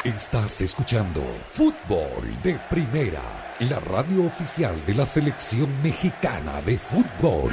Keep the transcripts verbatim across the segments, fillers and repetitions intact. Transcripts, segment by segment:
Estás escuchando Fútbol de Primera, la radio oficial de la selección mexicana de fútbol.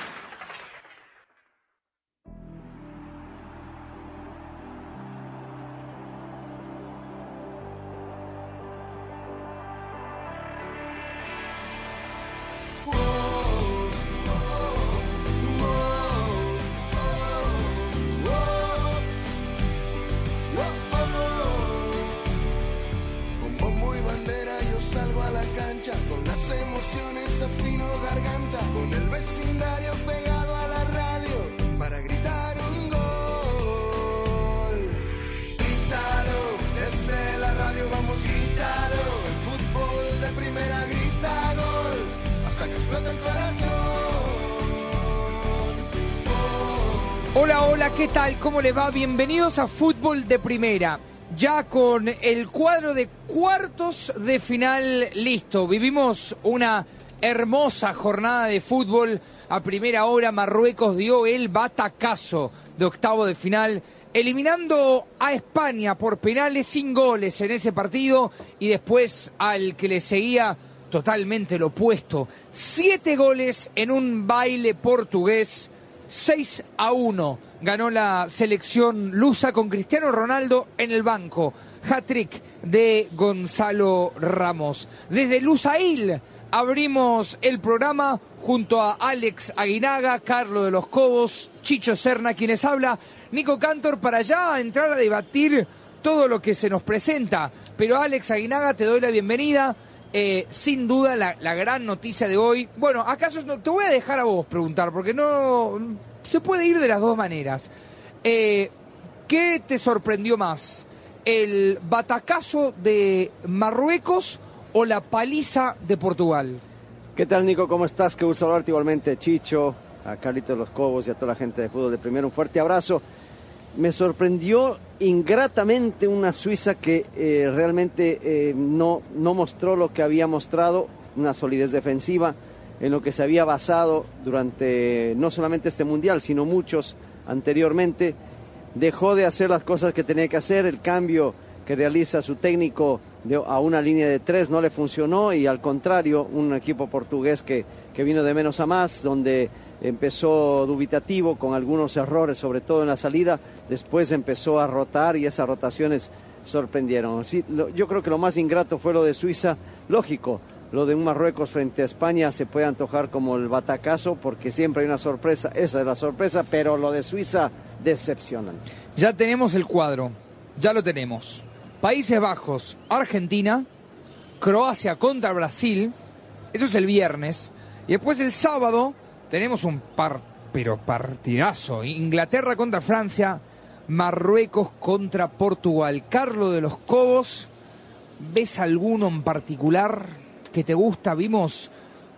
Hola, hola, ¿qué tal? ¿Cómo le va? Bienvenidos a Fútbol de Primera. Ya con el cuadro de cuartos de final listo. Vivimos una hermosa jornada de fútbol. A primera hora Marruecos dio el batacazo de octavo de final, eliminando a España por penales sin goles en ese partido, y después al que le seguía totalmente lo opuesto. Siete goles en un baile portugués. seis a uno ganó la selección lusa con Cristiano Ronaldo en el banco. Hat-trick de Gonzalo Ramos. Desde Lusail abrimos el programa junto a Alex Aguinaga, Carlos de los Cobos, Chicho Serna, quienes habla, Nico Cantor, para ya entrar a debatir todo lo que se nos presenta. Pero Alex Aguinaga, te doy la bienvenida. Eh, sin duda la, la gran noticia de hoy. Bueno, acaso no, te voy a dejar a vos preguntar, porque no se puede ir de las dos maneras. Eh, ¿Qué te sorprendió más? ¿El batacazo de Marruecos o la paliza de Portugal? ¿Qué tal, Nico? ¿Cómo estás? Qué gusto hablarte igualmente, Chicho, a Carlitos de los Cobos y a toda la gente de Fútbol de Primera. Un fuerte abrazo. Me sorprendió ingratamente una Suiza que eh, realmente eh, no, no mostró lo que había mostrado, una solidez defensiva en lo que se había basado durante no solamente este Mundial, sino muchos anteriormente. Dejó de hacer las cosas que tenía que hacer, el cambio que realiza su técnico de, a una línea de tres no le funcionó, y al contrario, un equipo portugués que, que vino de menos a más, donde empezó dubitativo con algunos errores, sobre todo en la salida, después empezó a rotar y esas rotaciones sorprendieron. Sí, lo, yo creo que lo más ingrato fue lo de Suiza. Lógico, lo de un Marruecos frente a España se puede antojar como el batacazo, porque siempre hay una sorpresa, esa es la sorpresa, pero lo de Suiza decepcionante. Ya tenemos el cuadro, ya lo tenemos. Países Bajos, Argentina, Croacia contra Brasil, eso es el viernes, y después el sábado tenemos un par, pero partidazo. Inglaterra contra Francia, Marruecos contra Portugal. Carlos de los Cobos, ¿ves alguno en particular que te gusta? Vimos,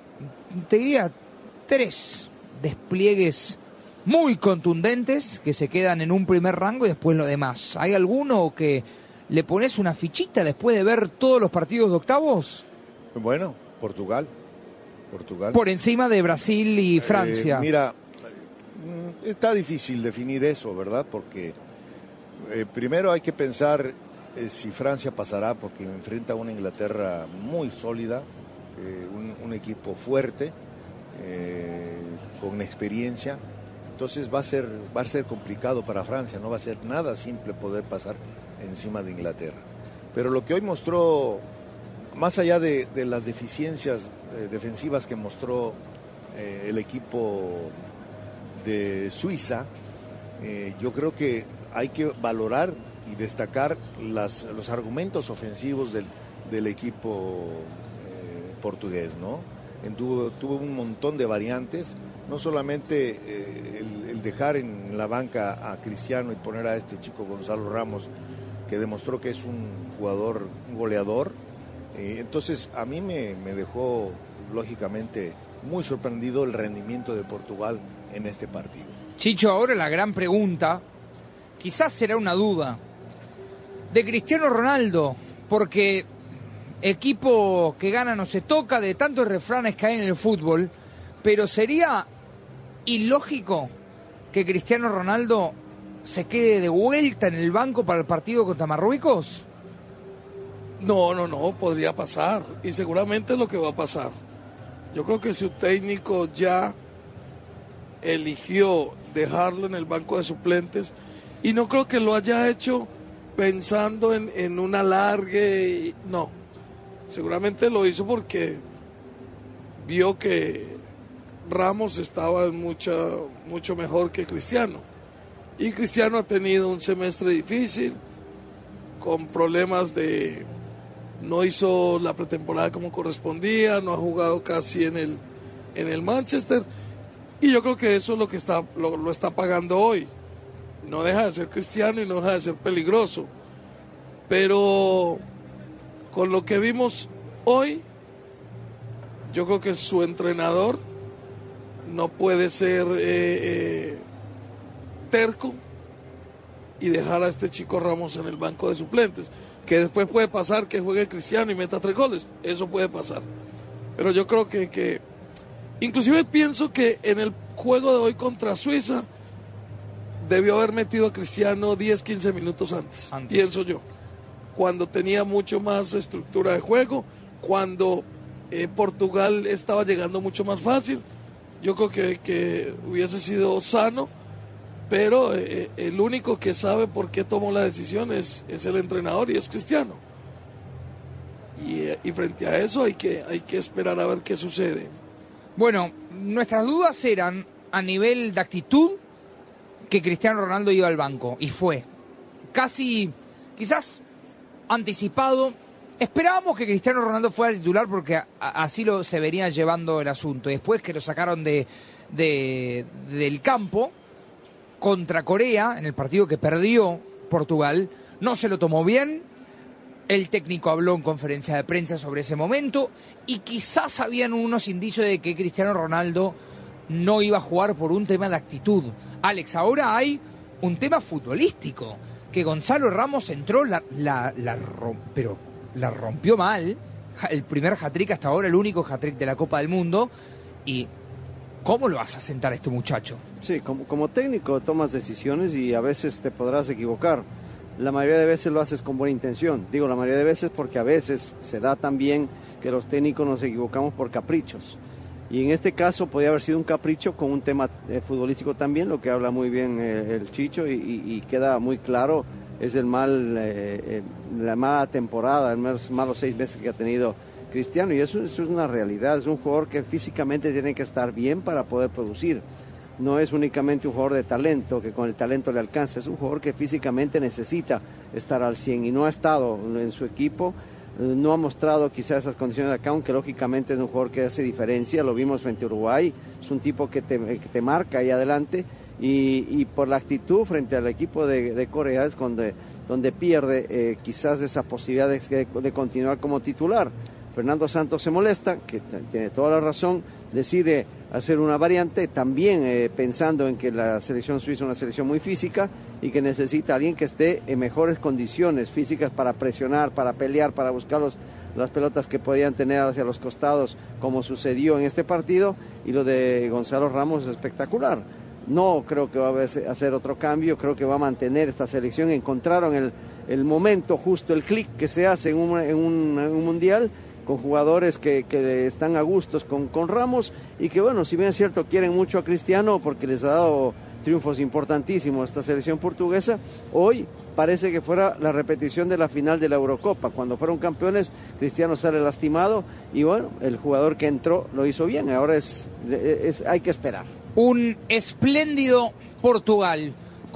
te diría, tres despliegues muy contundentes que se quedan en un primer rango y después lo demás. ¿Hay alguno que le pones una fichita después de ver todos los partidos de octavos? Bueno, Portugal. Portugal. Por encima de Brasil y Francia. Eh, mira, está difícil definir eso, ¿verdad? Porque eh, primero hay que pensar eh, si Francia pasará, porque enfrenta a una Inglaterra muy sólida, eh, un, un equipo fuerte, eh, con experiencia. Entonces va a ser, va a ser complicado para Francia, no va a ser nada simple poder pasar encima de Inglaterra. Pero lo que hoy mostró, más allá de, de las deficiencias eh, defensivas que mostró eh, el equipo de Suiza, eh, yo creo que hay que valorar y destacar las, los argumentos ofensivos del, del equipo eh, portugués, ¿no? En, tuvo, tuvo un montón de variantes, no solamente eh, el, el dejar en la banca a Cristiano y poner a este chico Gonzalo Ramos, que demostró que es un jugador, un goleador. Eh, entonces a mí me, me dejó lógicamente muy sorprendido el rendimiento de Portugal en este partido. Chicho, ahora la gran pregunta, quizás será una duda, de Cristiano Ronaldo, porque equipo que gana no se toca, de tantos refranes que hay en el fútbol, pero sería ilógico que Cristiano Ronaldo se quede de vuelta en el banco para el partido contra Marruecos. No, no, no, podría pasar y seguramente es lo que va a pasar. Yo creo que si un técnico ya eligió dejarlo en el banco de suplentes y no creo que lo haya hecho pensando en, en un alargue, no, seguramente lo hizo porque vio que Ramos estaba mucha, mucho mejor que Cristiano y Cristiano ha tenido un semestre difícil con problemas de no hizo la pretemporada como correspondía, no ha jugado casi en el en el Manchester. Y yo creo que eso es lo que está lo, lo está pagando hoy. No deja de ser Cristiano y no deja de ser peligroso. Pero con lo que vimos hoy, yo creo que su entrenador no puede ser eh, eh, terco y dejar a este chico Ramos en el banco de suplentes. Que después puede pasar que juegue Cristiano y meta tres goles. Eso puede pasar. Pero yo creo que... que inclusive pienso que en el juego de hoy contra Suiza debió haber metido a Cristiano diez, quince minutos antes, antes, pienso yo. Cuando tenía mucho más estructura de juego, cuando eh, Portugal estaba llegando mucho más fácil, yo creo que, que hubiese sido sano, pero eh, el único que sabe por qué tomó la decisión es, es el entrenador y es Cristiano. Y, eh, y frente a eso hay que, hay que esperar a ver qué sucede. Bueno, nuestras dudas eran a nivel de actitud que Cristiano Ronaldo iba al banco, y fue casi, quizás anticipado. Esperábamos que Cristiano Ronaldo fuera titular porque a, a, así lo se venía llevando el asunto. Y después que lo sacaron de, de del campo contra Corea, en el partido que perdió Portugal, no se lo tomó bien. El técnico habló en conferencia de prensa sobre ese momento y quizás habían unos indicios de que Cristiano Ronaldo no iba a jugar por un tema de actitud. Alex, ahora hay un tema futbolístico, que Gonzalo Ramos entró, la, la, la rom, pero la rompió mal, el primer hat-trick hasta ahora, el único hat-trick de la Copa del Mundo, y ¿cómo lo vas a sentar a este muchacho? Sí, como, como técnico tomas decisiones y a veces te podrás equivocar. La mayoría de veces lo haces con buena intención. Digo la mayoría de veces porque a veces se da también que los técnicos nos equivocamos por caprichos. Y en este caso podía haber sido un capricho con un tema eh, futbolístico también, lo que habla muy bien eh, el Chicho y, y, y queda muy claro, es el mal, eh, eh, la mala temporada, los malos seis meses que ha tenido Cristiano. Y eso, eso es una realidad, es un jugador que físicamente tiene que estar bien para poder producir. No es únicamente un jugador de talento, que con el talento le alcanza, es un jugador que físicamente necesita estar al cien y no ha estado en su equipo, no ha mostrado quizás esas condiciones de acá, aunque lógicamente es un jugador que hace diferencia, lo vimos frente a Uruguay, es un tipo que te, que te marca ahí adelante y, y por la actitud frente al equipo de, de Corea es donde, donde pierde eh, quizás esa posibilidad de, de continuar como titular. Fernando Santos se molesta, que t- tiene toda la razón, decide hacer una variante, también eh, pensando en que la selección suiza es una selección muy física y que necesita a alguien que esté en mejores condiciones físicas para presionar, para pelear, para buscar los, las pelotas que podían tener hacia los costados, como sucedió en este partido, y lo de Gonzalo Ramos es espectacular. No creo que va a hacer otro cambio, creo que va a mantener esta selección. Encontraron el, el momento justo, el clic que se hace en un, en un, en un mundial, con jugadores que, que están a gustos con, con Ramos y que, bueno, si bien es cierto, quieren mucho a Cristiano porque les ha dado triunfos importantísimos a esta selección portuguesa, hoy parece que fuera la repetición de la final de la Eurocopa. Cuando fueron campeones, Cristiano sale lastimado y, bueno, el jugador que entró lo hizo bien. Ahora es, es hay que esperar. Un espléndido Portugal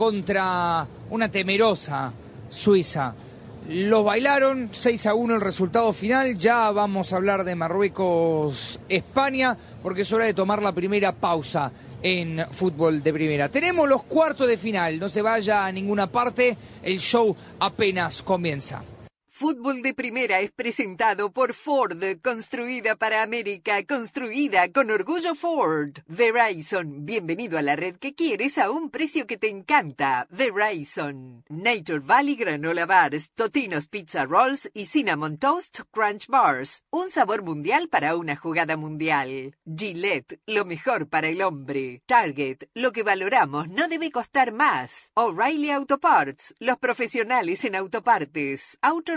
contra una temerosa Suiza. Los bailaron, seis a uno el resultado final. Ya vamos a hablar de Marruecos-España, porque es hora de tomar la primera pausa en fútbol de primera. Tenemos los cuartos de final, no se vaya a ninguna parte, el show apenas comienza. Fútbol de Primera es presentado por Ford, construida para América, construida con orgullo Ford. Verizon, bienvenido a la red que quieres a un precio que te encanta. Verizon. Nature Valley Granola Bars, Totino's Pizza Rolls y Cinnamon Toast Crunch Bars. Un sabor mundial para una jugada mundial. Gillette, lo mejor para el hombre. Target, lo que valoramos no debe costar más. O'Reilly Auto Parts, los profesionales en autopartes. Auto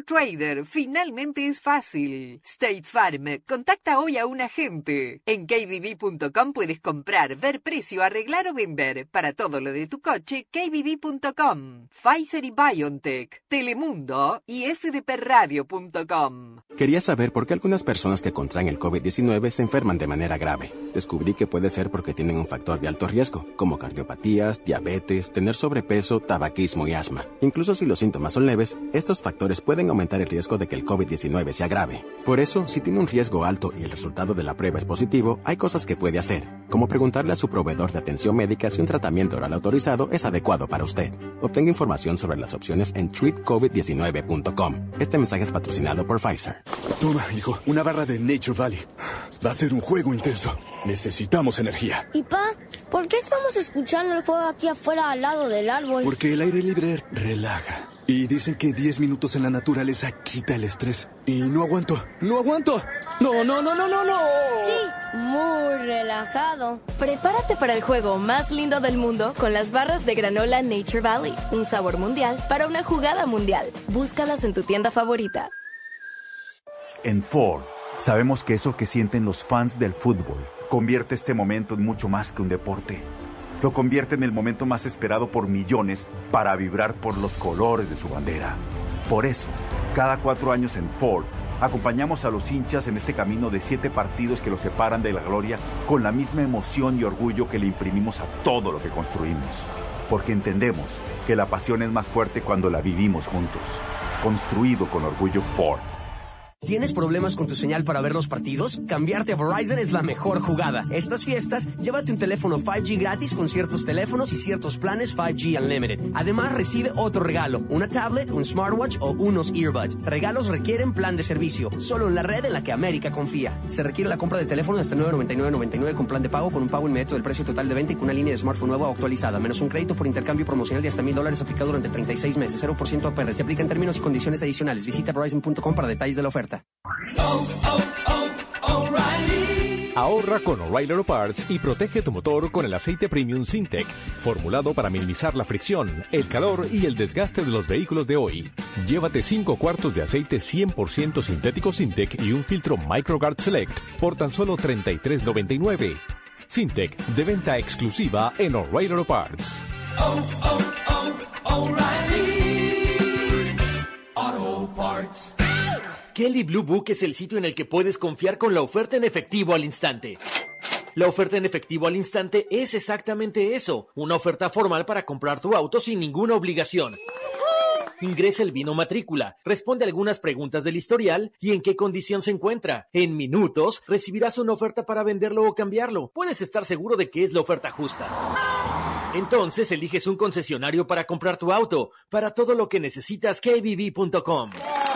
Trader finalmente es fácil. State Farm, contacta hoy a un agente. En K B B punto com puedes comprar, ver precio, arreglar o vender. Para todo lo de tu coche, K B B punto com. Pfizer y BioNTech, Telemundo y F D P radio punto com. Quería saber por qué algunas personas que contraen el COVID diecinueve se enferman de manera grave. Descubrí que puede ser porque tienen un factor de alto riesgo, como cardiopatías, diabetes, tener sobrepeso, tabaquismo y asma. Incluso si los síntomas son leves, estos factores pueden aumentar el riesgo de que el COVID diecinueve sea grave. Por eso, si tiene un riesgo alto y el resultado de la prueba es positivo, hay cosas que puede hacer, como preguntarle a su proveedor de atención médica si un tratamiento oral autorizado es adecuado para usted. Obtenga información sobre las opciones en treat covid diecinueve punto com. Este mensaje es patrocinado por Pfizer. Toma, hijo, una barra de Nature Valley. Va a ser un juego intenso. Necesitamos energía. Y pa, ¿por qué estamos escuchando el fuego aquí afuera al lado del árbol? Porque el aire libre relaja. Y dicen que diez minutos en la naturaleza quita el estrés. Y no aguanto, no aguanto. No, no, no, no, no, no. Sí, muy relajado. Prepárate para el juego más lindo del mundo con las barras de granola Nature Valley. Un sabor mundial para una jugada mundial. Búscalas en tu tienda favorita. En Ford, sabemos que eso que sienten los fans del fútbol convierte este momento en mucho más que un deporte. Lo convierte en el momento más esperado por millones para vibrar por los colores de su bandera. Por eso, cada cuatro años en Ford, acompañamos a los hinchas en este camino de siete partidos que los separan de la gloria con la misma emoción y orgullo que le imprimimos a todo lo que construimos. Porque entendemos que la pasión es más fuerte cuando la vivimos juntos. Construido con orgullo Ford. ¿Tienes problemas con tu señal para ver los partidos? Cambiarte a Verizon es la mejor jugada. Estas fiestas, llévate un teléfono cinco G gratis con ciertos teléfonos y ciertos planes cinco G Unlimited. Además, recibe otro regalo, una tablet, un smartwatch o unos earbuds. Regalos requieren plan de servicio, solo en la red en la que América confía. Se requiere la compra de teléfono hasta nueve noventa y nueve noventa y nueve con plan de pago con un pago inmediato del precio total de venta y con una línea de smartphone nueva o actualizada, menos un crédito por intercambio promocional de hasta mil dólares aplicado durante treinta y seis meses, cero por ciento A P R. Se aplica en términos y condiciones adicionales. Visita verizon punto com para detalles de la oferta. Oh, oh, oh, O'Reilly. Ahorra con O'Reilly Auto Parts y protege tu motor con el aceite Premium Syntec, formulado para minimizar la fricción, el calor y el desgaste de los vehículos de hoy. Llévate cinco cuartos de aceite cien por ciento sintético Syntec y un filtro MicroGuard Select por tan solo treinta y tres noventa y nueve. Syntec, de venta exclusiva en O'Reilly Auto Parts. Oh, oh, oh, O'Reilly Auto Parts. Kelley Blue Book es el sitio en el que puedes confiar con la oferta en efectivo al instante. La oferta en efectivo al instante es exactamente eso, una oferta formal para comprar tu auto sin ninguna obligación. Ingresa el VIN o matrícula, responde algunas preguntas del historial y en qué condición se encuentra. En minutos recibirás una oferta para venderlo o cambiarlo. Puedes estar seguro de que es la oferta justa. Entonces eliges un concesionario para comprar tu auto. Para todo lo que necesitas, K B B punto com.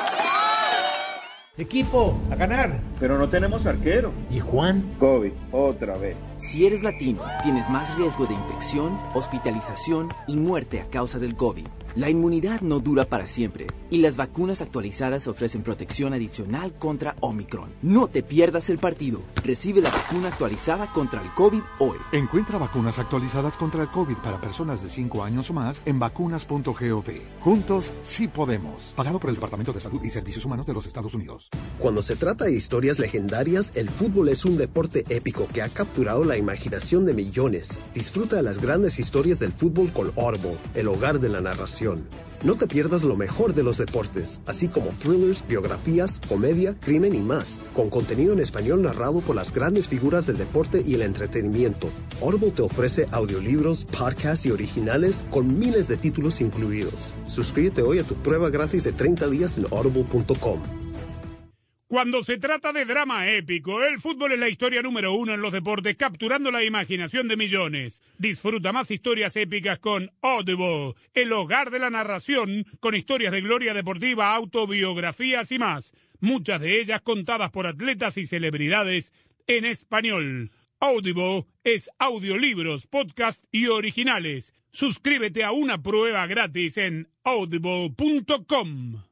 Equipo, a ganar. Pero no tenemos arquero. ¿Y Juan? COVID, otra vez. Si eres latino, tienes más riesgo de infección, hospitalización y muerte a causa del COVID. La inmunidad no dura para siempre y las vacunas actualizadas ofrecen protección adicional contra Omicron. No te pierdas el partido. Recibe la vacuna actualizada contra el COVID hoy. Encuentra vacunas actualizadas contra el COVID para personas de cinco años o más en vacunas punto gov. Juntos sí podemos. Pagado por el Departamento de Salud y Servicios Humanos de los Estados Unidos. Cuando se trata de historias legendarias, el fútbol es un deporte épico que ha capturado la imaginación de millones. Disfruta de las grandes historias del fútbol con Audible, el hogar de la narración. No te pierdas lo mejor de los deportes, así como thrillers, biografías, comedia, crimen y más, con contenido en español narrado por las grandes figuras del deporte y el entretenimiento. Audible te ofrece audiolibros, podcasts y originales con miles de títulos incluidos. Suscríbete hoy a tu prueba gratis de treinta días en audible punto com. Cuando se trata de drama épico, el fútbol es la historia número uno en los deportes, capturando la imaginación de millones. Disfruta más historias épicas con Audible, el hogar de la narración, con historias de gloria deportiva, autobiografías y más. Muchas de ellas contadas por atletas y celebridades en español. Audible es audiolibros, podcast y originales. Suscríbete a una prueba gratis en audible punto com.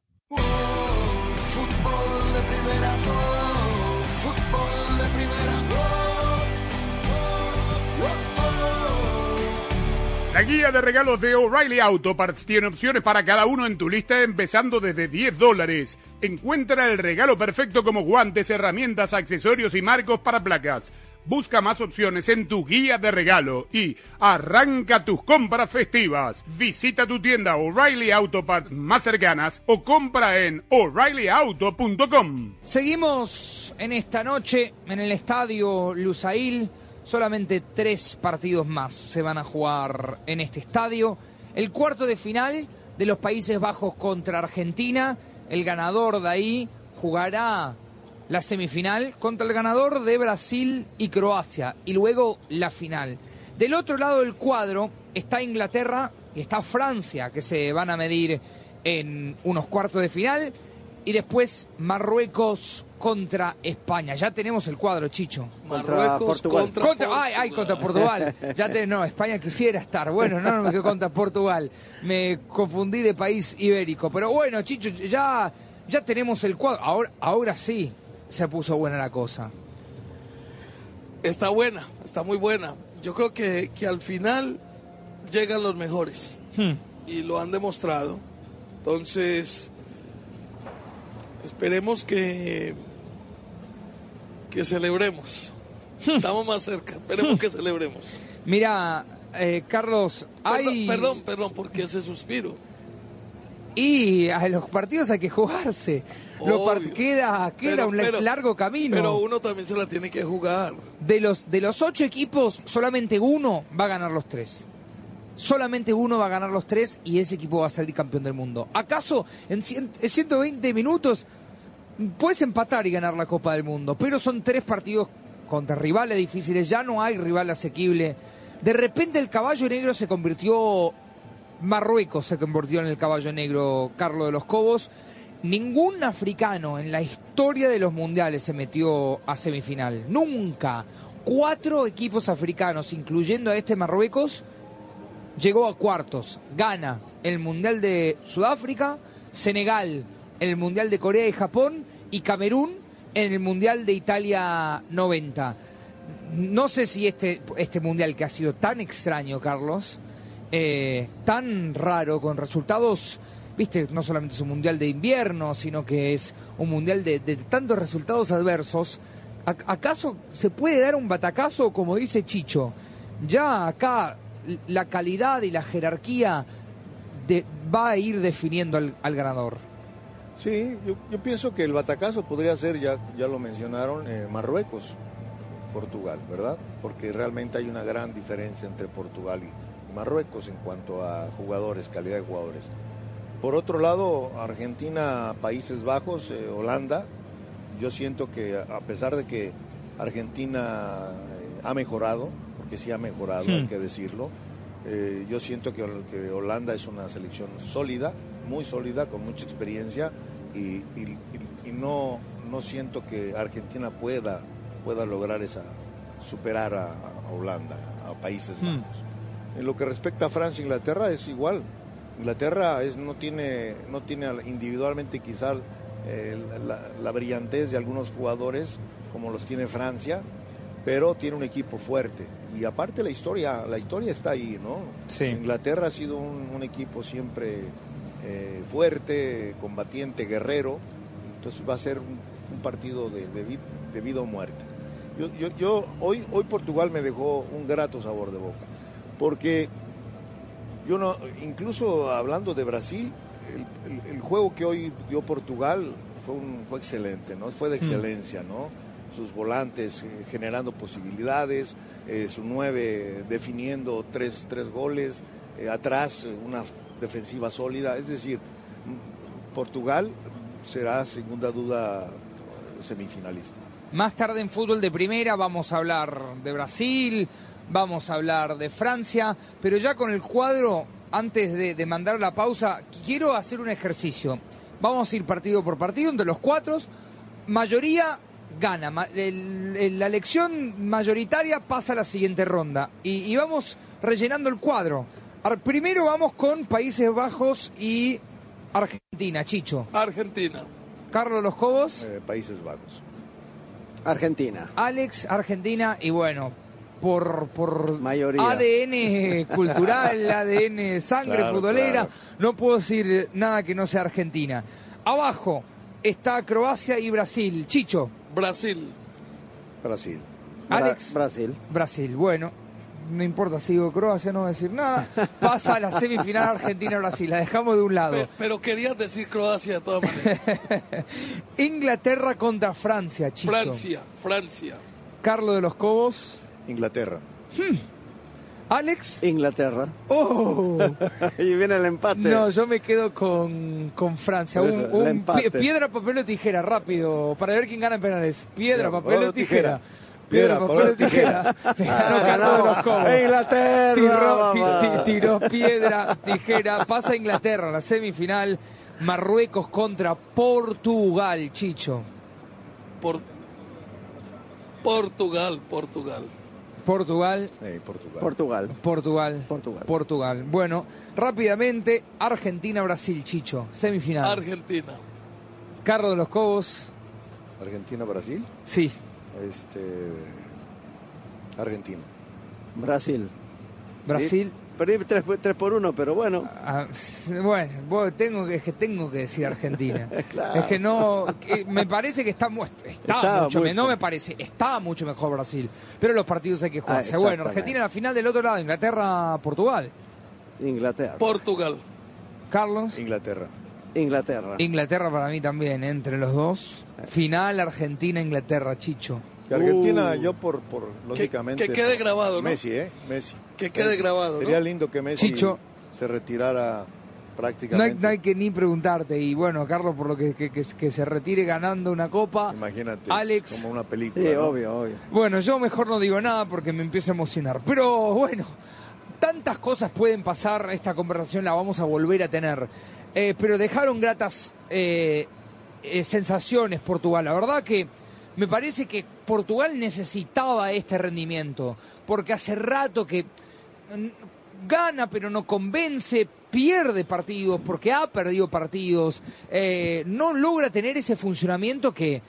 Fútbol de primera, oh, fútbol de primera, oh, oh, oh, oh. La guía de regalos de O'Reilly Auto Parts tiene opciones para cada uno en tu lista, empezando desde diez dólares. Encuentra el regalo perfecto como guantes, herramientas, accesorios y marcos para placas. Busca más opciones en tu guía de regalo y arranca tus compras festivas. Visita tu tienda O'Reilly Auto Parts más cercanas o compra en O'Reilly Auto punto com. Seguimos en esta noche en el estadio Lusail. Solamente tres partidos más se van a jugar en este estadio. El cuarto de final de los Países Bajos contra Argentina. El ganador de ahí jugará la semifinal contra el ganador de Brasil y Croacia. Y luego la final. Del otro lado del cuadro está Inglaterra y está Francia, que se van a medir en unos cuartos de final. Y después Marruecos contra España. Ya tenemos el cuadro, Chicho. Marruecos Portugal. Contra, contra Portugal. Ay, ay, contra Portugal. Ya te, no, España quisiera estar. Bueno, no, no me quedo contra Portugal. Me confundí de país ibérico. Pero bueno, Chicho, ya, ya tenemos el cuadro. Ahora, ahora sí se puso buena la cosa. Está buena, está muy buena. Yo creo que, que al final llegan los mejores. Hmm. Y lo han demostrado. Entonces, esperemos que que celebremos. Estamos más cerca. Esperemos que celebremos. Mira, eh, Carlos, hay... Perdón, perdón, perdón, ¿por qué ese suspiro? Y a los partidos hay que jugarse. Los part... Queda, queda pero, un pero, largo camino. Pero uno también se la tiene que jugar. De los, de los ocho equipos, solamente uno va a ganar los tres. Solamente uno va a ganar los tres y ese equipo va a salir campeón del mundo. ¿Acaso en ciento veinte minutos puedes empatar y ganar la Copa del Mundo? Pero son tres partidos contra rivales difíciles, ya no hay rival asequible. De repente el caballo negro se convirtió... Marruecos se convirtió en el caballo negro, Carlos de los Cobos. Ningún africano en la historia de los mundiales se metió a semifinal. Nunca. Cuatro equipos africanos, incluyendo a este Marruecos, llegó a cuartos. Ghana, el Mundial de Sudáfrica, Senegal, el Mundial de Corea y Japón, y Camerún en el Mundial de Italia noventa. No sé si este, este Mundial que ha sido tan extraño, Carlos, eh, tan raro, con resultados, viste, no solamente es un Mundial de invierno, sino que es un Mundial de, de tantos resultados adversos. ¿Acaso se puede dar un batacazo, como dice Chicho? Ya acá la calidad y la jerarquía de, va a ir definiendo al, al ganador. Sí, yo, yo pienso que el batacazo podría ser, ya, ya lo mencionaron, eh, Marruecos, Portugal, ¿verdad? Porque realmente hay una gran diferencia entre Portugal y Marruecos en cuanto a jugadores, calidad de jugadores. Por otro lado, Argentina, Países Bajos, eh, Holanda, yo siento que a pesar de que Argentina eh, ha mejorado, porque sí ha mejorado, hmm. hay que decirlo, eh, yo siento que, que Holanda es una selección sólida, muy sólida, con mucha experiencia, y, y, y no, no siento que Argentina pueda, pueda lograr esa, superar a, a Holanda, a Países Bajos. Hmm. En lo que respecta a Francia e Inglaterra es igual. Inglaterra es, no tiene, no tiene individualmente quizá eh, la, la brillantez de algunos jugadores como los tiene Francia, pero tiene un equipo fuerte. Y aparte la historia, la historia está ahí, ¿no? Sí. Inglaterra ha sido un, un equipo siempre eh, fuerte, combatiente, guerrero. Entonces va a ser un, un partido de, de, de vida o muerte. Yo, yo, yo hoy, hoy Portugal me dejó un grato sabor de boca, porque yo no, incluso hablando de Brasil, el, el, el juego que hoy dio Portugal fue, un, fue excelente, ¿no? Fue de excelencia, ¿no? Sus volantes eh, generando posibilidades, eh, su nueve definiendo tres, tres goles, eh, atrás eh, una defensiva sólida. Es decir, Portugal será sin ninguna duda semifinalista. Más tarde en Fútbol de Primera vamos a hablar de Brasil, vamos a hablar de Francia, pero ya con el cuadro, antes de, de mandar la pausa, quiero hacer un ejercicio. Vamos a ir partido por partido entre los cuatro. Mayoría gana. El, el, la elección mayoritaria pasa a la siguiente ronda. Y, y vamos rellenando el cuadro. Primero vamos con Países Bajos y Argentina, Chicho. Argentina. Carlos Los Cobos. Eh, Países Bajos. Argentina. Alex, Argentina. Y bueno, por, por Mayoría. A D N cultural, A D N sangre Claro, futbolera, claro. no puedo decir nada que no sea Argentina. Abajo está Croacia y Brasil. Chicho. Brasil. Brasil. Alex. Bra- Brasil. Brasil, bueno. No importa si digo Croacia, no voy a decir nada. Pasa a la semifinal Argentina-Brasil. La dejamos de un lado. Pero, pero querías decir Croacia de todas maneras. Inglaterra contra Francia, Chicho. Francia, Francia. Carlos de los Cobos. Inglaterra. Hmm. Alex. Inglaterra. Oh. Y viene el empate. No, yo me quedo con, con Francia. Por Un, eso, el un empate. pie- piedra, papel o tijera, rápido, para ver quién gana en penales. Piedra, Piedra, papel o papel, tijera. tijera. Piedra, Piedra, papel o papel, tijera. Me ganó Carlos de los Cobos. Inglaterra, Tiró, ti- mamá. ti- tiró piedra, tijera. Pasa Inglaterra, la semifinal. Marruecos contra Portugal, Chicho. Por... Portugal, Portugal. Portugal. Eh, Portugal. Portugal. Portugal. Portugal. Portugal. Bueno, rápidamente, Argentina-Brasil, Chicho. Semifinal. Argentina. Carlos de los Cobos. Argentina-Brasil. Sí. Este, Argentina. Brasil. Brasil. Perdí tres, tres por uno, pero bueno. Ah, bueno, vos tengo que, es que tengo que decir Argentina. Claro. Es que no, que me parece que está, mu- está Está mucho, muy me- no fuerte. me parece, está mucho mejor Brasil. Pero los partidos hay que jugarse. Ah, bueno, exactamente. Argentina en la final del otro lado, Inglaterra-Portugal. Inglaterra. Portugal. Carlos. Inglaterra. Inglaterra. Inglaterra para mí también, entre los dos. Final Argentina-Inglaterra, Chicho. Y Argentina, Uh. yo por, por lógicamente. que quede por- grabado, ¿no? Messi, ¿eh? Messi. Que quede Messi. grabado, ¿no? Sería lindo que Messi Chicho. se retirara No hay, prácticamente. no hay que ni preguntarte. Y bueno, Carlos, por lo que, que, que- que se retire ganando una copa. Imagínate. Alex. Como una película. Sí, ¿no? obvio, obvio. Bueno, yo mejor no digo nada porque me empiezo a emocionar. Pero bueno, tantas cosas pueden pasar. Esta conversación la vamos a volver a tener. Eh, pero dejaron gratas eh, eh, sensaciones Portugal. La verdad que me parece que Portugal necesitaba este rendimiento. Porque hace rato que mm, gana pero no convence, pierde partidos porque ha perdido partidos. Eh, no logra tener ese funcionamiento que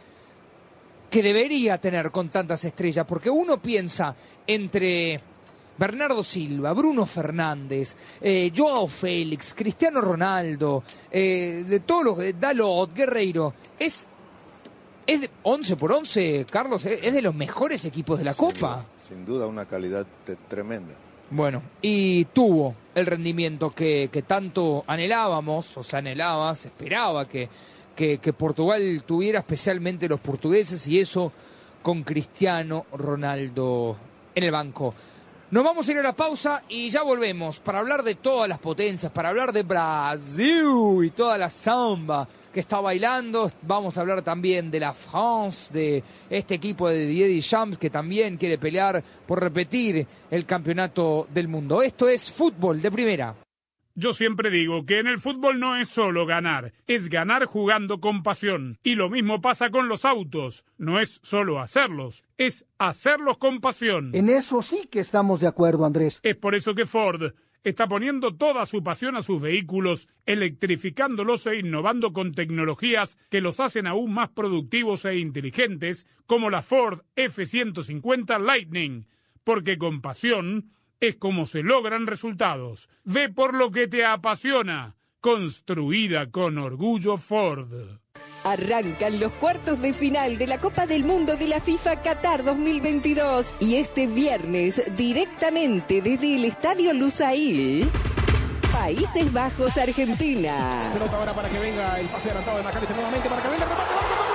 que debería tener con tantas estrellas, porque uno piensa entre Bernardo Silva, Bruno Fernández, eh, Joao Félix, Cristiano Ronaldo, eh, de todos los, de Dalot, Guerreiro, es, es de once por once, Carlos, es, es de los mejores equipos de la Copa. Sin duda, una calidad te- tremenda. Bueno, y tuvo el rendimiento que, que tanto anhelábamos, o se anhelaba, se esperaba que, que, que Portugal tuviera, especialmente los portugueses, y eso con Cristiano Ronaldo en el banco. Nos vamos a ir a la pausa y ya volvemos para hablar de todas las potencias, para hablar de Brasil y toda la samba que está bailando. Vamos a hablar también de la France, de este equipo de Didier Deschamps que también quiere pelear por repetir el campeonato del mundo. Esto es Fútbol de Primera. Yo siempre digo que en el fútbol no es solo ganar, es ganar jugando con pasión. Y lo mismo pasa con los autos, no es solo hacerlos, es hacerlos con pasión. En eso sí que estamos de acuerdo, Andrés. Es por eso que Ford está poniendo toda su pasión a sus vehículos, electrificándolos e innovando con tecnologías que los hacen aún más productivos e inteligentes, como la Ford F ciento cincuenta Lightning, porque con pasión es como se logran resultados. Ve por lo que te apasiona. Construida con orgullo Ford. Arrancan los cuartos de final de la Copa del Mundo de la FIFA Qatar dos mil veintidós y este viernes, directamente desde el Estadio Lusail, Países Bajos, Argentina. Pelota ahora para que venga el pase adelantado de Macalister nuevamente para que venga el remate.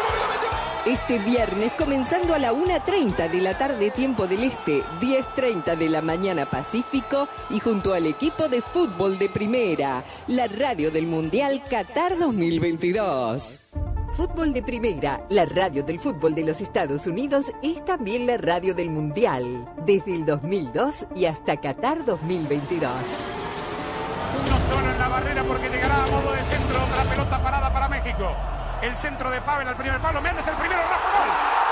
Este viernes, comenzando a la una treinta de la tarde tiempo del Este, diez treinta de la mañana Pacífico, y junto al equipo de fútbol de Primera, la radio del Mundial Qatar dos mil veintidós. Fútbol de Primera, la radio del fútbol de los Estados Unidos, es también la radio del Mundial, desde el dos mil dos y hasta Qatar dos mil veintidós. Uno solo en la barrera porque llegará a modo de centro. Otra pelota parada para México. El centro de Pavel al primer palo. Méndez el primero. Rafa, gol.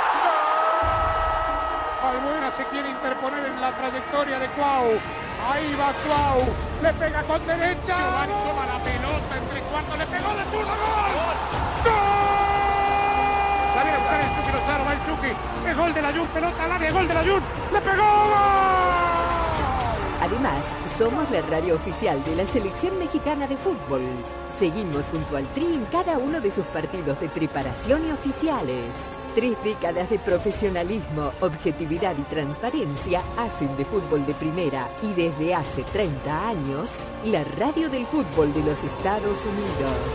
¡Gol! Albuena se quiere interponer en la trayectoria de Cuau. Ahí va Cuau. Le pega con derecha. Giovanni toma la pelota entre cuartos. Le pegó de zurda. ¡Gol! ¡Gol! La viene a buscar el Chucky Lozano. Va el Chucky. Es gol de la Jun, pelota al área, gol de la Jun, le pegó, ¡gol! Además, somos la radio oficial de la Selección Mexicana de Fútbol. Seguimos junto al Tri en cada uno de sus partidos de preparación y oficiales. Tres décadas de profesionalismo, objetividad y transparencia hacen de Fútbol de Primera y desde hace treinta años, la radio del fútbol de los Estados Unidos.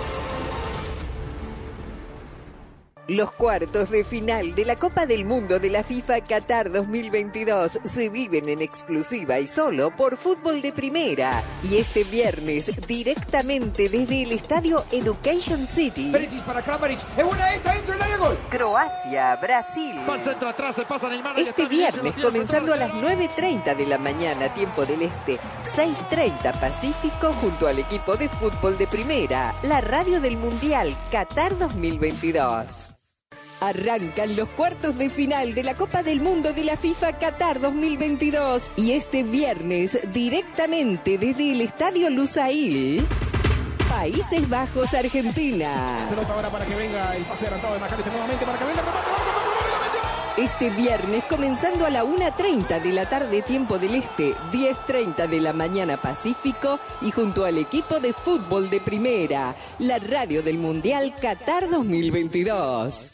Los cuartos de final de la Copa del Mundo de la FIFA Qatar dos mil veintidós se viven en exclusiva y solo por Fútbol de Primera. Y este viernes, directamente desde el estadio Education City. Perisic para Kramaric. Es buena esta, dentro del área, gol. Croacia, Brasil. Va al centro atrás, se pasa Neymar. Este viernes, comenzando a las nueve treinta de la mañana, tiempo del este, seis treinta Pacífico, junto al equipo de Fútbol de Primera, la radio del Mundial Qatar dos mil veintidós. Arrancan los cuartos de final de la Copa del Mundo de la FIFA Qatar dos mil veintidós y este viernes, directamente desde el Estadio Lusail, Países Bajos, Argentina. Pelota ahora para que venga el pase adelantado de McAllister nuevamente, para que venga el remate, remate, Este viernes, comenzando a la una treinta de la tarde, tiempo del este, diez treinta de la mañana Pacífico, y junto al equipo de Fútbol de Primera, la radio del Mundial Qatar dos mil veintidós.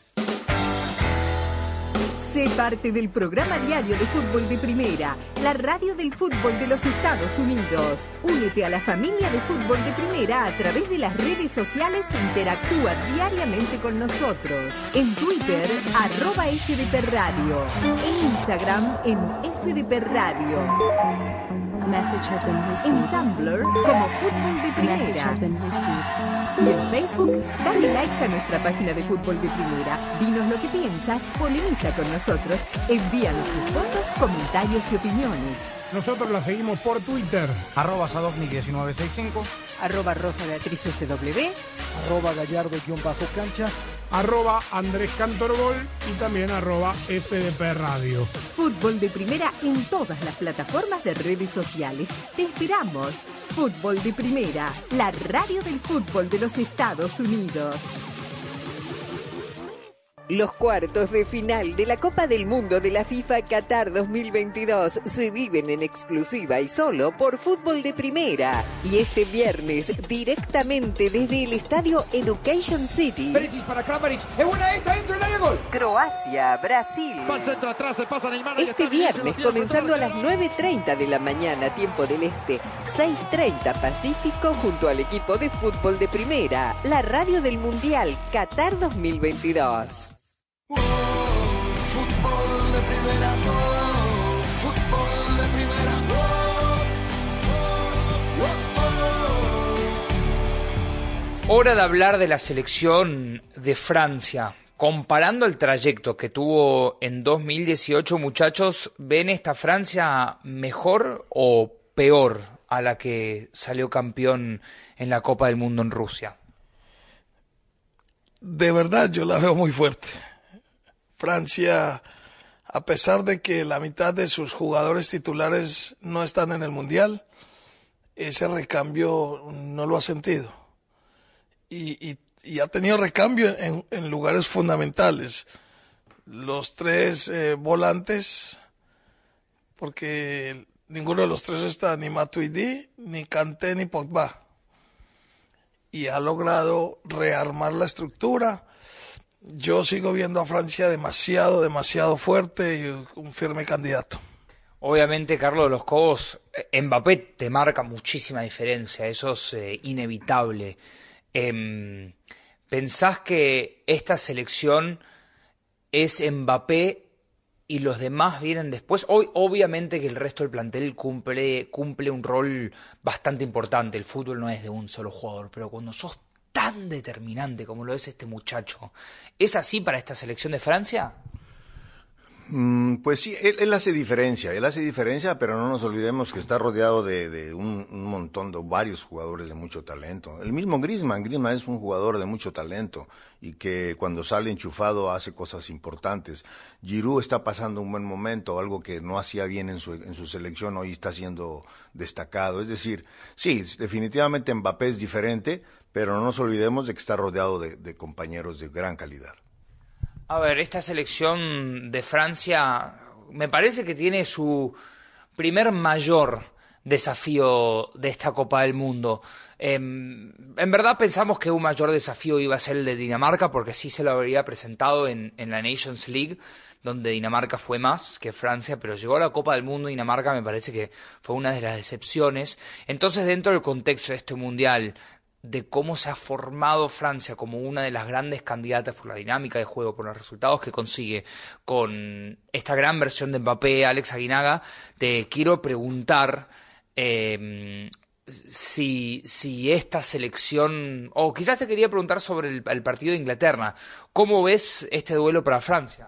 Sé parte del programa diario de Fútbol de Primera, la radio del fútbol de los Estados Unidos. Únete a la familia de Fútbol de Primera a través de las redes sociales e interactúa diariamente con nosotros. En Twitter, arroba F D P Radio. En Instagram, en F D P Radio. En Tumblr, como Fútbol de Primera. Y en Facebook, dale likes a nuestra página de Fútbol de Primera. Dinos lo que piensas, polemiza con nosotros, envíanos tus fotos, comentarios y opiniones. Nosotros la seguimos por Twitter. Arroba Sadovnik diecinueve sesenta y cinco. Arroba Rosa Beatriz S W. Arroba Gallardo-Cancha. Arroba Andrés Cantorbol y también arroba F D P Radio. Fútbol de Primera en todas las plataformas de redes sociales. Te esperamos. Fútbol de Primera, la radio del fútbol de los Estados Unidos. Los cuartos de final de la Copa del Mundo de la FIFA Qatar dos mil veintidós se viven en exclusiva y solo por Fútbol de Primera. Y este viernes, directamente desde el estadio Education City. Perisic para Kramaric. Es buena esta, dentro del área, gol. Croacia, Brasil. Va al centro atrás, se pasa Neymar. Este viernes, comenzando a las nueve treinta de la mañana, tiempo del este, seis treinta Pacífico, junto al equipo de Fútbol de Primera, la radio del Mundial Qatar dos mil veintidós. Oh, fútbol de primera, oh, fútbol de primera, oh, oh, oh. Hora de hablar de la selección de Francia. Comparando el trayecto que tuvo en dos mil dieciocho, muchachos, ¿ven esta Francia mejor o peor a la que salió campeón en la Copa del Mundo en Rusia? De verdad, yo la veo muy fuerte. Francia, a pesar de que la mitad de sus jugadores titulares no están en el Mundial, ese recambio no lo ha sentido. Y, y, y ha tenido recambio en, en lugares fundamentales. Los tres eh, volantes, porque ninguno de los tres está, ni Matuidi, ni Kanté, ni Pogba. Y ha logrado rearmar la estructura. Yo sigo viendo a Francia demasiado, demasiado fuerte y un firme candidato. Obviamente, Carlos de los Cobos, Mbappé te marca muchísima diferencia, eso es eh, inevitable. Eh, ¿Pensás que esta selección es Mbappé y los demás vienen después? Hoy, obviamente que el resto del plantel cumple, cumple un rol bastante importante. El fútbol no es de un solo jugador, pero cuando sos tan determinante como lo es este muchacho, ¿es así para esta selección de Francia? Mm, pues sí, él, él hace diferencia, él hace diferencia, pero no nos olvidemos que está rodeado de, de un, un montón de varios jugadores de mucho talento. El mismo Griezmann, Griezmann es un jugador de mucho talento y que cuando sale enchufado hace cosas importantes. Giroud está pasando un buen momento, algo que no hacía bien en su, en su selección, hoy está siendo destacado. Es decir, sí, definitivamente Mbappé es diferente, pero no nos olvidemos de que está rodeado de, de compañeros de gran calidad. A ver, esta selección de Francia me parece que tiene su primer mayor desafío de esta Copa del Mundo. Eh, en verdad pensamos que un mayor desafío iba a ser el de Dinamarca, porque sí se lo habría presentado en, en la Nations League, donde Dinamarca fue más que Francia, pero llegó a la Copa del Mundo. Dinamarca me parece que fue una de las decepciones. Entonces, dentro del contexto de este Mundial, de cómo se ha formado Francia como una de las grandes candidatas por la dinámica de juego, por los resultados que consigue con esta gran versión de Mbappé, Alex Aguinaga, te quiero preguntar eh, si, si esta selección, o quizás te quería preguntar sobre el, el partido de Inglaterra. ¿Cómo ves este duelo para Francia?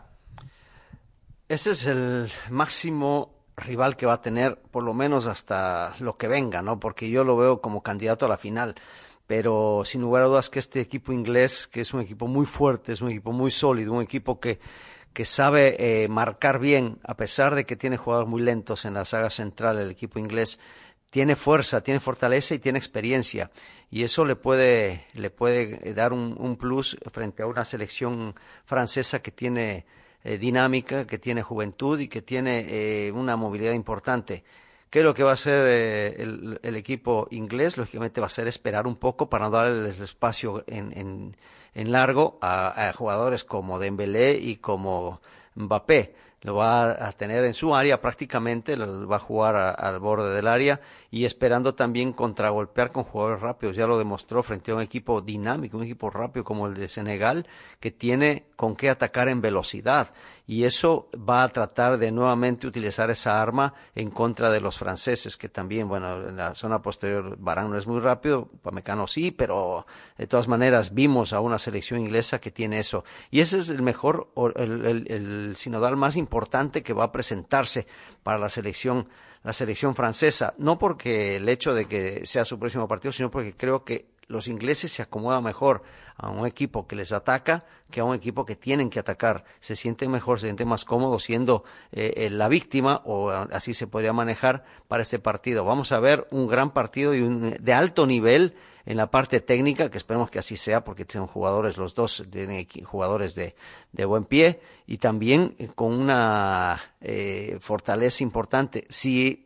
Ese es el máximo rival que va a tener, por lo menos hasta lo que venga, ¿no? Porque yo lo veo como candidato a la final. Pero sin lugar a dudas que este equipo inglés, que es un equipo muy fuerte, es un equipo muy sólido, un equipo que, que sabe eh, marcar bien, a pesar de que tiene jugadores muy lentos en la saga central, el equipo inglés tiene fuerza, tiene fortaleza y tiene experiencia. Y eso le puede, le puede dar un, un plus frente a una selección francesa que tiene eh, dinámica, que tiene juventud y que tiene eh, una movilidad importante. ¿Qué es lo que va a hacer eh, el, el equipo inglés? Lógicamente va a ser esperar un poco para no darles espacio en, en, en largo a, a jugadores como Dembélé y como Mbappé. Lo va a tener en su área prácticamente, lo va a jugar a, al borde del área y esperando también contragolpear con jugadores rápidos. Ya lo demostró frente a un equipo dinámico, un equipo rápido como el de Senegal, que tiene con qué atacar en velocidad. Y eso va a tratar de nuevamente utilizar esa arma en contra de los franceses, que también, bueno, en la zona posterior Varane no es muy rápido, Pamecano sí, pero de todas maneras vimos a una selección inglesa que tiene eso. Y ese es el mejor, el, el, el sinodal más importante que va a presentarse para la selección, la selección francesa. No porque el hecho de que sea su próximo partido, sino porque creo que los ingleses se acomodan mejor a un equipo que les ataca que a un equipo que tienen que atacar. Se sienten mejor, se sienten más cómodos siendo eh, la víctima, o así se podría manejar para este partido. Vamos a ver un gran partido y un, de alto nivel en la parte técnica, que esperemos que así sea, porque son jugadores, los dos tienen jugadores de, de buen pie y también eh, con una eh, fortaleza importante. Si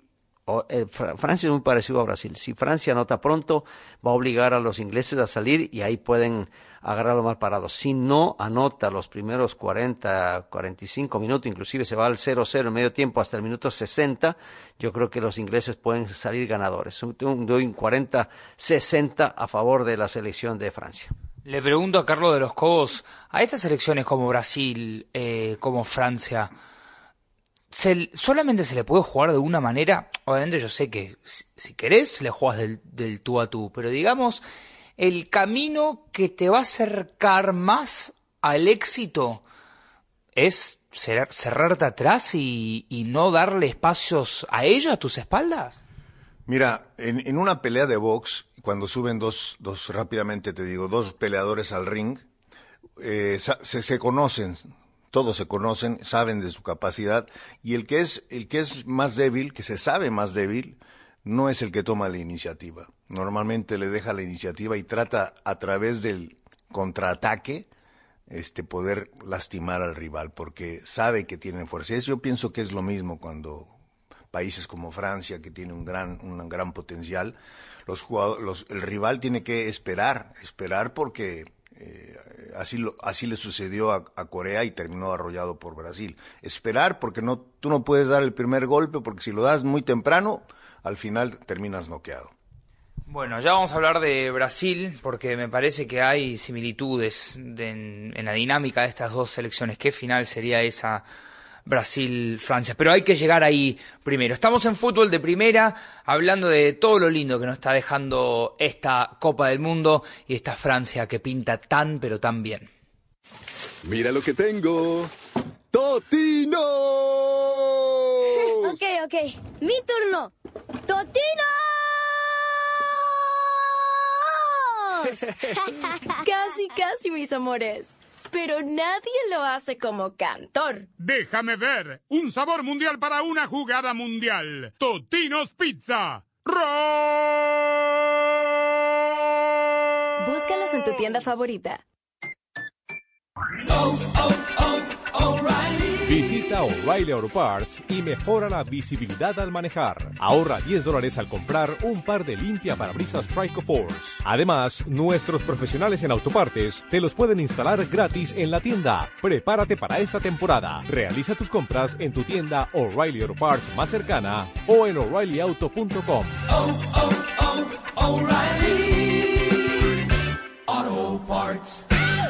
Francia es muy parecido a Brasil. Si Francia anota pronto, va a obligar a los ingleses a salir y ahí pueden agarrarlo mal parado. Si no anota los primeros cuarenta, cuarenta y cinco minutos, inclusive se va al cero cero en medio tiempo hasta el minuto sesenta, yo creo que los ingleses pueden salir ganadores. Doy un cuarenta sesenta a favor de la selección de Francia. Le pregunto a Carlos de los Cobos, a estas selecciones como Brasil, eh, como Francia, Se, solamente se le puede jugar de una manera. Obviamente yo sé que si, si querés le jugás del, del tú a tú, pero digamos el camino que te va a acercar más al éxito es cerrar, cerrarte atrás y, y no darle espacios a ellos, a tus espaldas. Mira, en, en una pelea de box, cuando suben dos, dos rápidamente te digo, dos peleadores al ring, eh, se, se conocen. Todos se conocen, saben de su capacidad, y el que es el que es más débil, que se sabe más débil, no es el que toma la iniciativa. Normalmente le deja la iniciativa y trata a través del contraataque este poder lastimar al rival, porque sabe que tienen fuerza. Eso yo pienso que es lo mismo cuando países como Francia, que tiene un gran un gran potencial, los jugadores, los, el rival tiene que esperar, esperar porque Eh, así lo, así le sucedió a, a Corea y terminó arrollado por Brasil. Esperar, porque no, tú no puedes dar el primer golpe, porque si lo das muy temprano, al final terminas noqueado. Bueno, ya vamos a hablar de Brasil, porque me parece que hay similitudes de, en, en la dinámica de estas dos selecciones. ¿Qué final sería esa Brasil-Francia? Pero hay que llegar ahí primero. Estamos en Fútbol de Primera, hablando de todo lo lindo que nos está dejando esta Copa del Mundo y esta Francia que pinta tan pero tan bien. Mira lo que tengo. ¡Totino! Ok, ok. Mi turno. ¡Totino! Casi, casi, mis amores. Pero nadie lo hace como Cantor. Déjame ver. Un sabor mundial para una jugada mundial. Totino's Pizza. ¡Roll! Búscalos en tu tienda favorita. Oh, oh, oh. Visita O'Reilly Auto Parts y mejora la visibilidad al manejar. Ahorra diez dólares al comprar un par de limpia parabrisas Trico Force. Además, nuestros profesionales en autopartes te los pueden instalar gratis en la tienda. Prepárate para esta temporada. Realiza tus compras en tu tienda O'Reilly Auto Parts más cercana o en O'Reilly Auto punto com. Oh, oh, oh, O'Reilly Auto Parts.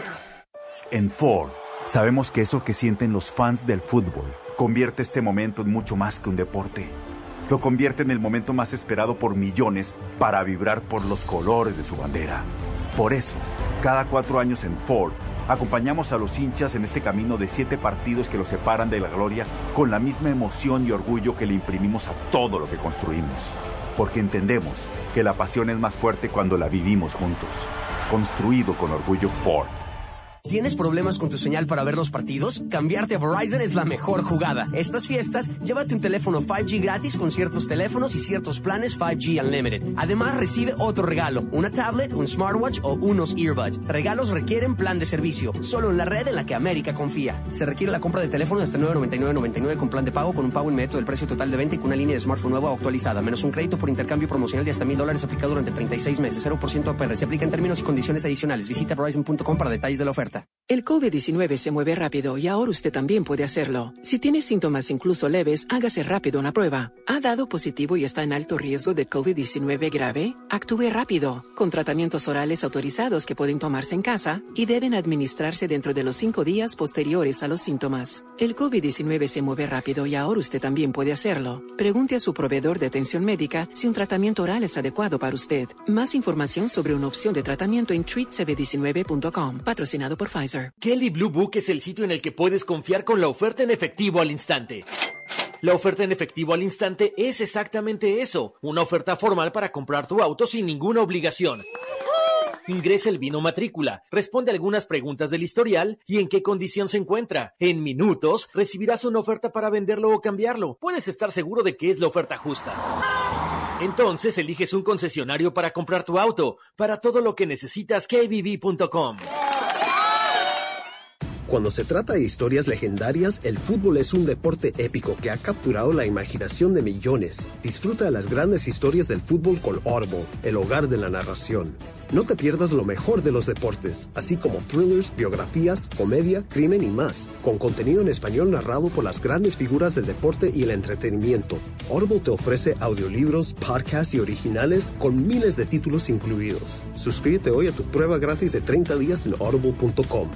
En Ford, sabemos que eso que sienten los fans del fútbol convierte este momento en mucho más que un deporte. Lo convierte en el momento más esperado por millones para vibrar por los colores de su bandera. Por eso, cada cuatro años en Ford, acompañamos a los hinchas en este camino de siete partidos que los separan de la gloria con la misma emoción y orgullo que le imprimimos a todo lo que construimos. Porque entendemos que la pasión es más fuerte cuando la vivimos juntos. Construido con orgullo Ford. ¿Tienes problemas con tu señal para ver los partidos? Cambiarte a Verizon es la mejor jugada. Estas fiestas, llévate un teléfono cinco G gratis con ciertos teléfonos y ciertos planes cinco G Unlimited. Además, recibe otro regalo, una tablet, un smartwatch o unos earbuds. Regalos requieren plan de servicio, solo en la red en la que América confía. Se requiere la compra de teléfono hasta nueve noventa y nueve noventa y nueve con plan de pago, con un pago inmediato del precio total de venta y con una línea de smartphone nueva o actualizada, menos un crédito por intercambio promocional de hasta mil dólares aplicado durante treinta y seis meses, cero por ciento A P R. Se aplica en términos y condiciones adicionales. Visita Verizon punto com para detalles de la oferta. El COVID diecinueve se mueve rápido y ahora usted también puede hacerlo. Si tiene síntomas incluso leves, hágase rápido una prueba. ¿Ha dado positivo y está en alto riesgo de COVID diecinueve grave? Actúe rápido, con tratamientos orales autorizados que pueden tomarse en casa y deben administrarse dentro de los cinco días posteriores a los síntomas. El COVID diecinueve se mueve rápido y ahora usted también puede hacerlo. Pregunte a su proveedor de atención médica si un tratamiento oral es adecuado para usted. Más información sobre una opción de tratamiento en treat c o v diecinueve punto com, patrocinado por Pfizer. Kelley Blue Book es el sitio en el que puedes confiar con la oferta en efectivo al instante. La oferta en efectivo al instante es exactamente eso, una oferta formal para comprar tu auto sin ninguna obligación. Ingresa el vino matrícula, responde algunas preguntas del historial y en qué condición se encuentra. En minutos recibirás una oferta para venderlo o cambiarlo. Puedes estar seguro de que es la oferta justa. Entonces eliges un concesionario para comprar tu auto. Para todo lo que necesitas, K B B punto com. Cuando se trata de historias legendarias, el fútbol es un deporte épico que ha capturado la imaginación de millones. Disfruta de las grandes historias del fútbol con Audible, el hogar de la narración. No te pierdas lo mejor de los deportes, así como thrillers, biografías, comedia, crimen y más, con contenido en español narrado por las grandes figuras del deporte y el entretenimiento. Audible te ofrece audiolibros, podcasts y originales con miles de títulos incluidos. Suscríbete hoy a tu prueba gratis de treinta días en audible punto com.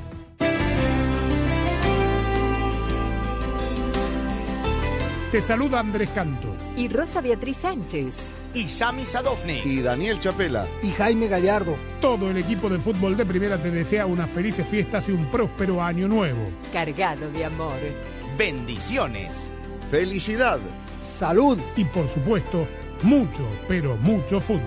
Te saluda Andrés Canto. Y Rosa Beatriz Sánchez. Y Sami Sadovnik. Y Daniel Chapela. Y Jaime Gallardo. Todo el equipo de fútbol de primera te desea unas felices fiestas y un próspero año nuevo. Cargado de amor. Bendiciones. Felicidad. Salud. Y por supuesto, mucho, pero mucho fútbol.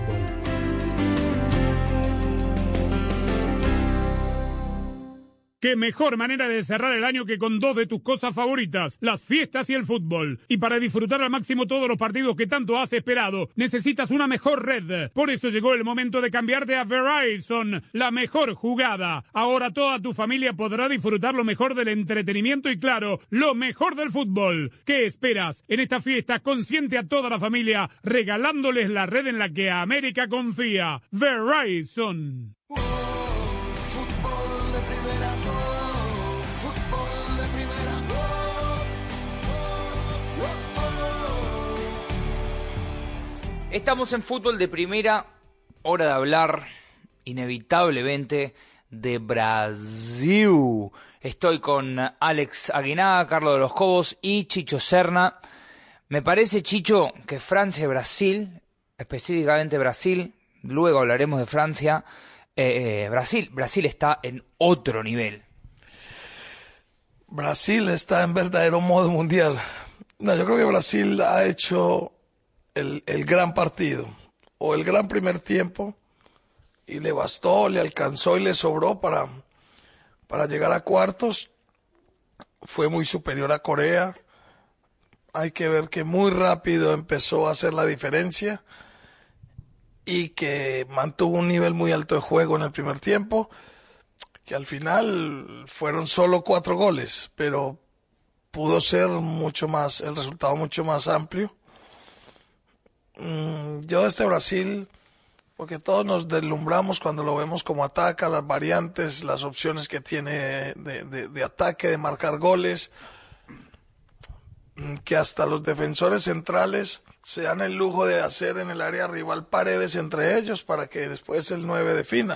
Qué mejor manera de cerrar el año que con dos de tus cosas favoritas, las fiestas y el fútbol. Y para disfrutar al máximo todos los partidos que tanto has esperado, necesitas una mejor red. Por eso llegó el momento de cambiarte a Verizon, la mejor jugada. Ahora toda tu familia podrá disfrutar lo mejor del entretenimiento y, claro, lo mejor del fútbol. ¿Qué esperas? En esta fiesta consiente a toda la familia, regalándoles la red en la que América confía. Verizon. Estamos en Fútbol de Primera, hora de hablar inevitablemente de Brasil. Estoy con Alex Aguinaga, Carlos de los Cobos y Chicho Serna. Me parece, Chicho, que Francia y Brasil, específicamente Brasil, luego hablaremos de Francia, eh, Brasil, Brasil está en otro nivel. Brasil está en verdadero modo mundial. No, yo creo que Brasil ha hecho el, el gran partido o el gran primer tiempo y le bastó, le alcanzó y le sobró para, para llegar a cuartos. Fue muy superior a Corea. Hay que ver que muy rápido empezó a hacer la diferencia y que mantuvo un nivel muy alto de juego en el primer tiempo, que al final fueron solo cuatro goles, pero pudo ser mucho más, el resultado mucho más amplio. Mm, yo de este Brasil, porque todos nos deslumbramos cuando lo vemos como ataca, las variantes, las opciones que tiene de, de, de ataque, de marcar goles, que hasta los defensores centrales se dan el lujo de hacer en el área rival paredes entre ellos para que después el nueve defina.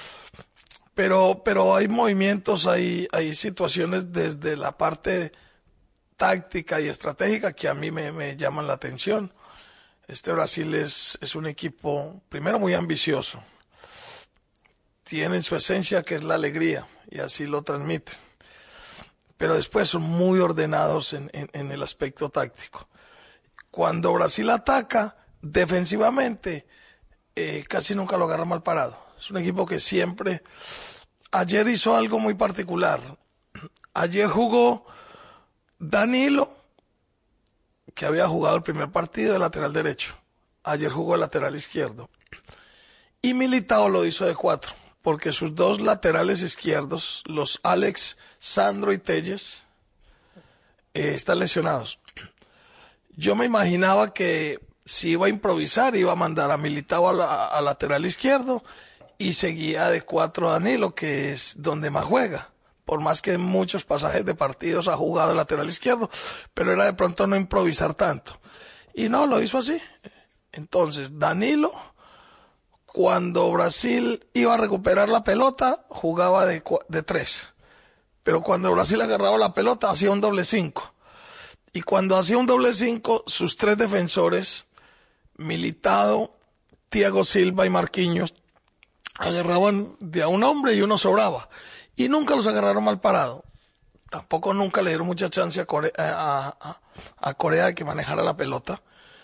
Pero, pero hay movimientos, hay, hay situaciones desde la parte táctica y estratégica que a mí me, me llaman la atención. Este Brasil es, es un equipo, primero, muy ambicioso. Tienen su esencia, que es la alegría, y así lo transmiten. Pero después son muy ordenados en, en, en el aspecto táctico. Cuando Brasil ataca defensivamente, eh, casi nunca lo agarra mal parado. Es un equipo que siempre... Ayer hizo algo muy particular. Ayer jugó Danilo, que había jugado el primer partido de lateral derecho. Ayer jugó el lateral izquierdo. Y Militao lo hizo de cuatro, porque sus dos laterales izquierdos, los Alex, Sandro y Telles, eh, están lesionados. Yo me imaginaba que si iba a improvisar, iba a mandar a Militao a, la, a lateral izquierdo y seguía de cuatro a Danilo, que es donde más juega. Por más que en muchos pasajes de partidos ha jugado el lateral izquierdo, pero era de pronto no improvisar tanto. Y no, lo hizo así. Entonces, Danilo, cuando Brasil iba a recuperar la pelota, jugaba de, de tres. Pero cuando Brasil agarraba la pelota, hacía un doble cinco. Y cuando hacía un doble cinco, sus tres defensores, Militao, Thiago Silva y Marquinhos, agarraban de a un hombre y uno sobraba. Y nunca los agarraron mal parado. Tampoco nunca le dieron mucha chance a Corea, a, a, a Corea de que manejara la pelota.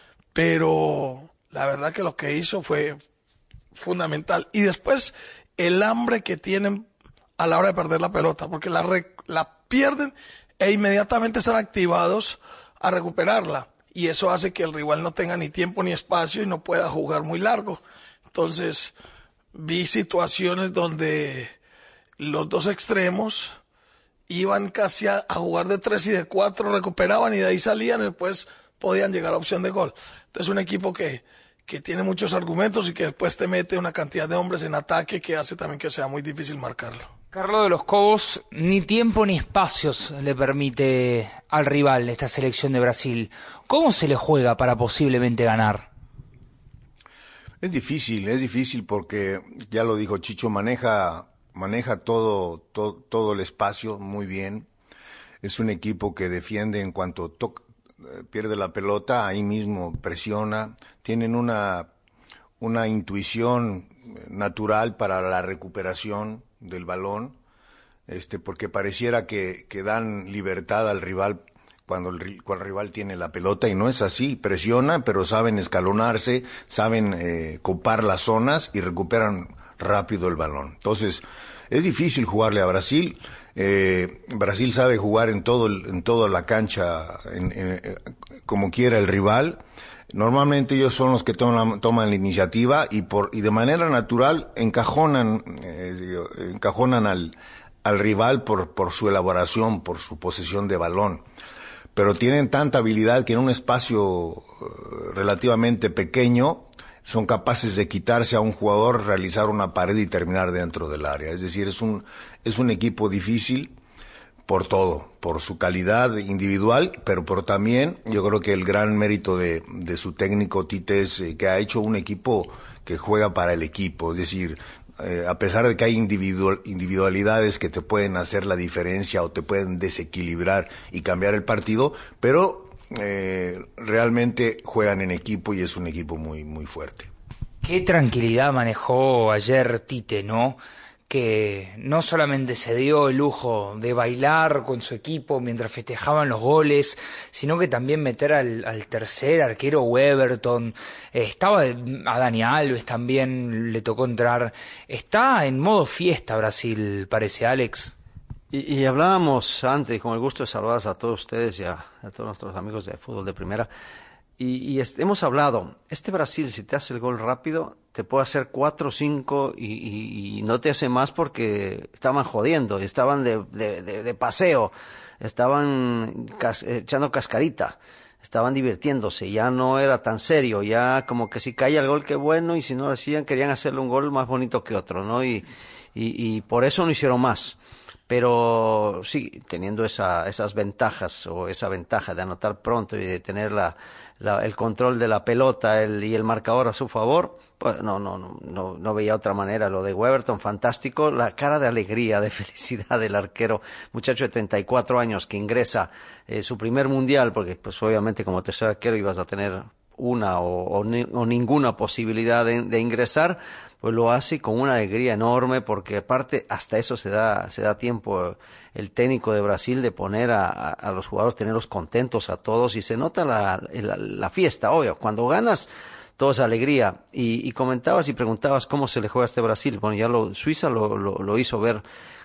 Pero la verdad que lo que hizo fue fundamental. Y después el hambre que tienen a la hora de perder la pelota, porque la, re, la pierden e inmediatamente están activados a recuperarla. Y eso hace que el rival no tenga ni tiempo ni espacio y no pueda jugar muy largo. Entonces vi situaciones donde los dos extremos iban casi a, a jugar de tres y de cuatro, recuperaban y de ahí salían y después podían llegar a opción de gol. Entonces un equipo que, que tiene muchos argumentos y que después te mete una cantidad de hombres en ataque que hace también que sea muy difícil marcarlo. Carlos de los Cobos, ni tiempo ni espacios le permite al rival esta selección de Brasil. ¿Cómo se le juega para posiblemente ganar? Es difícil, es difícil porque, ya lo dijo Chicho, maneja... maneja todo, todo, todo el espacio muy bien. Es un equipo que defiende en cuanto toca, pierde la pelota, ahí mismo presiona. Tienen una, una intuición natural para la recuperación del balón, este, porque pareciera que, que dan libertad al rival cuando el, cuando el rival tiene la pelota, y no es así. Presiona, pero saben escalonarse, saben eh, copar las zonas y recuperan rápido el balón. Entonces, es difícil jugarle a Brasil. Eh, Brasil sabe jugar en todo el, en toda la cancha, en, en, como quiera el rival. Normalmente ellos son los que toman, toman la iniciativa y por y de manera natural encajonan eh, encajonan al, al rival por, por su elaboración, por su posesión de balón. Pero tienen tanta habilidad que en un espacio uh, relativamente pequeño son capaces de quitarse a un jugador, realizar una pared y terminar dentro del área. Es decir, es un, es un equipo difícil por todo, por su calidad individual, pero por también, yo creo que el gran mérito de, de su técnico Tite es eh, que ha hecho un equipo que juega para el equipo. Es decir, eh, a pesar de que hay individual, individualidades que te pueden hacer la diferencia o te pueden desequilibrar y cambiar el partido, pero Eh, realmente juegan en equipo y es un equipo muy muy fuerte. Qué tranquilidad manejó ayer Tite, ¿no? Que no solamente se dio el lujo de bailar con su equipo mientras festejaban los goles, sino que también meter al, al tercer arquero Weberton. Eh, estaba a Dani Alves también, le tocó entrar. Está en modo fiesta Brasil, parece, Alex. Y, y hablábamos antes, con el gusto de saludar a todos ustedes y a, a todos nuestros amigos de Fútbol de Primera, Y, y es, hemos hablado, este Brasil, si te hace el gol rápido, te puede hacer cuatro o cinco y, y, y no te hace más porque estaban jodiendo, estaban de, de, de, de paseo, estaban cas, echando cascarita, estaban divirtiéndose, ya no era tan serio, ya como que si caía el gol, qué bueno, y si no lo hacían, querían hacerle un gol más bonito que otro, ¿no? Y, y, y por eso no hicieron más. Pero sí, teniendo esa, esas ventajas o esa ventaja de anotar pronto y de tener la, la, el control de la pelota el, y el marcador a su favor, pues no, no, no, no, no veía otra manera. Lo de Weverton, fantástico, la cara de alegría, de felicidad del arquero, muchacho de treinta y cuatro años que ingresa eh, su primer mundial, porque pues obviamente como tercer arquero ibas a tener una o, o, ni, o ninguna posibilidad de, de ingresar, pues lo hace con una alegría enorme, porque aparte hasta eso se da se da tiempo el técnico de Brasil de poner a, a, a los jugadores, tenerlos contentos a todos, y se nota la, la, la fiesta, obvio, cuando ganas todo es alegría. Y, y comentabas y preguntabas cómo se le juega a este Brasil. Bueno, ya lo Suiza lo, lo, lo hizo ver,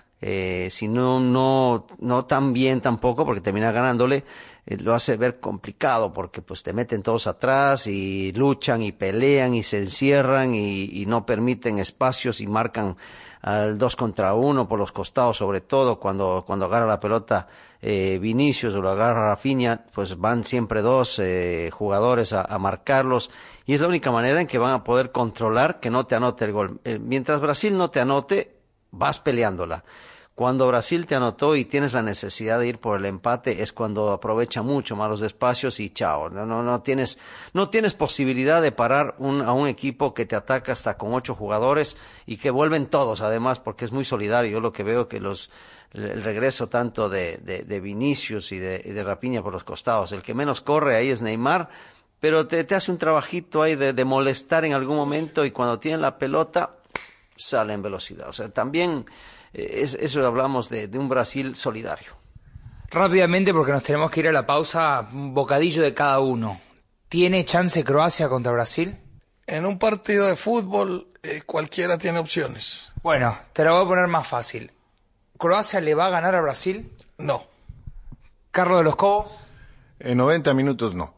eh, si no, no, no tan bien tampoco, porque termina ganándole, eh, lo hace ver complicado, porque pues te meten todos atrás y luchan y pelean y se encierran y, y no permiten espacios y marcan al dos contra uno por los costados, sobre todo cuando, cuando agarra la pelota eh, Vinicius o lo agarra Rafinha, pues van siempre dos eh, jugadores a, a marcarlos, y es la única manera en que van a poder controlar que no te anote el gol. Eh, mientras Brasil no te anote, vas peleándola. Cuando Brasil te anotó y tienes la necesidad de ir por el empate, es cuando aprovecha mucho más los espacios y chao. No, no, no tienes, no tienes posibilidad de parar un, a un equipo que te ataca hasta con ocho jugadores y que vuelven todos, además, porque es muy solidario. Yo lo que veo que los, el regreso tanto de, de, de Vinicius y de, de Rafinha por los costados, el que menos corre ahí es Neymar, pero te, te hace un trabajito ahí de, de molestar en algún momento, y cuando tienen la pelota sale en velocidad. O sea, también es, eso hablamos de, de un Brasil solidario. Rápidamente, porque nos tenemos que ir a la pausa, un bocadillo de cada uno. ¿Tiene chance Croacia contra Brasil? En un partido de fútbol eh, cualquiera tiene opciones. Bueno, te lo voy a poner más fácil. ¿Croacia le va a ganar a Brasil? No. ¿Carlos de los Cobos? En noventa minutos no.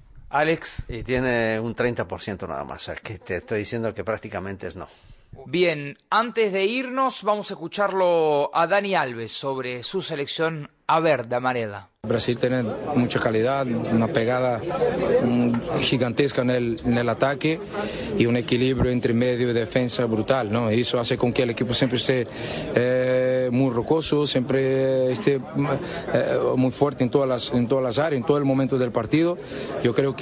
Alex. Y tiene un treinta por ciento nada más, o sea, que te estoy diciendo que prácticamente es no. Bien, antes de irnos vamos a escucharlo a Dani Alves sobre su selección a verde amarela. Brasil tiene mucha calidad, una pegada um, gigantesca en el, en el ataque y un equilibrio entre medio y defensa brutal, ¿no? Eso hace con que el equipo siempre esté eh, muy rocoso, siempre esté eh, muy fuerte en todas las en todas las áreas, en todo el momento del partido. Yo creo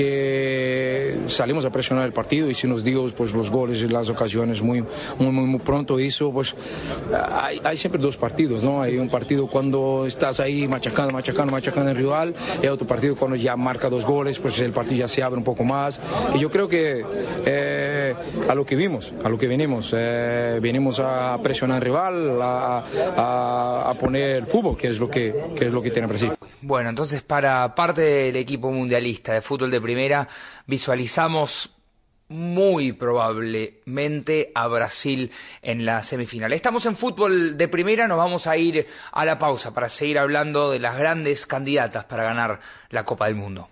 que salimos a presionar el partido y si nos dio pues los goles y las ocasiones muy muy muy, muy pronto, eso pues hay, hay siempre dos partidos, ¿no? Hay un partido cuando estás ahí machacando, machacando, machacando el rival, y otro partido cuando ya marca dos goles, pues el partido ya se abre un poco más. Y yo creo que eh, a lo que vimos, a lo que venimos, eh, venimos a presionar al rival, a, a, a poner fútbol, que es lo que, que es lo que tiene Brasil. Bueno, entonces para parte del equipo mundialista de fútbol de primera, visualizamos muy probablemente a Brasil en la semifinal. Estamos en fútbol de primera, nos vamos a ir a la pausa para seguir hablando de las grandes candidatas para ganar la Copa del Mundo.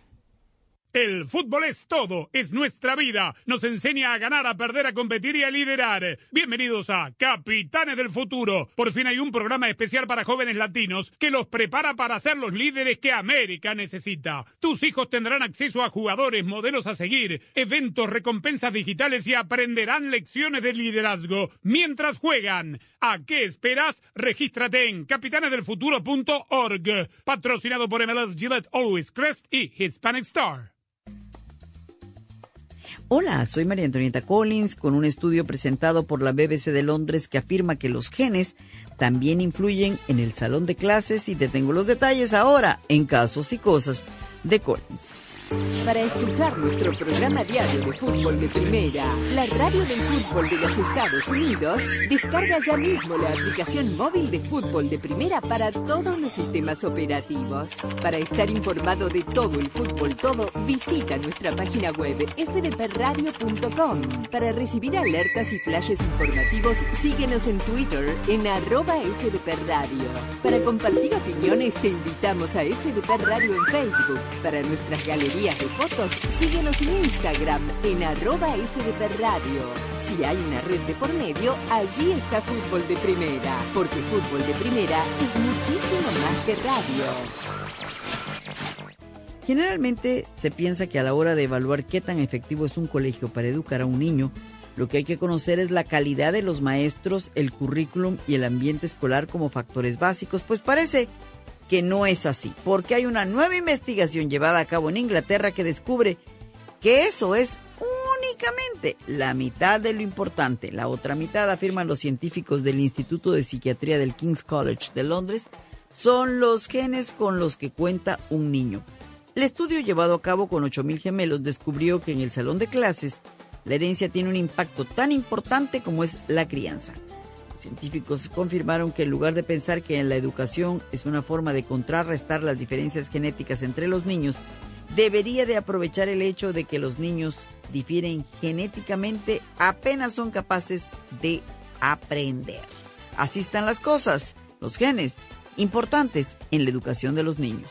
El fútbol es todo, es nuestra vida. Nos enseña a ganar, a perder, a competir y a liderar. Bienvenidos a Capitanes del Futuro. Por fin hay un programa especial para jóvenes latinos que los prepara para ser los líderes que América necesita. Tus hijos tendrán acceso a jugadores, modelos a seguir, eventos, recompensas digitales y aprenderán lecciones de liderazgo mientras juegan. ¿A qué esperas? Regístrate en capitanes del futuro punto org. Patrocinado por M L S, Gillette Always Crest y Hispanic Star. Hola, soy María Antonieta Collins con un estudio presentado por la B B C de Londres que afirma que los genes también influyen en el salón de clases, y te tengo los detalles ahora en Casos y Cosas de Collins. Para escuchar nuestro programa diario de fútbol de primera, la radio del fútbol de los Estados Unidos, descarga ya mismo la aplicación móvil de fútbol de primera para todos los sistemas operativos. Para estar informado de todo el fútbol todo, visita nuestra página web f d p radio punto com. Para recibir alertas y flashes informativos, síguenos en Twitter en arroba F D P Radio. Para compartir opiniones, te invitamos a F D P Radio en Facebook. Para nuestras galerías de fotos, síguenos en Instagram en arroba F D P Radio. Si hay una red de por medio, allí está Fútbol de Primera, porque Fútbol de Primera es muchísimo más que radio. Generalmente se piensa que a la hora de evaluar qué tan efectivo es un colegio para educar a un niño, lo que hay que conocer es la calidad de los maestros, el currículum y el ambiente escolar como factores básicos, pues parece que no es así, porque hay una nueva investigación llevada a cabo en Inglaterra que descubre que eso es únicamente la mitad de lo importante. La otra mitad, afirman los científicos del Instituto de Psiquiatría del King's College de Londres, son los genes con los que cuenta un niño. El estudio llevado a cabo con ocho mil gemelos descubrió que en el salón de clases la herencia tiene un impacto tan importante como es la crianza. Los científicos confirmaron que en lugar de pensar que en la educación es una forma de contrarrestar las diferencias genéticas entre los niños, debería de aprovechar el hecho de que los niños difieren genéticamente, apenas son capaces de aprender. Así están las cosas, los genes importantes en la educación de los niños.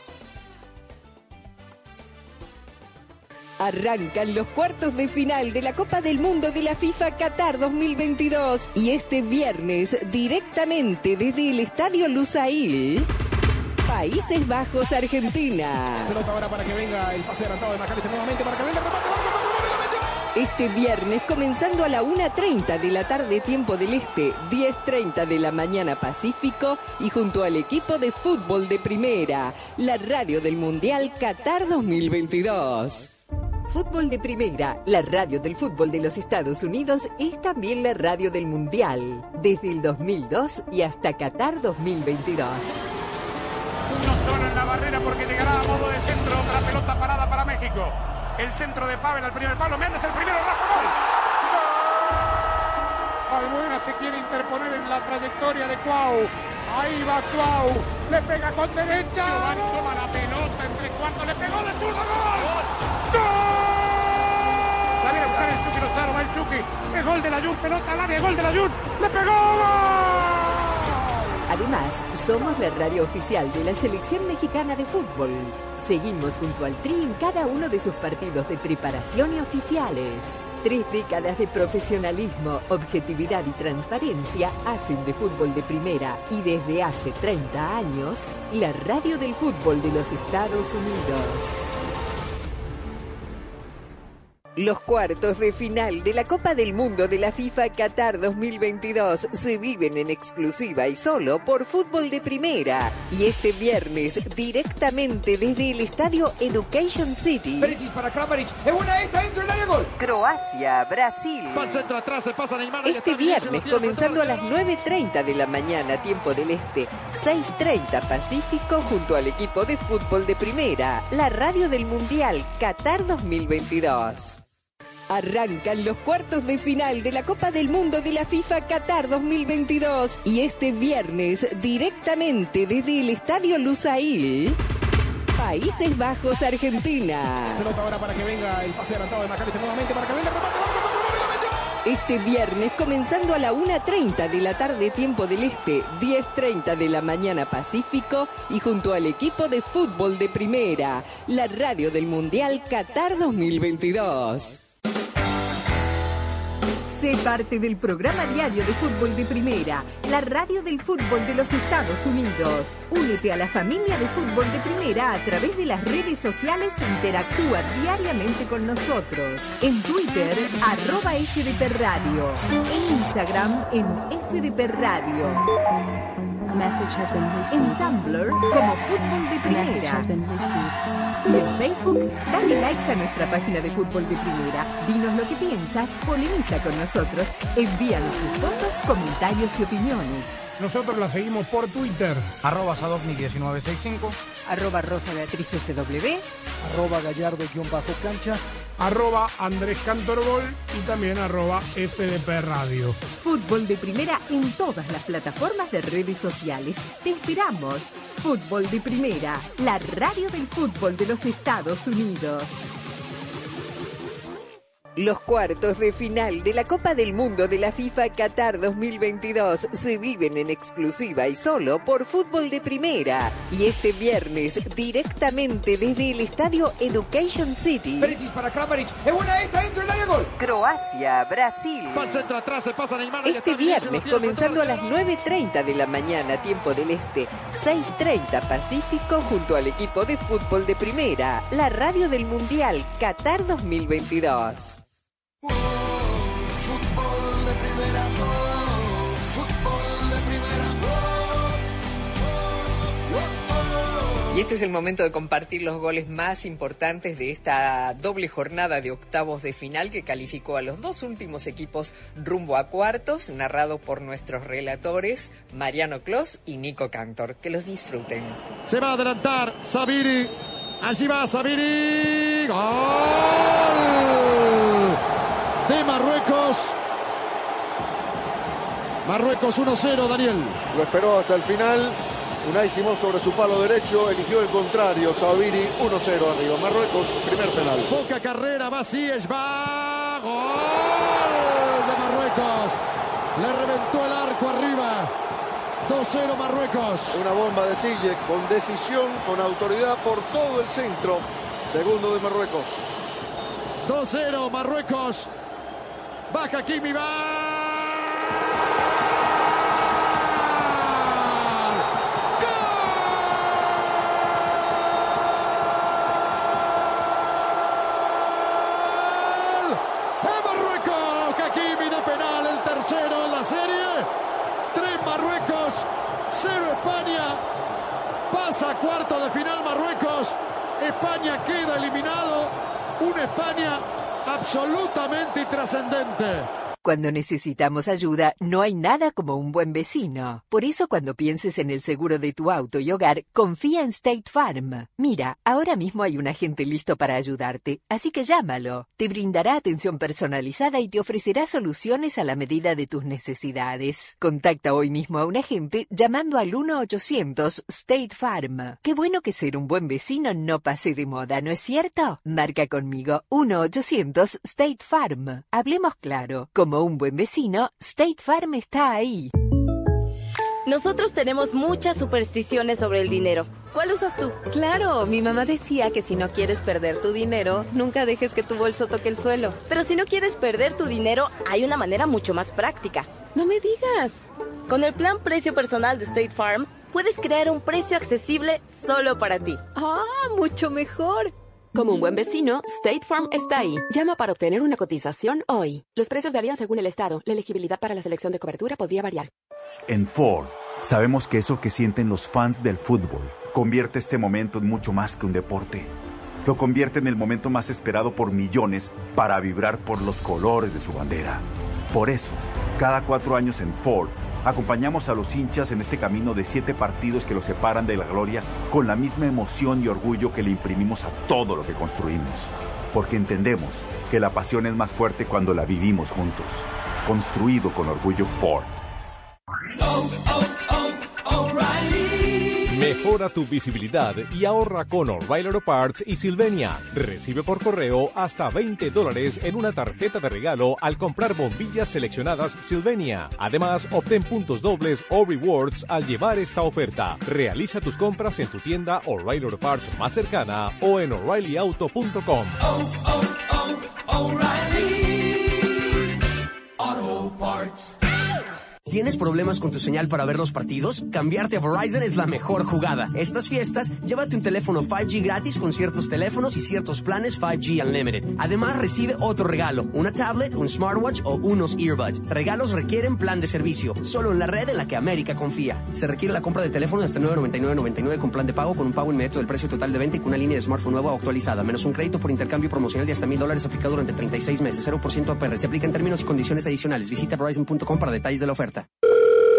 Arrancan los cuartos de final de la Copa del Mundo de la FIFA Qatar dos mil veintidós y este viernes, directamente desde el Estadio Lusail, Países Bajos, Argentina. Pelota ahora para que venga el pase adelantado de McAllister nuevamente, para que venga el remate, Este viernes, comenzando a la una treinta de la tarde tiempo del Este, diez treinta de la mañana Pacífico, y junto al equipo de fútbol de Primera, la radio del Mundial Qatar dos mil veintidós. Fútbol de Primera, la radio del fútbol de los Estados Unidos, es también la radio del Mundial, desde el dos mil dos y hasta Qatar dos mil veintidós. Uno solo en la barrera porque llegará a modo de centro, otra pelota parada para México. El centro de Pavel al primer palo, Méndez el primero, Rafa, gol. Albuena se quiere interponer en la trayectoria de Cuau. Ahí va Cuau, le pega con derecha. Giovanni toma la pelota entre cuartos, le pegó de zurdo, gol. ¡Gol! La viene a buscar el Chucky Lozano, va el Chucky. El gol de la Jun, pelota al área, gol de la Jun. ¡Le pegó! ¡Gol! Además, somos la radio oficial de la Selección Mexicana de Fútbol. Seguimos junto al Tri en cada uno de sus partidos de preparación y oficiales. Tres décadas de profesionalismo, objetividad y transparencia hacen de Fútbol de Primera y desde hace treinta años, la radio del fútbol de los Estados Unidos. Los cuartos de final de la Copa del Mundo de la FIFA Qatar dos mil veintidós se viven en exclusiva y solo por Fútbol de Primera. Y este viernes, directamente desde el estadio Education City. Perisic para Kramaric. Es buena esta, dentro del área, gol. Croacia, Brasil. Va al centro atrás, se pasa Neymar. Este viernes, comenzando a las nueve treinta de la mañana, tiempo del Este, seis treinta Pacífico, junto al equipo de Fútbol de Primera, la radio del Mundial Qatar dos mil veintidós. Arrancan los cuartos de final de la Copa del Mundo de la FIFA Qatar dos mil veintidós y este viernes, directamente desde el Estadio Lusail, Países Bajos, Argentina. Pelota ahora para que venga el pase adelantado de McAllister nuevamente, para que venga el remate, Este viernes, comenzando a la una treinta de la tarde tiempo del Este, diez treinta de la mañana Pacífico, y junto al equipo de fútbol de Primera, la radio del Mundial Qatar dos mil veintidós. Sé parte del programa diario de Fútbol de Primera, la radio del fútbol de los Estados Unidos. Únete a la familia de Fútbol de Primera a través de las redes sociales e interactúa diariamente con nosotros. En Twitter, arroba F D P Radio. En Instagram, en F D P Radio. En Tumblr, como Fútbol de Primera. Y en Facebook, dale likes a nuestra página de Fútbol de Primera. Dinos lo que piensas, polemiza con nosotros, envíanos tus fotos, comentarios y opiniones. Nosotros la seguimos por Twitter. Arroba Sadovnik diecinueve sesenta y cinco. Arroba Rosa Beatriz S W. Arroba Gallardo-Cancha. Arroba Andrés Cantorbol y también arroba F D P Radio. Fútbol de Primera en todas las plataformas de redes sociales. Te esperamos. Fútbol de Primera, la radio del fútbol de los Estados Unidos. Los cuartos de final de la Copa del Mundo de la FIFA Qatar dos mil veintidós se viven en exclusiva y solo por Fútbol de Primera. Y este viernes, directamente desde el estadio Education City. Perisic para Kramaric. Es buena esta, dentro del área, gol. Croacia, Brasil. Va al centro atrás, se pasa Neymar. Este viernes, comenzando a las nueve treinta de la mañana, tiempo del este, seis treinta Pacífico, junto al equipo de Fútbol de Primera, la radio del Mundial Qatar dos mil veintidós. Oh, fútbol de primera, oh, fútbol de primera, oh, oh, oh, oh. Y este es el momento de compartir los goles más importantes de esta doble jornada de octavos de final que calificó a los dos últimos equipos rumbo a cuartos, narrado por nuestros relatores Mariano Clos y Nico Cantor. Que los disfruten. Se va a adelantar Sabiri. Allí va Sabiri. ¡Gol! De Marruecos. Marruecos uno cero, Daniel. Lo esperó hasta el final. Unai Simón sobre su palo derecho, eligió el contrario. Sabiri uno cero arriba. Marruecos, primer penal. Poca carrera, va Ziyech, va. Gol de Marruecos. Le reventó el arco arriba. dos cero Marruecos. Una bomba de Ziyech con decisión, con autoridad por todo el centro. Segundo de Marruecos. dos cero Marruecos. Baja Kimi, va. ¡Gol! ¡De Marruecos! Hakimi de penal, el tercero en la serie. tres Marruecos, cero España. Pasa a cuarto de final Marruecos. España queda eliminado. Una España absolutamente intrascendente. Cuando necesitamos ayuda, no hay nada como un buen vecino. Por eso, cuando pienses en el seguro de tu auto y hogar, confía en State Farm. Mira, ahora mismo hay un agente listo para ayudarte, así que llámalo. Te brindará atención personalizada y te ofrecerá soluciones a la medida de tus necesidades. Contacta hoy mismo a un agente llamando al uno ochocientos State Farm. Qué bueno que ser un buen vecino no pase de moda, ¿no es cierto? Marca conmigo uno ochocientos State Farm. Hablemos claro. Como un buen vecino, State Farm está ahí. Nosotros tenemos muchas supersticiones sobre el dinero. ¿Cuál usas tú? Claro, mi mamá decía que si no quieres perder tu dinero, nunca dejes que tu bolso toque el suelo. Pero si no quieres perder tu dinero, hay una manera mucho más práctica. No me digas. Con el plan Precio Personal de State Farm, puedes crear un precio accesible solo para ti. ¡Ah, mucho mejor! Como un buen vecino, State Farm está ahí. Llama para obtener una cotización hoy. Los precios varían según el estado. La elegibilidad para la selección de cobertura podría variar. En Ford, sabemos que eso que sienten los fans del fútbol convierte este momento en mucho más que un deporte. Lo convierte en el momento más esperado por millones para vibrar por los colores de su bandera. Por eso, cada cuatro años en Ford, acompañamos a los hinchas en este camino de siete partidos que los separan de la gloria con la misma emoción y orgullo que le imprimimos a todo lo que construimos. Porque entendemos que la pasión es más fuerte cuando la vivimos juntos. Construido con orgullo Ford. Oh, oh, oh, O'Reilly. Mejora tu visibilidad y ahorra con O'Reilly Auto Parts y Sylvania. Recibe por correo hasta veinte dólares en una tarjeta de regalo al comprar bombillas seleccionadas Sylvania. Además, obtén puntos dobles o rewards al llevar esta oferta. Realiza tus compras en tu tienda O'Reilly Auto Parts más cercana o en O'Reilly Auto punto com. Oh, oh, oh, O'Reilly Auto Parts. ¿Tienes problemas con tu señal para ver los partidos? Cambiarte a Verizon es la mejor jugada. Estas fiestas, llévate un teléfono cinco G gratis con ciertos teléfonos y ciertos planes cinco G Unlimited. Además, recibe otro regalo, una tablet, un smartwatch o unos earbuds. Regalos requieren plan de servicio, solo en la red en la que América confía. Se requiere la compra de teléfono hasta nueve noventa y nueve noventa y nueve con plan de pago con un pago inmediato del precio total de venta y con una línea de smartphone nueva o actualizada, menos un crédito por intercambio promocional de hasta mil dólares aplicado durante treinta y seis meses, cero por ciento A P R. Se aplica en términos y condiciones adicionales. Visita Verizon punto com para detalles de la oferta.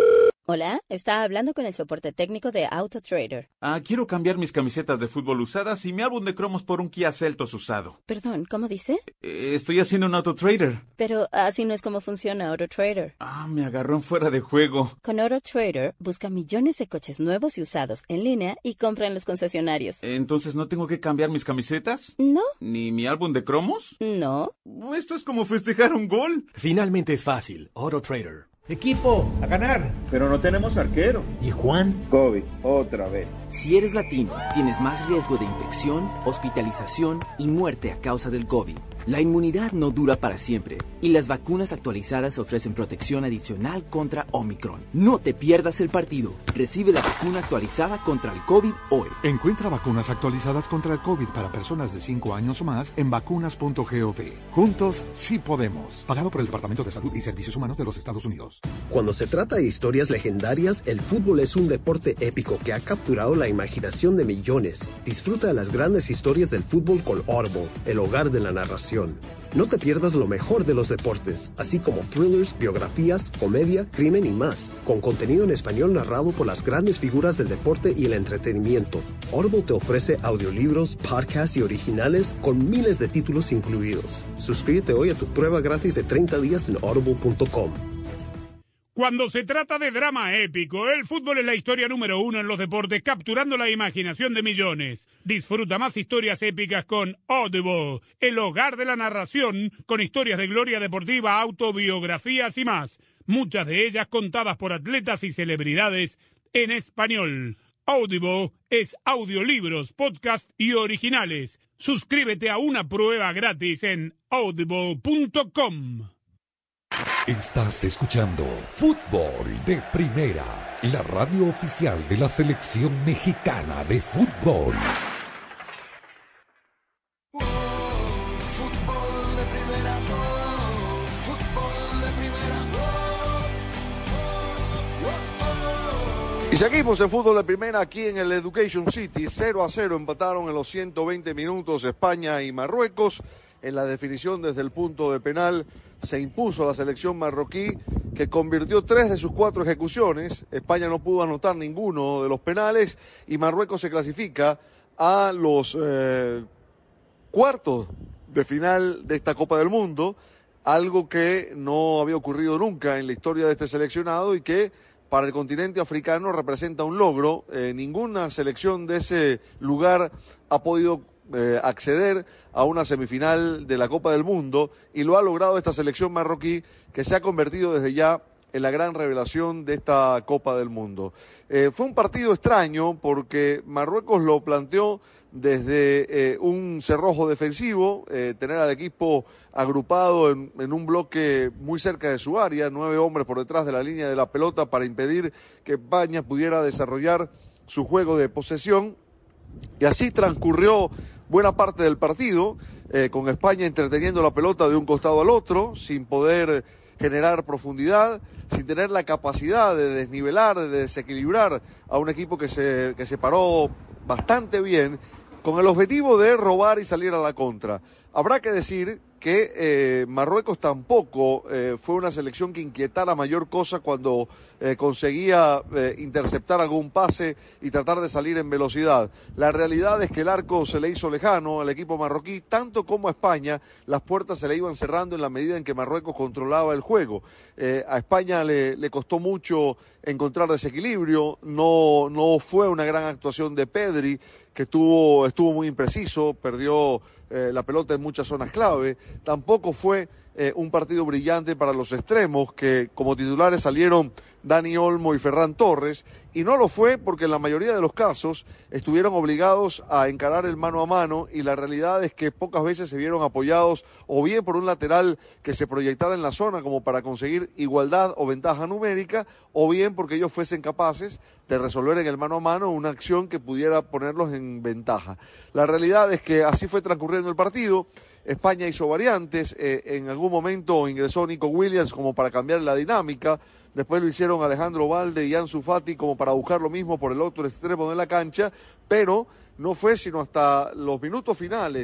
Hola, está hablando con el soporte técnico de AutoTrader. Ah, quiero cambiar mis camisetas de fútbol usadas y mi álbum de cromos por un Kia Seltos usado. Perdón, ¿cómo dice? Eh, estoy haciendo un AutoTrader. Pero así no es como funciona AutoTrader. Ah, me agarró en fuera de juego. Con AutoTrader, busca millones de coches nuevos y usados en línea y compra en los concesionarios. Entonces, ¿no tengo que cambiar mis camisetas? No. ¿Ni mi álbum de cromos? No. Esto es como festejar un gol. Finalmente es fácil. AutoTrader. Equipo, a ganar. Pero no tenemos arquero. ¿Y Juan? COVID, otra vez. Si eres latino, tienes más riesgo de infección, hospitalización y muerte a causa del COVID. La inmunidad no dura para siempre y las vacunas actualizadas ofrecen protección adicional contra Omicron. No te pierdas el partido. Recibe la vacuna actualizada contra el COVID hoy. Encuentra vacunas actualizadas contra el COVID para personas de cinco años o más en vacunas punto gov. Juntos, sí podemos. Pagado por el Departamento de Salud y Servicios Humanos de los Estados Unidos. Cuando se trata de historias legendarias, el fútbol es un deporte épico que ha capturado la imaginación de millones. Disfruta de las grandes historias del fútbol con Audible, el hogar de la narración. No te pierdas lo mejor de los deportes, así como thrillers, biografías, comedia, crimen y más, con contenido en español narrado por las grandes figuras del deporte y el entretenimiento. Audible te ofrece audiolibros, podcasts y originales con miles de títulos incluidos. Suscríbete hoy a tu prueba gratis de treinta días en audible punto com. Cuando se trata de drama épico, el fútbol es la historia número uno en los deportes, capturando la imaginación de millones. Disfruta más historias épicas con Audible, el hogar de la narración, con historias de gloria deportiva, autobiografías y más. Muchas de ellas contadas por atletas y celebridades en español. Audible es audiolibros, podcast y originales. Suscríbete a una prueba gratis en audible punto com. Estás escuchando Fútbol de Primera, la radio oficial de la selección mexicana de fútbol. Oh, fútbol de primera, oh, fútbol de primera, oh, oh, oh. Y seguimos en fútbol de primera aquí en el Education City. cero a cero empataron en los ciento veinte minutos España y Marruecos. En la definición desde el punto de penal se impuso la selección marroquí, que convirtió tres de sus cuatro ejecuciones. España no pudo anotar ninguno de los penales y Marruecos se clasifica a los eh, cuartos de final de esta Copa del Mundo, algo que no había ocurrido nunca en la historia de este seleccionado y que para el continente africano representa un logro. Eh, ninguna selección de ese lugar ha podido Eh, acceder a una semifinal de la Copa del Mundo y lo ha logrado esta selección marroquí, que se ha convertido desde ya en la gran revelación de esta Copa del Mundo. Eh, fue un partido extraño porque Marruecos lo planteó desde eh, un cerrojo defensivo, eh, tener al equipo agrupado en, en un bloque muy cerca de su área, nueve hombres por detrás de la línea de la pelota para impedir que España pudiera desarrollar su juego de posesión, y así transcurrió buena parte del partido, eh, con España entreteniendo la pelota de un costado al otro, sin poder generar profundidad, sin tener la capacidad de desnivelar, de desequilibrar a un equipo que se, que se paró bastante bien, con el objetivo de robar y salir a la contra. Habrá que decir que eh, Marruecos tampoco eh, fue una selección que inquietara mayor cosa cuando eh, conseguía eh, interceptar algún pase y tratar de salir en velocidad. La realidad es que el arco se le hizo lejano al equipo marroquí, tanto como a España. Las puertas se le iban cerrando en la medida en que Marruecos controlaba el juego. Eh, a España le, le costó mucho encontrar desequilibrio, no, no fue una gran actuación de Pedri, que tuvo, estuvo muy impreciso, perdió eh, la pelota en muchas zonas clave. Tampoco fue eh, un partido brillante para los extremos, que como titulares salieron Dani Olmo y Ferran Torres, y no lo fue porque en la mayoría de los casos estuvieron obligados a encarar el mano a mano, y la realidad es que pocas veces se vieron apoyados o bien por un lateral que se proyectara en la zona como para conseguir igualdad o ventaja numérica, o bien porque ellos fuesen capaces de resolver en el mano a mano una acción que pudiera ponerlos en ventaja. La realidad es que así fue transcurriendo el partido. España hizo variantes, eh, en algún momento ingresó Nico Williams como para cambiar la dinámica, después lo hicieron Alejandro Balde y Ansu Fati como para buscar lo mismo por el otro extremo de la cancha, pero no fue sino hasta los minutos finales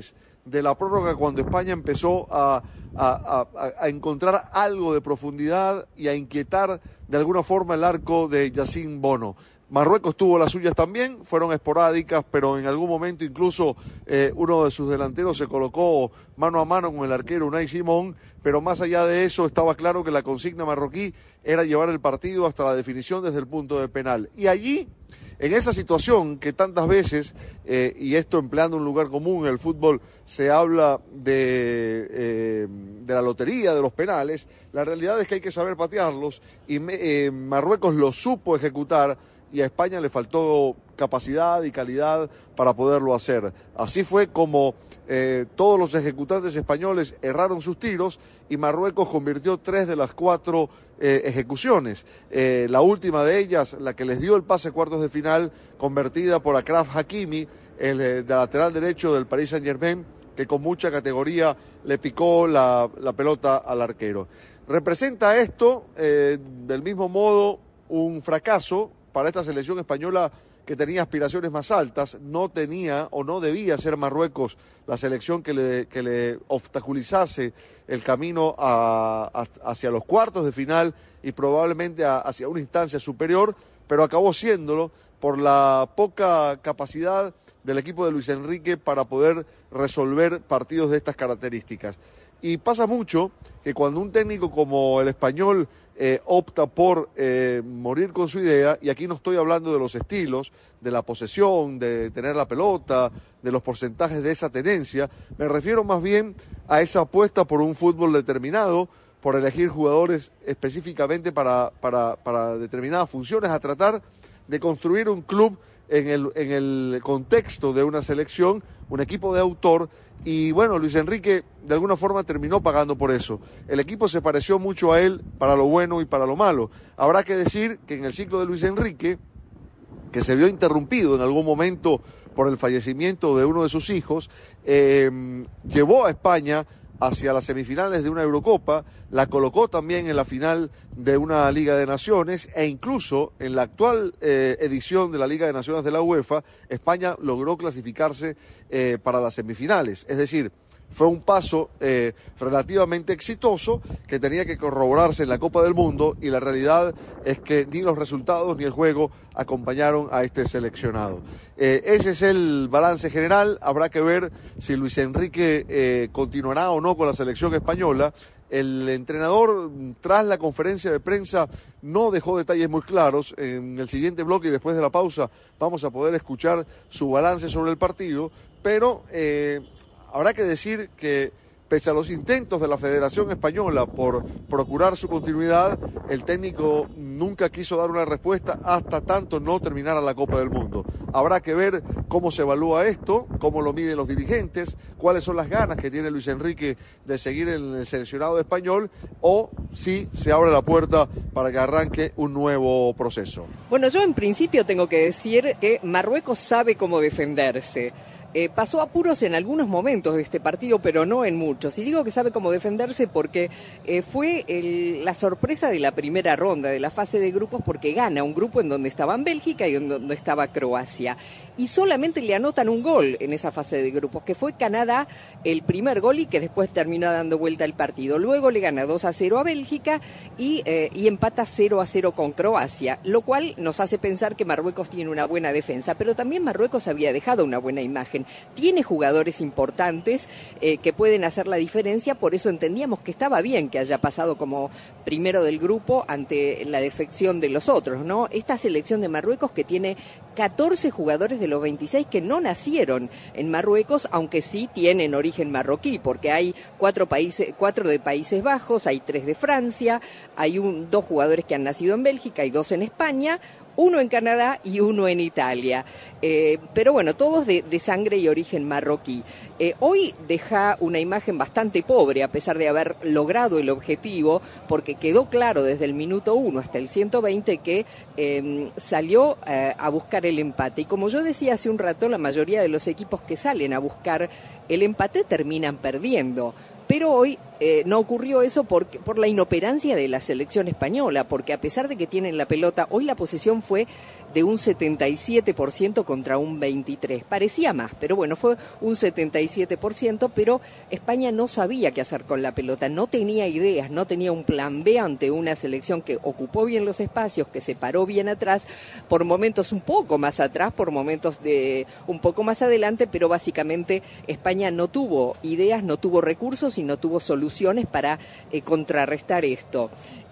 de la prórroga cuando España empezó a, a, a, a encontrar algo de profundidad y a inquietar de alguna forma el arco de Yacine Bono. Marruecos tuvo las suyas también, fueron esporádicas, pero en algún momento incluso eh, uno de sus delanteros se colocó mano a mano con el arquero Unai Simón, pero más allá de eso estaba claro que la consigna marroquí era llevar el partido hasta la definición desde el punto de penal. Y allí, en esa situación que tantas veces, eh, y esto empleando un lugar común en el fútbol, se habla de, eh, de la lotería, de los penales, la realidad es que hay que saber patearlos, y me, eh, Marruecos lo supo ejecutar, y a España le faltó capacidad y calidad para poderlo hacer. Así fue como eh, todos los ejecutantes españoles erraron sus tiros y Marruecos convirtió tres de las cuatro eh, ejecuciones. Eh, la última de ellas, la que les dio el pase a cuartos de final, convertida por Achraf Hakimi, el eh, de lateral derecho del Paris Saint-Germain, que con mucha categoría le picó la, la pelota al arquero. Representa esto, eh, del mismo modo, un fracaso para esta selección española que tenía aspiraciones más altas. No tenía o no debía ser Marruecos la selección que le, que le obstaculizase el camino a, a, hacia los cuartos de final y probablemente a, hacia una instancia superior, pero acabó siéndolo por la poca capacidad del equipo de Luis Enrique para poder resolver partidos de estas características. Y pasa mucho que cuando un técnico como el español eh, opta por eh, morir con su idea, y aquí no estoy hablando de los estilos, de la posesión, de tener la pelota, de los porcentajes de esa tenencia, me refiero más bien a esa apuesta por un fútbol determinado, por elegir jugadores específicamente para, para, para determinadas funciones, a tratar de construir un club en el, en el contexto de una selección, un equipo de autor. Y bueno, Luis Enrique de alguna forma terminó pagando por eso. El equipo se pareció mucho a él para lo bueno y para lo malo. Habrá que decir que en el ciclo de Luis Enrique, que se vio interrumpido en algún momento por el fallecimiento de uno de sus hijos, eh, llevó a España hacia las semifinales de una Eurocopa, la colocó también en la final de una Liga de Naciones e incluso en la actual eh, edición de la Liga de Naciones de la UEFA, España logró clasificarse eh, para las semifinales. Es decir, fue un paso eh, relativamente exitoso que tenía que corroborarse en la Copa del Mundo y la realidad es que ni los resultados ni el juego acompañaron a este seleccionado. Eh, ese es el balance general. Habrá que ver si Luis Enrique eh, continuará o no con la selección española. El entrenador, tras la conferencia de prensa, no dejó detalles muy claros. En el siguiente bloque y después de la pausa vamos a poder escuchar su balance sobre el partido, pero eh, habrá que decir que pese a los intentos de la Federación Española por procurar su continuidad, el técnico nunca quiso dar una respuesta hasta tanto no terminara la Copa del Mundo. Habrá que ver cómo se evalúa esto, cómo lo miden los dirigentes, cuáles son las ganas que tiene Luis Enrique de seguir en el seleccionado español o si se abre la puerta para que arranque un nuevo proceso. Bueno, yo en principio tengo que decir que Marruecos sabe cómo defenderse. Eh, pasó apuros en algunos momentos de este partido, pero no en muchos. Y digo que sabe cómo defenderse porque eh, fue el, la sorpresa de la primera ronda, de la fase de grupos, porque gana un grupo en donde estaban Bélgica y en donde estaba Croacia. Y solamente le anotan un gol en esa fase de grupos, que fue Canadá el primer gol y que después terminó dando vuelta el partido. Luego le gana dos a cero a Bélgica y, eh, y empata cero a cero con Croacia, lo cual nos hace pensar que Marruecos tiene una buena defensa, pero también Marruecos había dejado una buena imagen. Tiene jugadores importantes eh, que pueden hacer la diferencia, por eso entendíamos que estaba bien que haya pasado como primero del grupo ante la defección de los otros, ¿no? Esta selección de Marruecos que tiene catorce jugadores de los veintiséis que no nacieron en Marruecos, aunque sí tienen origen marroquí, porque hay cuatro países, cuatro de Países Bajos, hay tres de Francia, hay un, dos jugadores que han nacido en Bélgica y dos en España, uno en Canadá y uno en Italia. Eh, pero bueno, todos de, de sangre y origen marroquí. Eh, hoy deja una imagen bastante pobre, a pesar de haber logrado el objetivo, porque quedó claro desde el minuto uno hasta el ciento veinte que eh, salió eh, a buscar el empate. Y como yo decía hace un rato, la mayoría de los equipos que salen a buscar el empate terminan perdiendo. Pero hoy eh, no ocurrió eso por, por la inoperancia de la selección española, porque a pesar de que tienen la pelota, hoy la posesión fue de un setenta y siete por ciento contra un veintitrés por ciento. Parecía más, pero bueno, fue un setenta y siete por ciento, pero España no sabía qué hacer con la pelota, no tenía ideas, no tenía un plan B ante una selección que ocupó bien los espacios, que se paró bien atrás, por momentos un poco más atrás, por momentos de un poco más adelante, pero básicamente España no tuvo ideas, no tuvo recursos y no tuvo soluciones para eh, contrarrestar esto.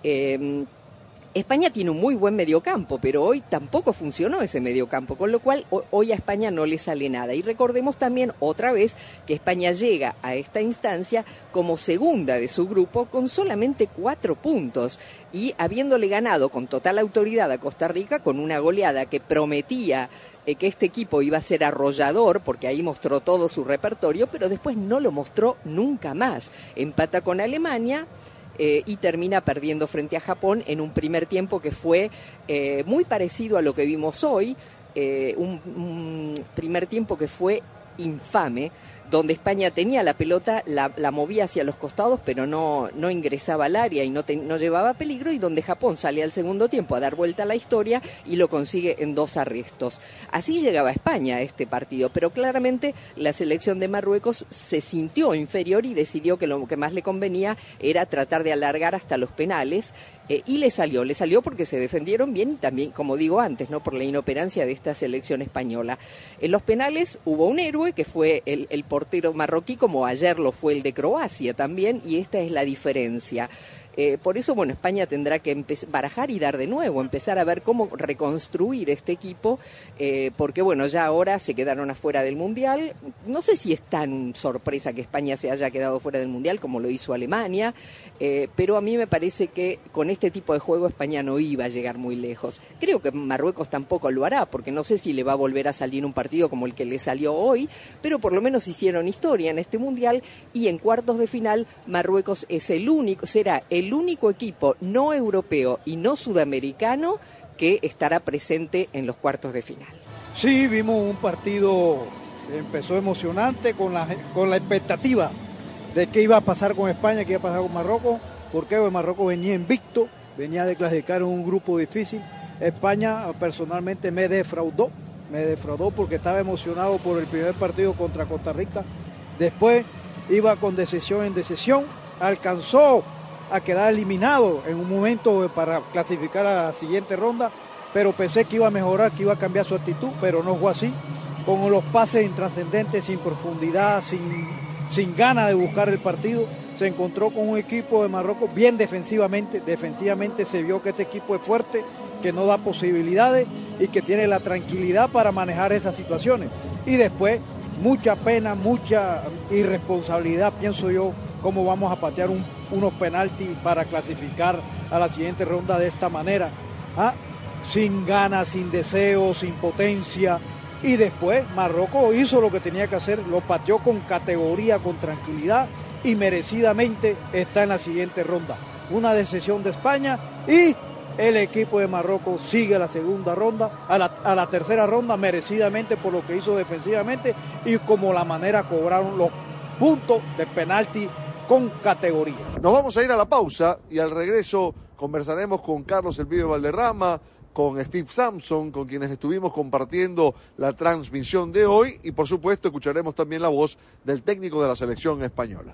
Eh, España tiene un muy buen mediocampo, pero hoy tampoco funcionó ese mediocampo, con lo cual hoy a España no le sale nada. Y recordemos también otra vez que España llega a esta instancia como segunda de su grupo con solamente cuatro puntos y habiéndole ganado con total autoridad a Costa Rica con una goleada que prometía eh, que este equipo iba a ser arrollador, porque ahí mostró todo su repertorio, pero después no lo mostró nunca más. Empata con Alemania. Eh, y termina perdiendo frente a Japón en un primer tiempo que fue eh, muy parecido a lo que vimos hoy, eh, un, un primer tiempo que fue infame, donde España tenía la pelota, la, la movía hacia los costados, pero no, no ingresaba al área y no, te, no llevaba peligro, y donde Japón sale al segundo tiempo a dar vuelta a la historia y lo consigue en dos arrestos. Así llegaba España a este partido, pero claramente la selección de Marruecos se sintió inferior y decidió que lo que más le convenía era tratar de alargar hasta los penales, eh, y le salió, le salió porque se defendieron bien y también, como digo antes, no por la inoperancia de esta selección española. En los penales hubo un héroe que fue el, el portero marroquí, como ayer lo fue el de Croacia también, y esta es la diferencia. Eh, por eso, bueno, España tendrá que empe- barajar y dar de nuevo, empezar a ver cómo reconstruir este equipo, eh, porque, bueno, ya ahora se quedaron afuera del Mundial. No sé si es tan sorpresa que España se haya quedado fuera del Mundial como lo hizo Alemania, eh, pero a mí me parece que con este tipo de juego España no iba a llegar muy lejos. Creo que Marruecos tampoco lo hará, porque no sé si le va a volver a salir un partido como el que le salió hoy, pero por lo menos hicieron historia en este Mundial, y en cuartos de final Marruecos es el único, será el el único equipo no europeo y no sudamericano que estará presente en los cuartos de final. Sí, vimos un partido que empezó emocionante con la, con la expectativa de qué iba a pasar con España, qué iba a pasar con Marruecos, porque Marruecos venía invicto, venía de clasificar en un grupo difícil. España personalmente me defraudó, me defraudó porque estaba emocionado por el primer partido contra Costa Rica. Después iba con decisión en decisión, alcanzó a quedar eliminado en un momento para clasificar a la siguiente ronda, pero pensé que iba a mejorar, que iba a cambiar su actitud, pero no fue así, con los pases intrascendentes, sin profundidad, sin, sin ganas de buscar el partido. Se encontró con un equipo de Marruecos bien defensivamente, defensivamente se vio que este equipo es fuerte, que no da posibilidades y que tiene la tranquilidad para manejar esas situaciones. Y después, mucha pena, mucha irresponsabilidad, pienso yo, cómo vamos a patear un, unos penaltis para clasificar a la siguiente ronda de esta manera, ¿ah? Sin ganas, sin deseo, sin potencia. Y después Marruecos hizo lo que tenía que hacer, lo pateó con categoría, con tranquilidad, y merecidamente está en la siguiente ronda. Una decisión de España, y el equipo de Marruecos sigue a la segunda ronda, a la, a la tercera ronda, merecidamente por lo que hizo defensivamente y como la manera cobraron los puntos de penalti con categoría. Nos vamos a ir a la pausa y al regreso conversaremos con Carlos El Pibe Valderrama, con Steve Sampson, con quienes estuvimos compartiendo la transmisión de hoy, y por supuesto escucharemos también la voz del técnico de la selección española.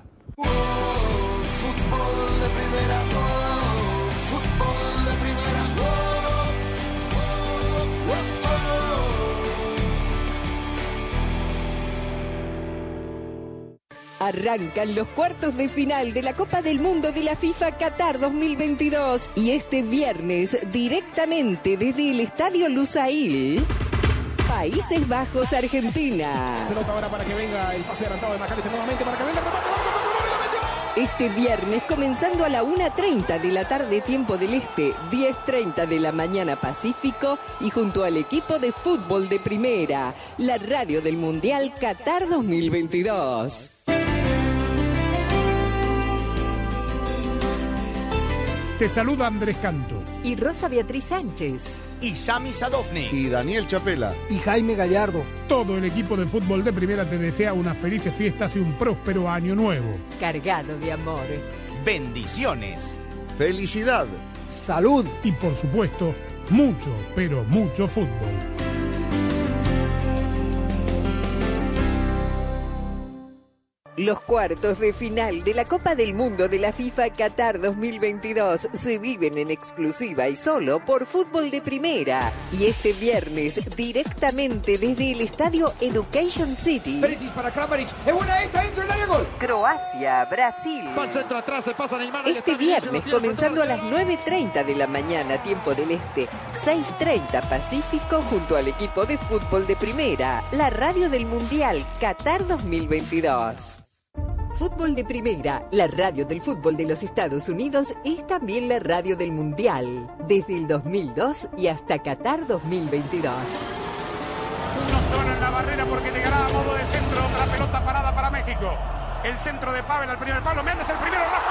Arrancan los cuartos de final de la Copa del Mundo de la FIFA Qatar dos mil veintidós y este viernes directamente desde el Estadio Lusail, Países Bajos, Argentina. Pelota ahora para que venga el pase adelantado de McAllister nuevamente para que venga el remate. Este viernes comenzando a la una treinta de la tarde tiempo del Este, diez treinta de la mañana Pacífico, y junto al equipo de fútbol de primera, la radio del Mundial Qatar dos mil veintidós. Te saluda Andrés Canto. Y Rosa Beatriz Sánchez. Y Sami Sadovnik. Y Daniel Chapela. Y Jaime Gallardo. Todo el equipo de fútbol de primera te desea unas felices fiestas y un próspero año nuevo. Cargado de amor. Bendiciones. Felicidad. Salud. Y por supuesto, mucho, pero mucho fútbol. Los cuartos de final de la Copa del Mundo de la FIFA Qatar dos mil veintidós se viven en exclusiva y solo por Fútbol de Primera. Y este viernes, directamente desde el estadio Education City. Perisic para Kramaric. Es buena esta, dentro del área, gol. Croacia, Brasil. Va al centro atrás, se pasa Neymar. Este viernes, comenzando a las nueve treinta de la mañana, tiempo del este, seis treinta Pacífico, junto al equipo de Fútbol de Primera, la radio del Mundial Qatar dos mil veintidós. Fútbol de Primera, la radio del fútbol de los Estados Unidos, es también la radio del Mundial, desde el dos mil dos y hasta Qatar dos mil veintidós. Uno solo en la barrera porque llegará a modo de centro, otra pelota parada para México. El centro de Pavel al primer palo, Méndez el primero, Rafa,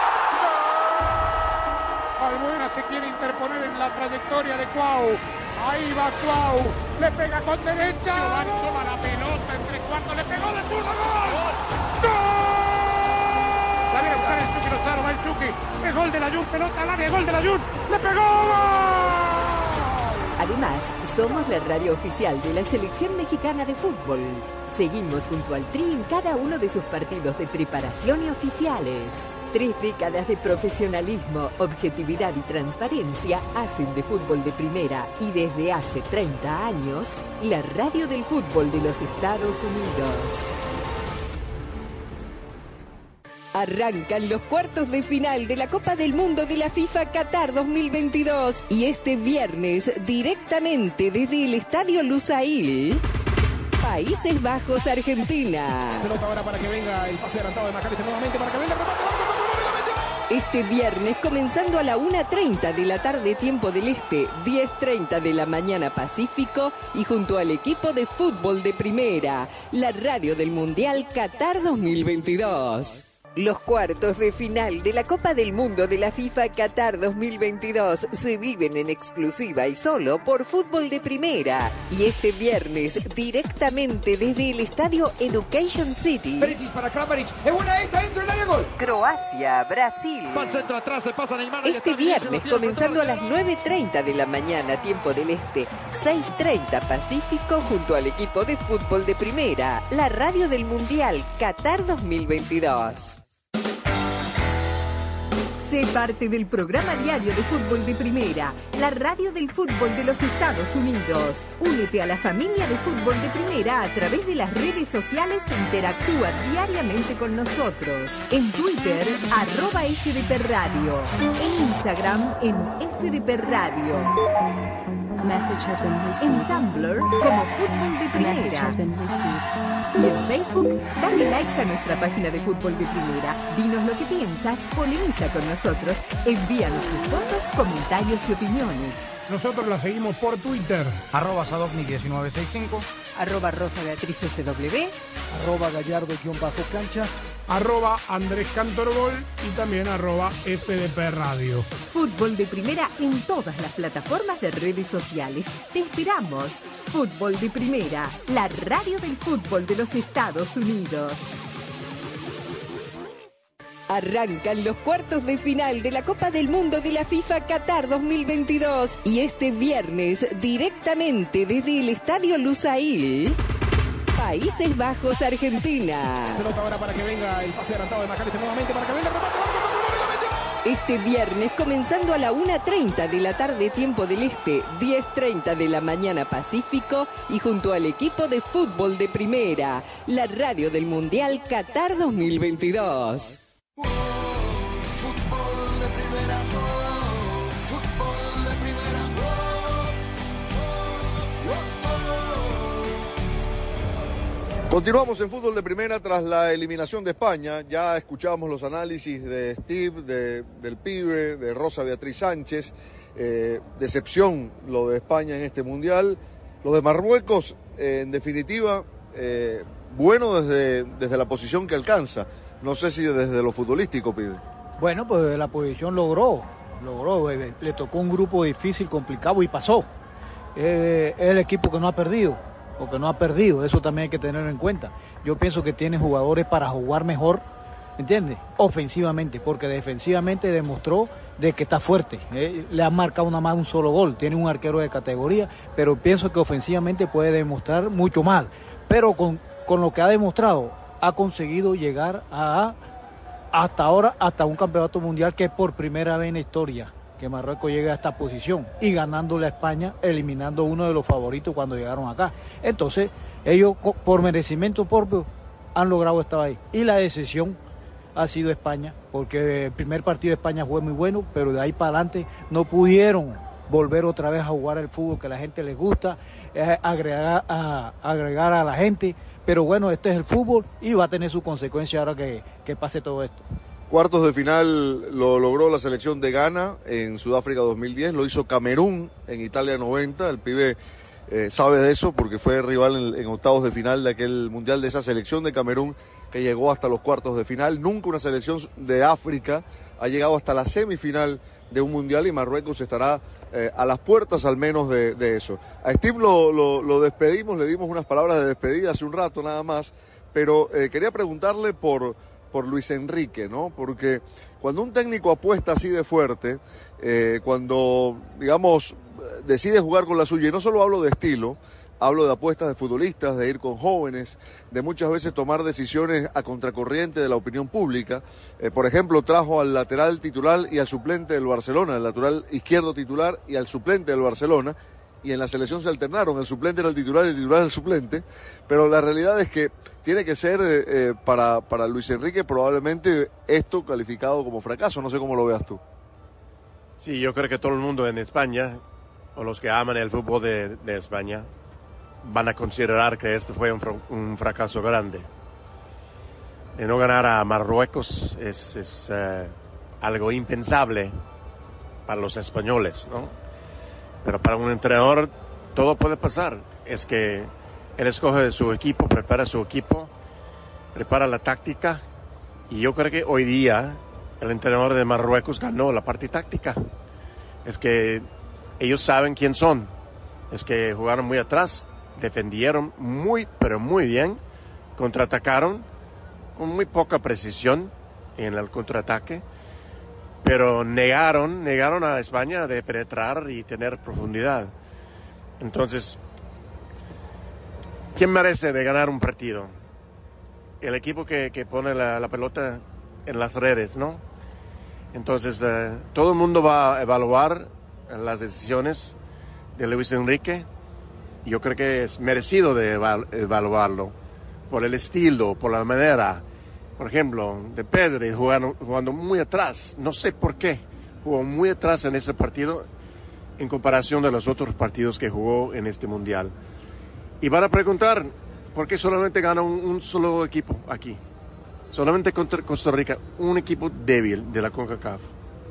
gol. Albuena se quiere interponer en la trayectoria de Cuau. Ahí va Cuau, le pega con derecha. Giovanni toma la pelota entre cuartos, le pegó de zurda, gol. ¡Gol! La viene a buscar el Chucky Lozano, va el Chucky. El gol de la Jun, pelota al área, gol de la Jun. ¡Le pegó! ¡Gol! Además, somos la radio oficial de la Selección Mexicana de Fútbol. Seguimos junto al Tri en cada uno de sus partidos de preparación y oficiales. Tres décadas de profesionalismo, objetividad y transparencia hacen de Fútbol de Primera y desde hace treinta años, la radio del fútbol de los Estados Unidos. Arrancan los cuartos de final de la Copa del Mundo de la FIFA Qatar dos mil veintidós y este viernes, directamente desde el Estadio Lusail, Países Bajos, Argentina. Pelota ahora para que venga el pase adelantado de McAllister nuevamente para que venga el remate. Este viernes, comenzando a la una treinta de la tarde, tiempo del este, diez treinta de la mañana Pacífico, y junto al equipo de Fútbol de Primera, la radio del Mundial Qatar dos mil veintidós. Los cuartos de final de la Copa del Mundo de la FIFA Qatar dos mil veintidós se viven en exclusiva y solo por Fútbol de Primera. Y este viernes, directamente desde el estadio Education City. Perisic para Kramaric. Es buena esta, dentro del área, gol. Croacia, Brasil. Va al centro atrás, se pasa Neymar. Este viernes, comenzando a las nueve treinta de la mañana, tiempo del este, seis treinta Pacífico, junto al equipo de Fútbol de Primera, la radio del Mundial Qatar dos mil veintidós. Sé parte del programa diario de Fútbol de Primera, la radio del fútbol de los Estados Unidos. Únete a la familia de Fútbol de Primera a través de las redes sociales e interactúa diariamente con nosotros. En Twitter, arroba F D P Radio. En Instagram, en F D P Radio. En Tumblr, como Fútbol de Primera. Y en Facebook, dale likes a nuestra página de Fútbol de Primera. Dinos lo que piensas, polemiza con nosotros, envíanos tus fotos, comentarios y opiniones. Nosotros la seguimos por Twitter. Arroba Sadovnik diecinueve sesenta y cinco. Arroba Rosa Beatriz S W. Arroba Gallardo-Cancha. Arroba Andrés Cantorbol y también arroba F D P Radio. Fútbol de Primera en todas las plataformas de redes sociales. Te esperamos. Fútbol de Primera, la radio del fútbol de los Estados Unidos. Arrancan los cuartos de final de la Copa del Mundo de la FIFA Qatar dos mil veintidós y este viernes, directamente desde el Estadio Lusail, Países Bajos, Argentina. Pelota ahora para que venga el pase adelantado de McAllister nuevamente para que venga el remate. Este viernes, comenzando a la una treinta de la tarde, tiempo del este, diez treinta de la mañana Pacífico, y junto al equipo de Fútbol de Primera, la radio del Mundial Qatar dos mil veintidós. Fútbol de primera, oh, fútbol de primera, oh, oh, oh. Continuamos en Fútbol de Primera tras la eliminación de España. Ya escuchábamos los análisis de Steve, de, del pibe, de Rosa Beatriz Sánchez. Eh, decepción lo de España en este Mundial. Lo de Marruecos, eh, en definitiva, eh, bueno desde, desde la posición que alcanza. No sé si desde lo futbolístico, pibe. Bueno, pues la posición logró, logró, eh, le tocó un grupo difícil, complicado y pasó. Eh, es el equipo que no ha perdido, o que no ha perdido, eso también hay que tenerlo en cuenta. Yo pienso que tiene jugadores para jugar mejor, ¿entiendes? Ofensivamente, porque defensivamente demostró de que está fuerte. Eh, le ha marcado nada más un solo gol, tiene un arquero de categoría, pero pienso que ofensivamente puede demostrar mucho más. Pero con, con lo que ha demostrado, ha conseguido llegar a, hasta ahora, hasta un campeonato mundial que es por primera vez en la historia que Marruecos llegue a esta posición y ganándole a España, eliminando uno de los favoritos cuando llegaron acá. Entonces, ellos por merecimiento propio han logrado estar ahí. Y la decisión ha sido España, porque el primer partido de España fue muy bueno, pero de ahí para adelante no pudieron volver otra vez a jugar el fútbol que a la gente les gusta, eh, agregar, a, agregar a la gente. Pero bueno, este es el fútbol y va a tener su consecuencia ahora que, que pase todo esto. Cuartos de final lo logró la selección de Ghana en Sudáfrica dos mil diez, lo hizo Camerún en Italia noventa, el pibe eh, sabe de eso porque fue rival en, en octavos de final de aquel mundial de esa selección de Camerún que llegó hasta los cuartos de final. Nunca una selección de África ha llegado hasta la semifinal de un mundial y Marruecos estará eh, a las puertas al menos de, de eso. A Steve lo, lo, lo despedimos, le dimos unas palabras de despedida hace un rato nada más, pero eh, quería preguntarle por... por Luis Enrique, ¿no? Porque cuando un técnico apuesta así de fuerte, eh, cuando, digamos, decide jugar con la suya, y no solo hablo de estilo, hablo de apuestas de futbolistas, de ir con jóvenes, de muchas veces tomar decisiones a contracorriente de la opinión pública. Eh, por ejemplo, trajo al lateral titular y al suplente del Barcelona, al lateral izquierdo titular y al suplente del Barcelona, y en la selección se alternaron, el suplente era el titular y el titular era el suplente, pero la realidad es que tiene que ser eh, eh, para, para Luis Enrique probablemente esto calificado como fracaso, no sé cómo lo veas tú. Sí, yo creo que todo el mundo en España, o los que aman el fútbol de, de España, van a considerar que este fue un, un fracaso grande. De no ganar a Marruecos es, es uh, algo impensable para los españoles, ¿no? Pero para un entrenador todo puede pasar. Es que él escoge su equipo, prepara su equipo, prepara la táctica. Y yo creo que hoy día el entrenador de Marruecos ganó la parte táctica. Es que ellos saben quién son. Es que jugaron muy atrás, defendieron muy, pero muy bien. Contraatacaron con muy poca precisión en el contraataque. Pero negaron, negaron a España de penetrar y tener profundidad. Entonces, ¿quién merece de ganar un partido? El equipo que, que pone la, la pelota en las redes, ¿no? Entonces, eh, todo el mundo va a evaluar las decisiones de Luis Enrique. Yo creo que es merecido de evalu- evaluarlo por el estilo, por la manera. Por ejemplo, de Pedri jugando, jugando muy atrás, no sé por qué, jugó muy atrás en ese partido en comparación de los otros partidos que jugó en este Mundial. Y van a preguntar, ¿por qué solamente gana un, un solo equipo aquí? Solamente contra Costa Rica, un equipo débil de la CONCACAF.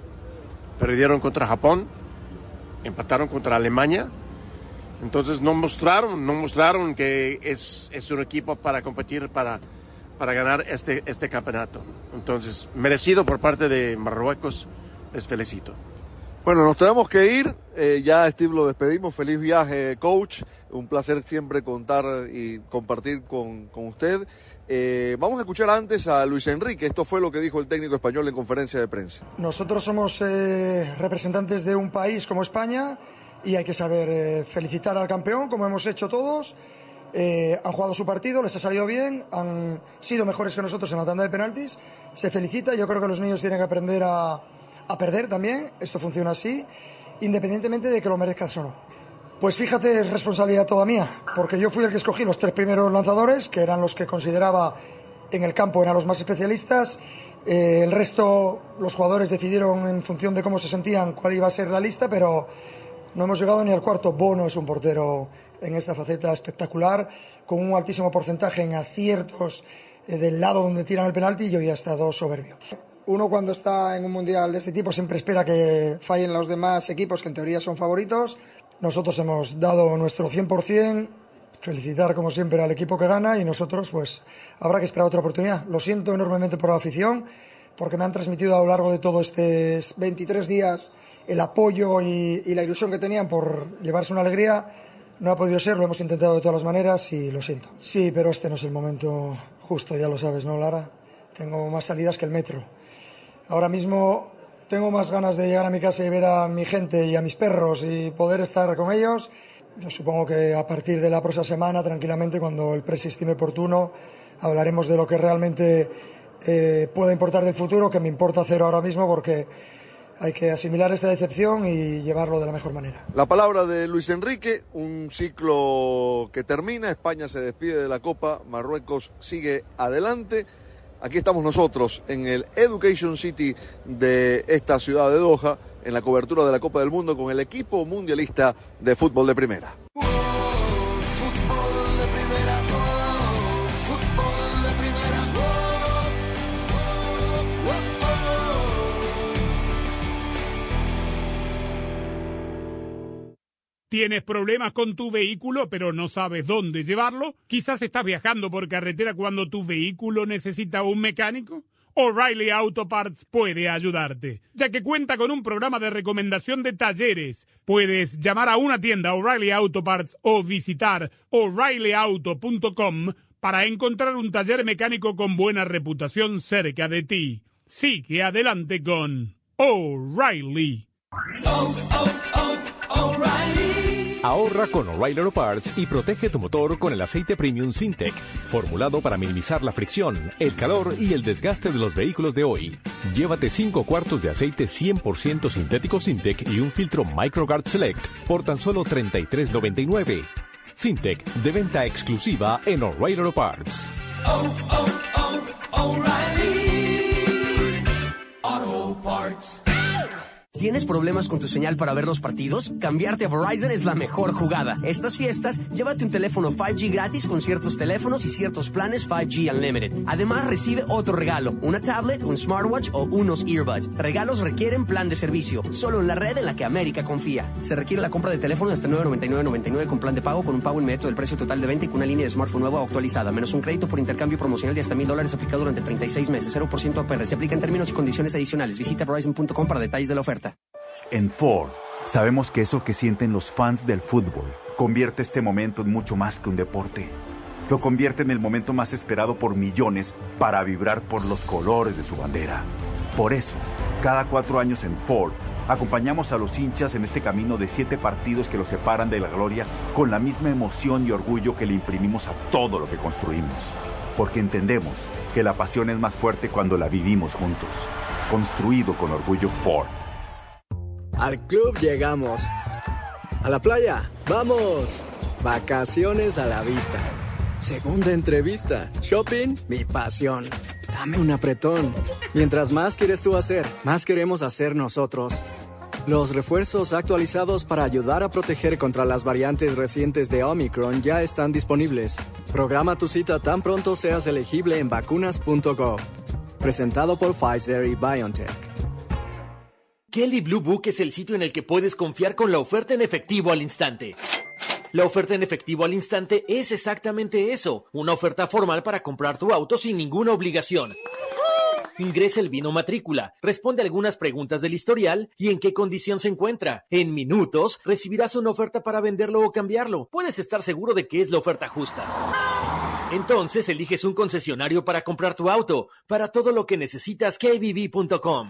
Perdieron contra Japón, empataron contra Alemania, entonces no mostraron, no mostraron que es, es un equipo para competir para... para ganar este, este campeonato. Entonces, merecido por parte de Marruecos, les felicito. Bueno, nos tenemos que ir, eh, ya Steve lo despedimos, feliz viaje coach, un placer siempre contar y compartir con, con usted. Eh, vamos a escuchar antes a Luis Enrique, esto fue lo que dijo el técnico español en conferencia de prensa. Nosotros somos eh, representantes de un país como España y hay que saber eh, felicitar al campeón, como hemos hecho todos. Eh, han jugado su partido, les ha salido bien, han sido mejores que nosotros en la tanda de penaltis, se felicita. Yo creo que los niños tienen que aprender a, a perder también, esto funciona así, independientemente de que lo merezcas o no. Pues fíjate, es responsabilidad toda mía, porque yo fui el que escogí los tres primeros lanzadores, que eran los que consideraba en el campo eran los más especialistas. Eh, el resto, los jugadores decidieron en función de cómo se sentían cuál iba a ser la lista, pero no hemos llegado ni al cuarto. Bono es un portero en esta faceta espectacular, con un altísimo porcentaje en aciertos eh, del lado donde tiran el penalti, y hoy ha estado soberbio. Uno cuando está en un mundial de este tipo siempre espera que fallen los demás equipos que en teoría son favoritos. Nosotros hemos dado nuestro cien por ciento, felicitar como siempre al equipo que gana y nosotros pues habrá que esperar otra oportunidad. Lo siento enormemente por la afición, porque me han transmitido a lo largo de todos estos veintitrés días el apoyo y, y la ilusión que tenían por llevarse una alegría. No ha podido ser, lo hemos intentado de todas las maneras y lo siento. Sí, pero este no es el momento justo, ya lo sabes, ¿no, Lara? tengo más salidas que el metro. Ahora mismo tengo más ganas de llegar a mi casa y ver a mi gente y a mis perros y poder estar con ellos. Yo supongo que a partir de la próxima semana, tranquilamente, cuando el presi estime oportuno, hablaremos de lo que realmente eh, puede importar del futuro, que me importa cero ahora mismo, porque hay que asimilar esta decepción y llevarlo de la mejor manera. La palabra de Luis Enrique, un ciclo que termina, España se despide de la Copa, Marruecos sigue adelante. Aquí estamos nosotros en el Education City de esta ciudad de Doha, en la cobertura de la Copa del Mundo con el equipo mundialista de fútbol de primera. ¿Tienes problemas con tu vehículo pero no sabes dónde llevarlo? ¿Quizás estás viajando por carretera cuando tu vehículo necesita un mecánico? O'Reilly Auto Parts puede ayudarte, ya que cuenta con un programa de recomendación de talleres. Puedes llamar a una tienda O'Reilly Auto Parts o visitar O'Reilly Auto punto com para encontrar un taller mecánico con buena reputación cerca de ti. Sigue adelante con O'Reilly. Oh, oh, oh, O'Reilly. Ahorra con O'Reilly Auto Parts y protege tu motor con el aceite Premium Syntec, formulado para minimizar la fricción, el calor y el desgaste de los vehículos de hoy. Llévate cinco cuartos de aceite cien por ciento sintético Syntec y un filtro MicroGuard Select por tan solo treinta y tres noventa y nueve. Syntec, de venta exclusiva en O'Reilly Auto Parts. Oh, oh, oh, O'Reilly Auto Parts. ¿Tienes problemas con tu señal para ver los partidos? Cambiarte a Verizon es la mejor jugada. Estas fiestas, llévate un teléfono cinco G gratis con ciertos teléfonos y ciertos planes cinco G Unlimited. Además, recibe otro regalo, una tablet, un smartwatch o unos earbuds. Regalos requieren plan de servicio, solo en la red en la que América confía. Se requiere la compra de teléfono hasta nueve noventa y nueve noventa y nueve con plan de pago, con un pago inmediato del precio total de venta y con una línea de smartphone nueva o actualizada, menos un crédito por intercambio promocional de hasta mil dólares aplicado durante treinta y seis meses, cero por ciento A P R. Se aplica en términos y condiciones adicionales. Visita Verizon punto com para detalles de la oferta. En Ford, sabemos que eso que sienten los fans del fútbol convierte este momento en mucho más que un deporte. Lo convierte en el momento más esperado por millones para vibrar por los colores de su bandera. Por eso, cada cuatro años en Ford, acompañamos a los hinchas en este camino de siete partidos que los separan de la gloria con la misma emoción y orgullo que le imprimimos a todo lo que construimos. Porque entendemos que la pasión es más fuerte cuando la vivimos juntos. Construido con orgullo Ford. Al club llegamos. A la playa, ¡vamos! Vacaciones a la vista. Segunda entrevista. Shopping, mi pasión. Dame un apretón. Mientras más quieres tú hacer, más queremos hacer nosotros. Los refuerzos actualizados para ayudar a proteger contra las variantes recientes de Omicron ya están disponibles. Programa tu cita tan pronto seas elegible en vacunas punto gov. Presentado por Pfizer y BioNTech. Kelley Blue Book es el sitio en el que puedes confiar con la oferta en efectivo al instante. La oferta en efectivo al instante es exactamente eso, una oferta formal para comprar tu auto sin ninguna obligación. Ingresa el B I N o matrícula, responde algunas preguntas del historial y en qué condición se encuentra. En minutos recibirás una oferta para venderlo o cambiarlo. Puedes estar seguro de que es la oferta justa. Entonces eliges un concesionario para comprar tu auto. Para todo lo que necesitas, K B B punto com.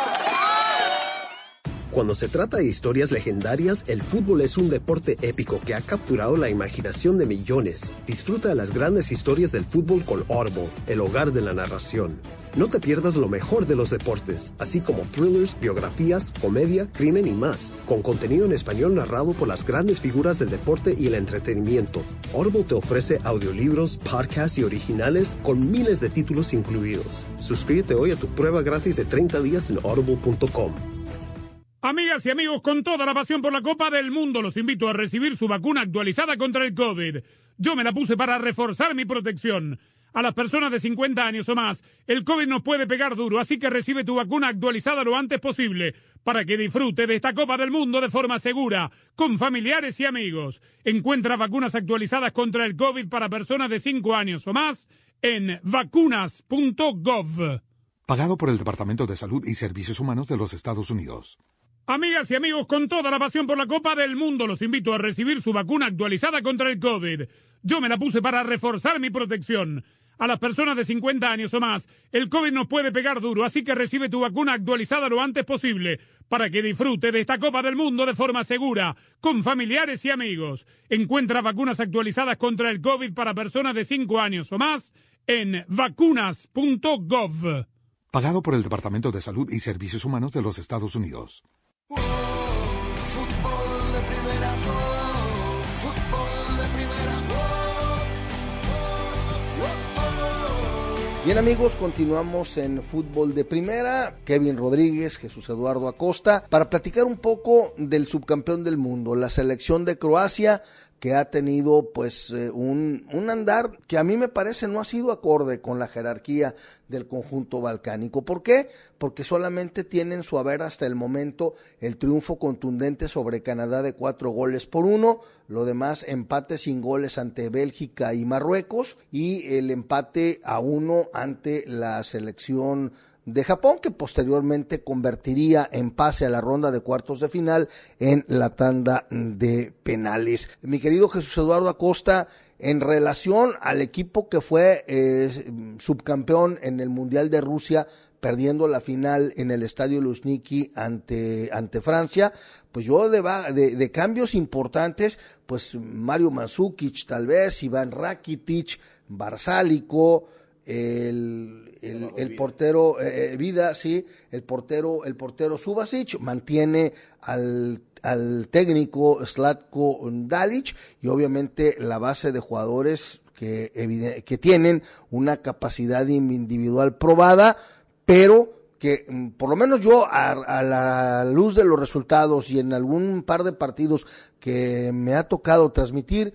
Cuando se trata de historias legendarias, el fútbol es un deporte épico que ha capturado la imaginación de millones. Disfruta de las grandes historias del fútbol con Audible, el hogar de la narración. No te pierdas lo mejor de los deportes, así como thrillers, biografías, comedia, crimen y más, con contenido en español narrado por las grandes figuras del deporte y el entretenimiento. Audible te ofrece audiolibros, podcasts y originales con miles de títulos incluidos. Suscríbete hoy a tu prueba gratis de treinta días en audible punto com. Amigas y amigos, con toda la pasión por la Copa del Mundo, los invito a recibir su vacuna actualizada contra el COVID. Yo me la puse para reforzar mi protección. A las personas de cincuenta años o más, el COVID nos puede pegar duro, así que recibe tu vacuna actualizada lo antes posible, para que disfrute de esta Copa del Mundo de forma segura, con familiares y amigos. Encuentra vacunas actualizadas contra el COVID para personas de cinco años o más en vacunas punto gov. Pagado por el Departamento de Salud y Servicios Humanos de los Estados Unidos. Amigas y amigos, con toda la pasión por la Copa del Mundo, los invito a recibir su vacuna actualizada contra el COVID. Yo me la puse para reforzar mi protección. A A las personas de cincuenta años o más, el COVID nos puede pegar duro, así que recibe tu vacuna actualizada lo antes posible para que disfrute de esta Copa del Mundo de forma segura, con familiares y amigos. Encuentra vacunas actualizadas contra el COVID para personas de cinco años o más en vacunas punto gov. Pagado por el Departamento de Salud y Servicios Humanos de los Estados Unidos. Bien amigos, continuamos en Fútbol de Primera. Kevin Rodríguez, Jesús Eduardo Acosta, para platicar un poco del subcampeón del mundo, la selección de Croacia, que ha tenido pues eh, un, un andar que a mí me parece no ha sido acorde con la jerarquía del conjunto balcánico. ¿Por qué? Porque solamente tienen su haber hasta el momento el triunfo contundente sobre Canadá de cuatro goles por uno, lo demás empate sin goles ante Bélgica y Marruecos, y el empate a uno ante la selección de Japón, que posteriormente convertiría en pase a la ronda de cuartos de final en la tanda de penales. Mi querido Jesús Eduardo Acosta, en relación al equipo que fue eh, subcampeón en el Mundial de Rusia, perdiendo la final en el Estadio Luzhniki ante, ante Francia, pues yo de, de, de cambios importantes, pues Mario Mandzukic tal vez, Iván Rakitic, Barsálico, el, el, el portero eh, Vida, sí, el portero, el portero Subasic, mantiene al, al técnico Zlatko Dalic, y obviamente la base de jugadores que, que tienen una capacidad individual probada, pero que por lo menos yo a, a la luz de los resultados y en algún par de partidos que me ha tocado transmitir,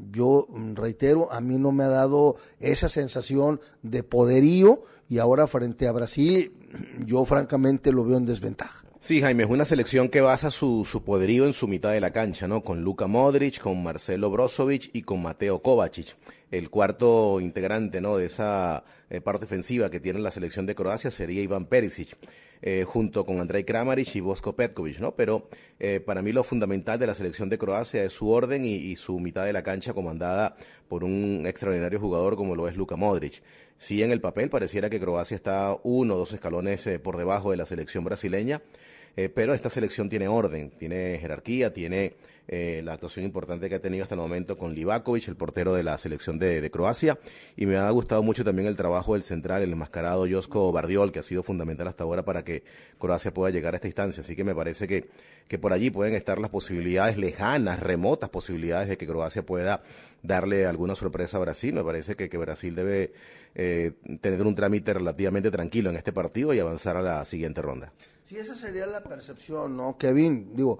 yo reitero, a mí no me ha dado esa sensación de poderío, y ahora frente a Brasil yo francamente lo veo en desventaja. Sí, Jaime, es una selección que basa su, su poderío en su mitad de la cancha, ¿no? Con Luka Modric, con Marcelo Brozovic y con Mateo Kovacic. El cuarto integrante, ¿no?, de esa eh, parte ofensiva que tiene la selección de Croacia sería Iván Perisic, eh, junto con Andrej Kramaric y Boško Petkovic, ¿no? Pero eh, para mí lo fundamental de la selección de Croacia es su orden y, y su mitad de la cancha comandada por un extraordinario jugador como lo es Luka Modric. Sí, en el papel pareciera que Croacia está uno o dos escalones eh, por debajo de la selección brasileña, eh, pero esta selección tiene orden, tiene jerarquía, tiene eh, la actuación importante que ha tenido hasta el momento con Livakovic, el portero de la selección de, de Croacia, y me ha gustado mucho también el trabajo del central, el enmascarado Joško Bardiol, que ha sido fundamental hasta ahora para que Croacia pueda llegar a esta instancia. Así que me parece que, que por allí pueden estar las posibilidades lejanas, remotas posibilidades de que Croacia pueda darle alguna sorpresa a Brasil. Me parece que, que Brasil debe eh, tener un trámite relativamente tranquilo en este partido y avanzar a la siguiente ronda. Sí, esa sería la percepción, ¿no, Kevin? Digo,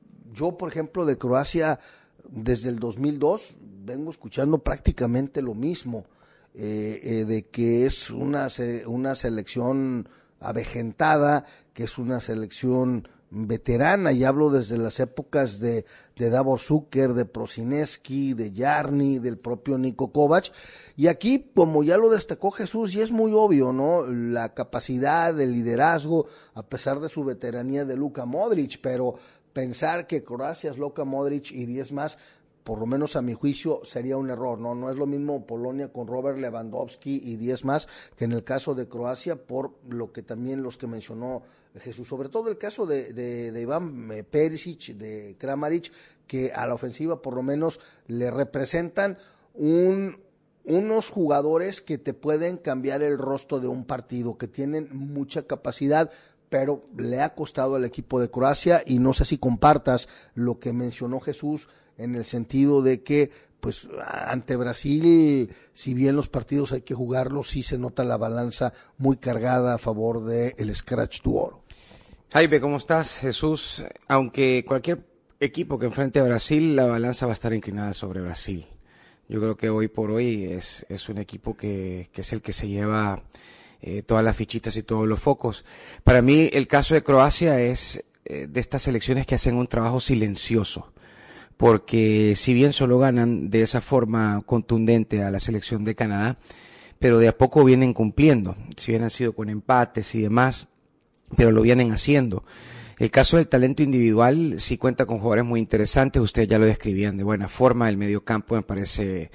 yo, por ejemplo, de Croacia, desde el dos mil dos, vengo escuchando prácticamente lo mismo, eh, eh, de que es una, una selección avejentada, que es una selección veterana, y hablo desde las épocas de, de Davor Šuker, de Prosinecki, de Jarni, del propio Niko Kovac, y aquí, como ya lo destacó Jesús, y es muy obvio, ¿no?, la capacidad de liderazgo, a pesar de su veteranía, de Luka Modric, pero pensar que Croacia es Luka Modric y diez más, por lo menos a mi juicio, sería un error, ¿no? No es lo mismo Polonia con Robert Lewandowski y diez más que en el caso de Croacia, por lo que también los que mencionó Jesús, sobre todo el caso de, de, de Iván Perisic, de Kramaric, que a la ofensiva por lo menos le representan un, unos jugadores que te pueden cambiar el rostro de un partido, que tienen mucha capacidad, pero le ha costado al equipo de Croacia, y no sé si compartas lo que mencionó Jesús, en el sentido de que, pues, ante Brasil, si bien los partidos hay que jugarlos, sí se nota la balanza muy cargada a favor del Scratch du Oro. Jaime, ¿cómo estás? Jesús, aunque cualquier equipo que enfrente a Brasil, la balanza va a estar inclinada sobre Brasil. Yo creo que hoy por hoy es, es un equipo que, que es el que se lleva eh, todas las fichitas y todos los focos. Para mí, el caso de Croacia es eh, de estas selecciones que hacen un trabajo silencioso, porque si bien solo ganan de esa forma contundente a la selección de Canadá, pero de a poco vienen cumpliendo, si bien han sido con empates y demás, pero lo vienen haciendo. El caso del talento individual sí cuenta con jugadores muy interesantes, ustedes ya lo describían de buena forma, el mediocampo me parece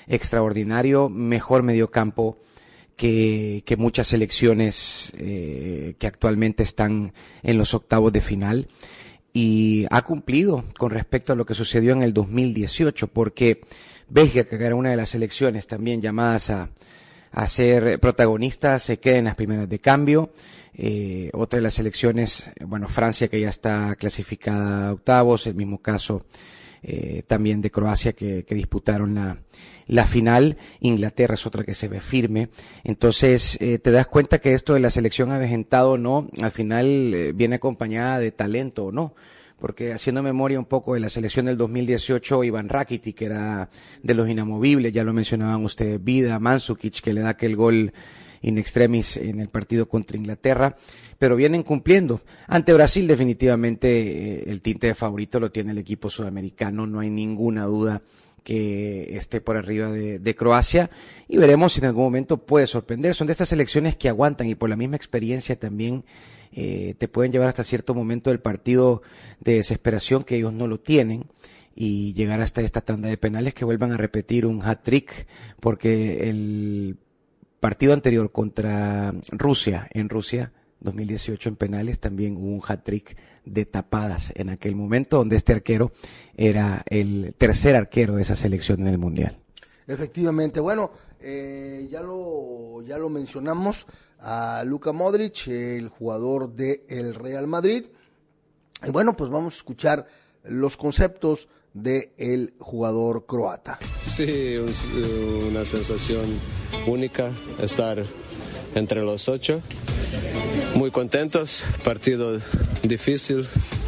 extraordinario, mejor mediocampo que, que muchas selecciones eh, que actualmente están en los octavos de final, y ha cumplido con respecto a lo que sucedió en el dos mil dieciocho, porque Bélgica, que era una de las selecciones también llamadas a, a ser protagonistas, se queda en las primeras de cambio. Eh, otra de las selecciones, bueno, Francia, que ya está clasificada a octavos, el mismo caso eh, también de Croacia, que, que disputaron la, la final. Inglaterra es otra que se ve firme. Entonces, eh, te das cuenta que esto de la selección avejentado o no, al final eh, viene acompañada de talento o no. Porque haciendo memoria un poco de la selección del dos mil dieciocho, Iván Rakitic, que era de los inamovibles, ya lo mencionaban ustedes, Vida, Mandzukic, que le da aquel gol in extremis en el partido contra Inglaterra, pero vienen cumpliendo. Ante Brasil, definitivamente, eh, el tinte de favorito lo tiene el equipo sudamericano, no hay ninguna duda que esté por arriba de, de Croacia, y veremos si en algún momento puede sorprender. Son de estas selecciones que aguantan, y por la misma experiencia también eh, te pueden llevar hasta cierto momento del partido de desesperación, que ellos no lo tienen, y llegar hasta esta tanda de penales que vuelvan a repetir un hat-trick, porque el partido anterior contra Rusia, en Rusia, dos mil dieciocho en penales, también hubo un hat-trick de tapadas en aquel momento, donde este arquero era el tercer arquero de esa selección en el Mundial. Efectivamente, bueno, eh, ya lo ya lo mencionamos a Luka Modric, el jugador del Real Madrid. Y bueno, pues vamos a escuchar los conceptos del jugador croata. Sí, un, una sensación única estar entre los ocho. Muy contentos, partido difícil,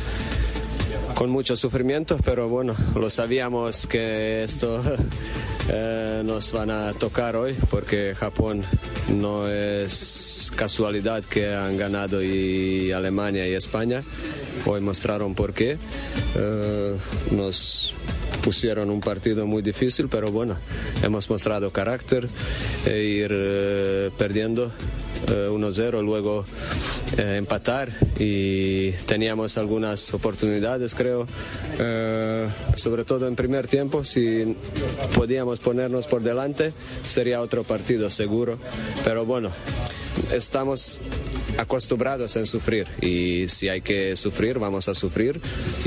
con mucho sufrimiento, pero bueno, lo sabíamos que esto eh, nos van a tocar hoy, porque Japón no es casualidad que han ganado, y Alemania y España hoy mostraron por qué. Eh, nos pusieron un partido muy difícil, pero bueno, hemos mostrado carácter e ir eh, perdiendo Uh, uno cero, luego uh, empatar, y teníamos algunas oportunidades, creo, uh, sobre todo en primer tiempo. Si podíamos ponernos por delante sería otro partido seguro, pero bueno, estamos acostumbrados a sufrir, y si hay que sufrir vamos a sufrir,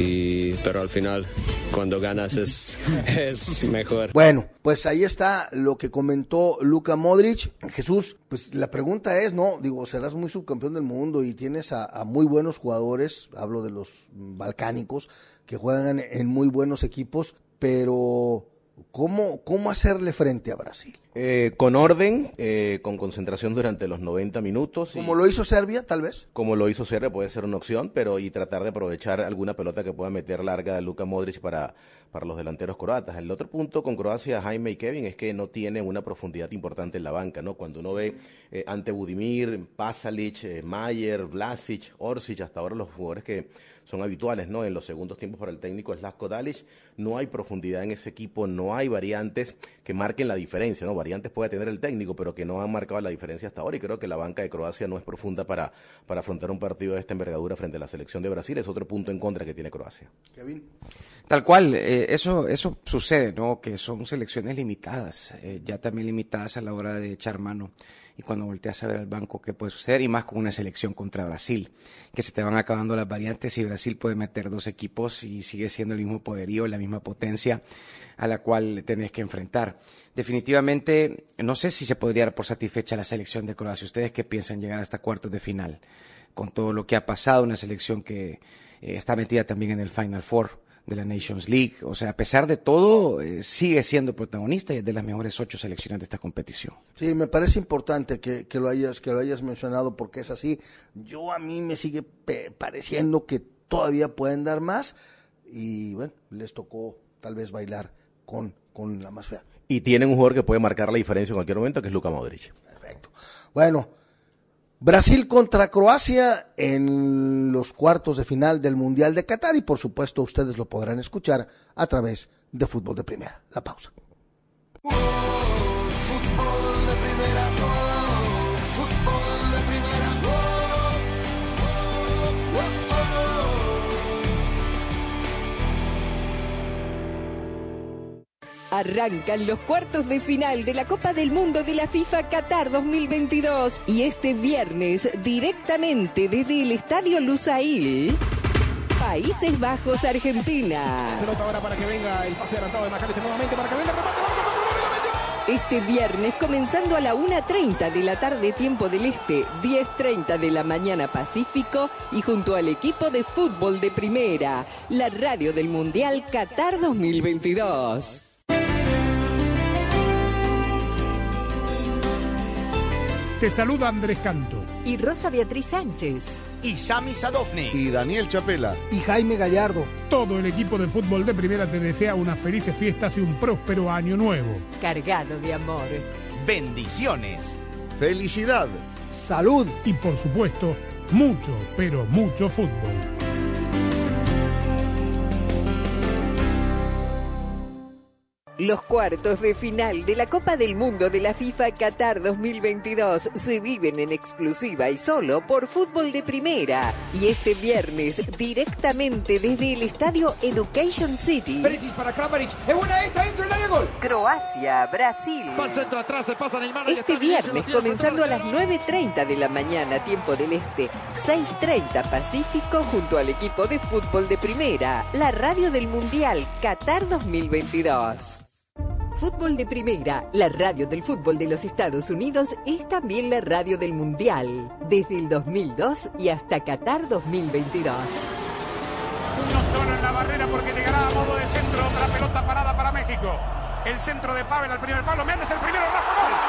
y pero al final cuando ganas es, es mejor. Bueno, pues ahí está lo que comentó Luka Modric. Jesús, pues la pregunta es, ¿no? Digo, serás muy subcampeón del mundo y tienes a, a muy buenos jugadores, hablo de los balcánicos, que juegan en, en muy buenos equipos, pero ¿cómo, cómo hacerle frente a Brasil? Eh, con orden, eh, con concentración durante los noventa minutos. Como lo hizo Serbia, tal vez. Como lo hizo Serbia, puede ser una opción, pero y tratar de aprovechar alguna pelota que pueda meter larga de Luka Modric para, para los delanteros croatas. El otro punto con Croacia, Jaime y Kevin, es que no tiene una profundidad importante en la banca, ¿no? Cuando uno ve eh, ante Budimir, Pasalic, eh, Mayer, Vlasic, Orsic, hasta ahora los jugadores que son habituales, ¿no? En los segundos tiempos para el técnico Zlatko Dalic, no hay profundidad en ese equipo, no hay variantes que marquen la diferencia, ¿no? Variantes puede tener el técnico, pero que no han marcado la diferencia hasta ahora, y creo que la banca de Croacia no es profunda para, para afrontar un partido de esta envergadura frente a la selección de Brasil. Es otro punto en contra que tiene Croacia. Kevin. Tal cual, eh, eso eso sucede, ¿no? Que son selecciones limitadas, eh, ya también limitadas a la hora de echar mano, y cuando volteas a ver al banco qué puede suceder, y más con una selección contra Brasil, que se te van acabando las variantes, y Brasil puede meter dos equipos y sigue siendo el mismo poderío, la misma potencia a la cual tenés que enfrentar. Definitivamente, no sé si se podría dar por satisfecha la selección de Croacia. ¿Ustedes qué piensan llegar hasta cuartos de final? Con todo lo que ha pasado, una selección que eh, está metida también en el Final Four de la Nations League, o sea, a pesar de todo, eh, sigue siendo protagonista y es de las mejores ocho selecciones de esta competición. Sí, me parece importante que, que, lo, hayas, que lo hayas mencionado, porque es así. Yo, a mí me sigue pe- pareciendo que todavía pueden dar más, y bueno, les tocó tal vez bailar con, con la más fea. Y tienen un jugador que puede marcar la diferencia en cualquier momento, que es Luka Modric. Perfecto. Bueno, Brasil contra Croacia en los cuartos de final del Mundial de Qatar, y por supuesto ustedes lo podrán escuchar a través de Fútbol de Primera. La pausa. Oh, fútbol de primera, oh, fútbol de primera, oh, oh, oh, oh. Arrancan los cuartos de final de la Copa del Mundo de la FIFA Qatar dos mil veintidós y este viernes directamente desde el Estadio Lusail, Países Bajos, Argentina. Pelota ahora para que venga el pase adelantado de McAllister nuevamente para que venga el remate. Este viernes comenzando a la una treinta de la tarde tiempo del Este, diez treinta de la mañana Pacífico y junto al equipo de fútbol de primera, la radio del Mundial Qatar dos mil veintidós. Te saluda Andrés Canto. Y Rosa Beatriz Sánchez. Y Sami Sadovnik. Y Daniel Chapela. Y Jaime Gallardo. Todo el equipo de fútbol de primera te desea unas felices fiestas y un próspero año nuevo. Cargado de amor. Bendiciones. Felicidad. Salud. Y por supuesto, mucho, pero mucho fútbol. Los cuartos de final de la Copa del Mundo de la FIFA Qatar dos mil veintidós se viven en exclusiva y solo por Fútbol de Primera. Y este viernes, directamente desde el estadio Education City. Perisic para Kramaric. Es buena esta, dentro del área, gol. Croacia, Brasil. Va al centro atrás, se pasa Neymar. Este viernes, comenzando a las nueve treinta de la mañana, tiempo del Este, seis treinta Pacífico, junto al equipo de Fútbol de Primera, la radio del Mundial Qatar dos mil veintidós. Fútbol de Primera, la radio del fútbol de los Estados Unidos, es también la radio del Mundial, desde el dos mil dos y hasta Qatar dos mil veintidós. Uno solo en la barrera porque llegará a modo de centro, otra pelota parada para México. El centro de Pavel al primer palo, Méndez el primero, Rafa, gol.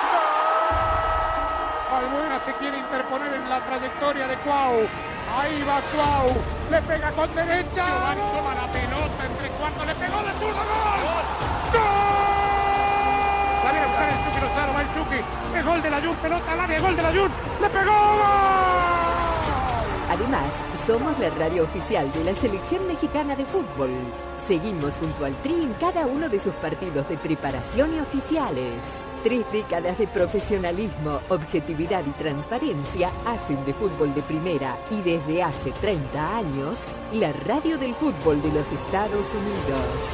¡Gol! Albuena se quiere interponer en la trayectoria de Cuau. Ahí va Cuau, le pega con derecha. Giovanni toma la pelota entre cuartos, le pegó de zurdo, gol. ¡Gol! La viene a buscar el Chucky Lozano, va el Chucky. Es gol de la Jun, pelota al área, gol de la Jun. ¡Le pegó! ¡Gol! Además, somos la radio oficial de la Selección Mexicana de Fútbol. Seguimos junto al Tri en cada uno de sus partidos de preparación y oficiales. Tres décadas de profesionalismo, objetividad y transparencia hacen de Fútbol de Primera y desde hace treinta años, la radio del fútbol de los Estados Unidos.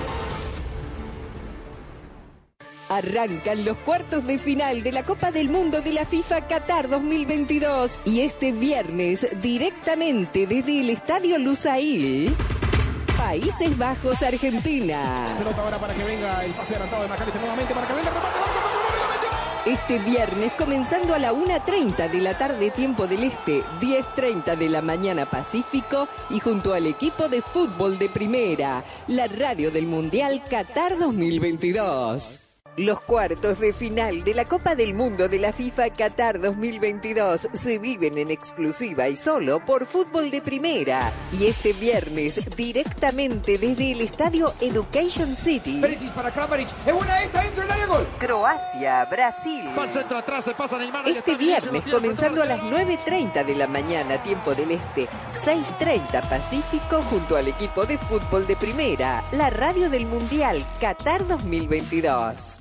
Arrancan los cuartos de final de la Copa del Mundo de la FIFA Qatar dos mil veintidós y este viernes, directamente desde el Estadio Lusail, Países Bajos, Argentina. Pelota ahora para que venga el pase adelantado de McAllister nuevamente para que venga el remate. Este viernes comenzando a la una treinta de la tarde tiempo del Este, diez treinta de la mañana Pacífico y junto al equipo de fútbol de Primera, la radio del Mundial Qatar dos mil veintidós. Los cuartos de final de la Copa del Mundo de la FIFA Qatar dos mil veintidós se viven en exclusiva y solo por Fútbol de Primera. Y este viernes, directamente desde el estadio Education City. Perisic para Kramaric. Es buena esta, dentro del área, gol. Croacia, Brasil. Va al centro atrás, se pasa Neymar. Este viernes, comenzando a las nueve treinta de la mañana, tiempo del Este, seis treinta Pacífico, junto al equipo de Fútbol de Primera, la radio del Mundial Qatar dos mil veintidós.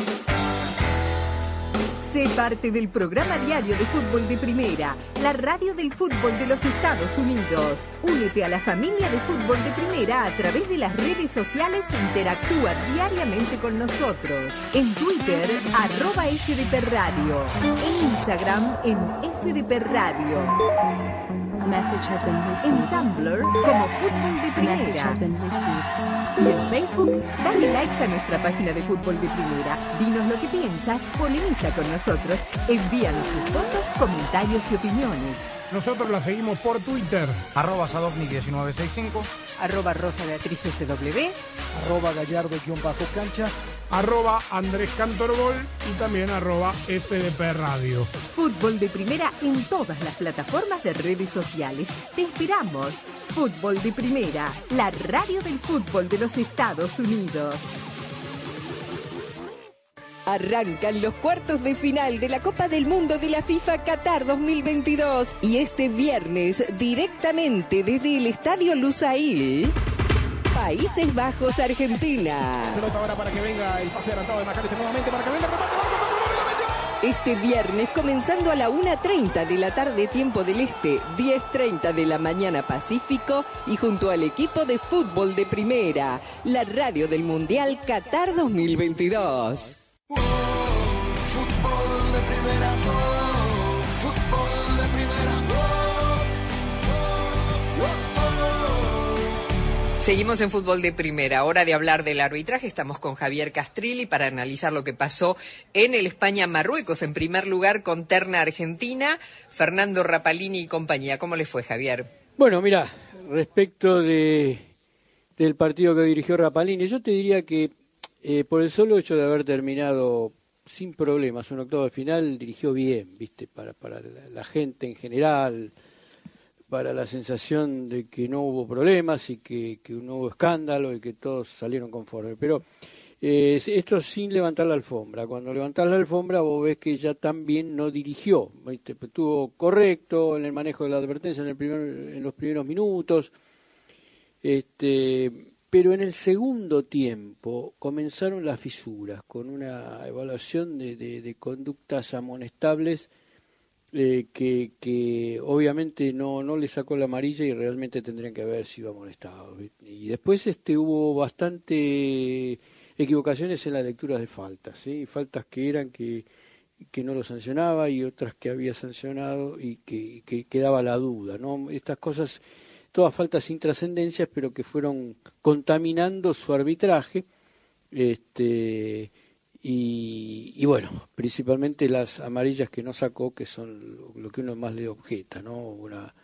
Sé parte del programa diario de Fútbol de Primera, la radio del fútbol de los Estados Unidos. Únete a la familia de Fútbol de Primera a través de las redes sociales e interactúa diariamente con nosotros. En Twitter, arroba F D P Radio. En Instagram, en F D P Radio. En Tumblr, como Fútbol de Primera. Y en Facebook, dale likes a nuestra página de Fútbol de Primera. Dinos lo que piensas, polemiza con nosotros, envíanos tus fotos, comentarios y opiniones. Nosotros la seguimos por Twitter. Arroba Sadovnik diecinueve sesenta y cinco. Arroba Rosa Beatriz S W. Arroba Gallardo-Cancha. Arroba Andrés Cantorbol y también arroba F D P Radio. Fútbol de Primera en todas las plataformas de redes sociales. Te esperamos. Fútbol de Primera, la radio del fútbol de los Estados Unidos. Arrancan los cuartos de final de la Copa del Mundo de la FIFA Qatar dos mil veintidós y este viernes, directamente desde el Estadio Lusail, Países Bajos, Argentina. Pelota ahora para que venga el pase adelantado de McAllister nuevamente para que venga el remate. Este viernes comenzando a la una treinta de la tarde tiempo del Este, diez treinta de la mañana Pacífico y junto al equipo de fútbol de primera, la radio del Mundial Qatar dos mil veintidós. Oh, fútbol de primera, oh, fútbol de primera, oh, oh, oh, oh. Seguimos en fútbol de primera, hora de hablar del arbitraje. Estamos con Javier Castrilli para analizar lo que pasó en el España-Marruecos. En primer lugar, con terna argentina, Fernando Rapalini y compañía. ¿Cómo les fue, Javier? Bueno, mira, respecto de del partido que dirigió Rapalini, yo te diría que eh, por el solo hecho de haber terminado sin problemas un octavo de final, dirigió bien, viste, para, para la, la gente en general, para la sensación de que no hubo problemas y que, que no hubo escándalo y que todos salieron conformes. Pero eh, esto sin levantar la alfombra. Cuando levantás la alfombra vos ves que ya también no dirigió. ¿Viste? Estuvo correcto en el manejo de la advertencia en, el primer, en los primeros minutos. Este, pero en el segundo tiempo comenzaron las fisuras con una evaluación de, de, de conductas amonestables. Eh, que, que obviamente no, no le sacó la amarilla y realmente tendrían que haber sido amonestados. Y después este hubo bastante equivocaciones en las lecturas de faltas, ¿sí? Faltas que eran que, que no lo sancionaba y otras que había sancionado y que, que quedaba la duda, ¿no? Estas cosas, todas faltas sin trascendencias, pero que fueron contaminando su arbitraje. Este... Y, y bueno, principalmente las amarillas que no sacó, que son lo, lo que uno más le objeta, ¿no? Una,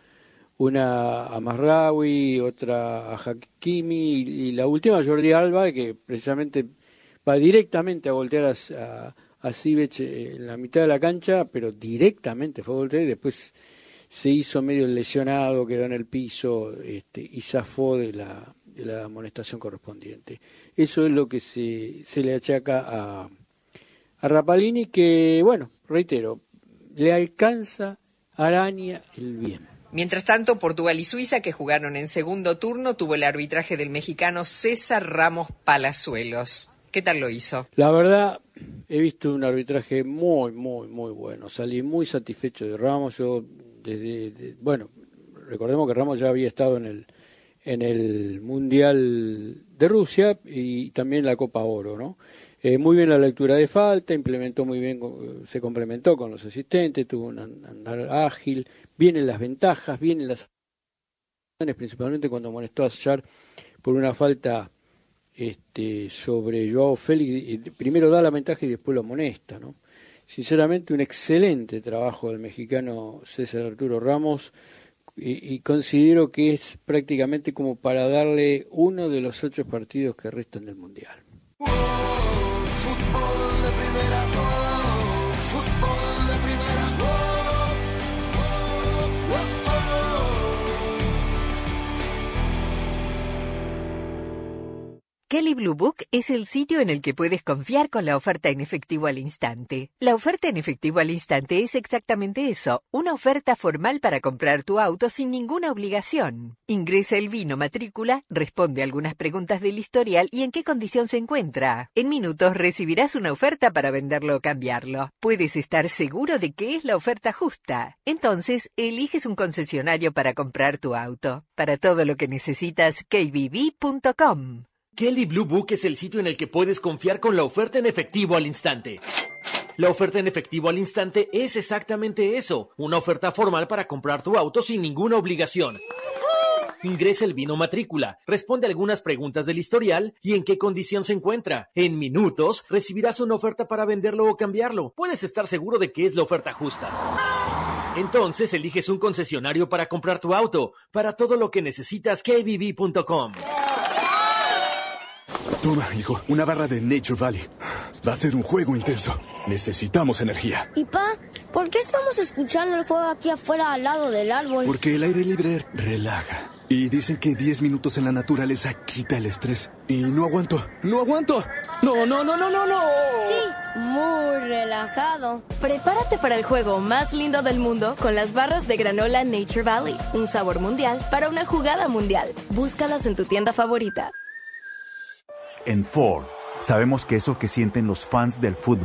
una a Mazraoui, otra a Hakimi y, y la última a Jordi Alba, que precisamente va directamente a voltear a, a, a Sivech en la mitad de la cancha, pero directamente fue a voltear y después se hizo medio lesionado, quedó en el piso este, y zafó de la... de la amonestación correspondiente. Eso es lo que se, se le achaca a, a Rapalini, que, bueno, reitero, le alcanza, araña el bien. Mientras tanto, Portugal y Suiza, que jugaron en segundo turno, tuvo el arbitraje del mexicano César Ramos Palazuelos. ¿Qué tal lo hizo? La verdad, he visto un arbitraje muy, muy, muy bueno. Salí muy satisfecho de Ramos. Yo, desde, de, bueno, recordemos que Ramos ya había estado en el en el Mundial de Rusia y también la Copa Oro, ¿no? Eh, muy bien la lectura de falta, implementó muy bien, se complementó con los asistentes, tuvo un andar ágil, vienen las ventajas, vienen las principalmente cuando amonestó a Schär por una falta este, sobre Joao Félix, primero da la ventaja y después lo amonesta, ¿no? Sinceramente un excelente trabajo del mexicano César Arturo Ramos. Y, y considero que es prácticamente como para darle uno de los ocho partidos que restan del Mundial. Oh, fútbol de primera, oh, fútbol de primera, oh, oh, oh, oh. Kelley Blue Book es el sitio en el que puedes confiar con la oferta en efectivo al instante. La oferta en efectivo al instante es exactamente eso, una oferta formal para comprar tu auto sin ninguna obligación. Ingresa el vino matrícula, responde algunas preguntas del historial y en qué condición se encuentra. En minutos recibirás una oferta para venderlo o cambiarlo. Puedes estar seguro de que es la oferta justa. Entonces, eliges un concesionario para comprar tu auto. Para todo lo que necesitas, K B B punto com. Kelley Blue Book es el sitio en el que puedes confiar con la oferta en efectivo al instante. La oferta en efectivo al instante es exactamente eso, una oferta formal para comprar tu auto sin ninguna obligación. Ingresa el vino matrícula, responde algunas preguntas del historial y en qué condición se encuentra. En minutos recibirás una oferta para venderlo o cambiarlo. Puedes estar seguro de que es la oferta justa. Entonces eliges un concesionario para comprar tu auto. Para todo lo que necesitas, K B B punto com. Toma, hijo, una barra de Nature Valley. Va a ser un juego intenso. Necesitamos energía. Y pa, ¿por qué estamos escuchando el fuego aquí afuera al lado del árbol? Porque el aire libre relaja. Y dicen que diez minutos en la naturaleza quita el estrés. Y no aguanto, no aguanto. No, no, no, no, no, no. Sí, muy relajado. Prepárate para el juego más lindo del mundo con las barras de granola Nature Valley. Un sabor mundial para una jugada mundial. Búscalas en tu tienda favorita. En Ford, sabemos que eso que sienten los fans del fútbol,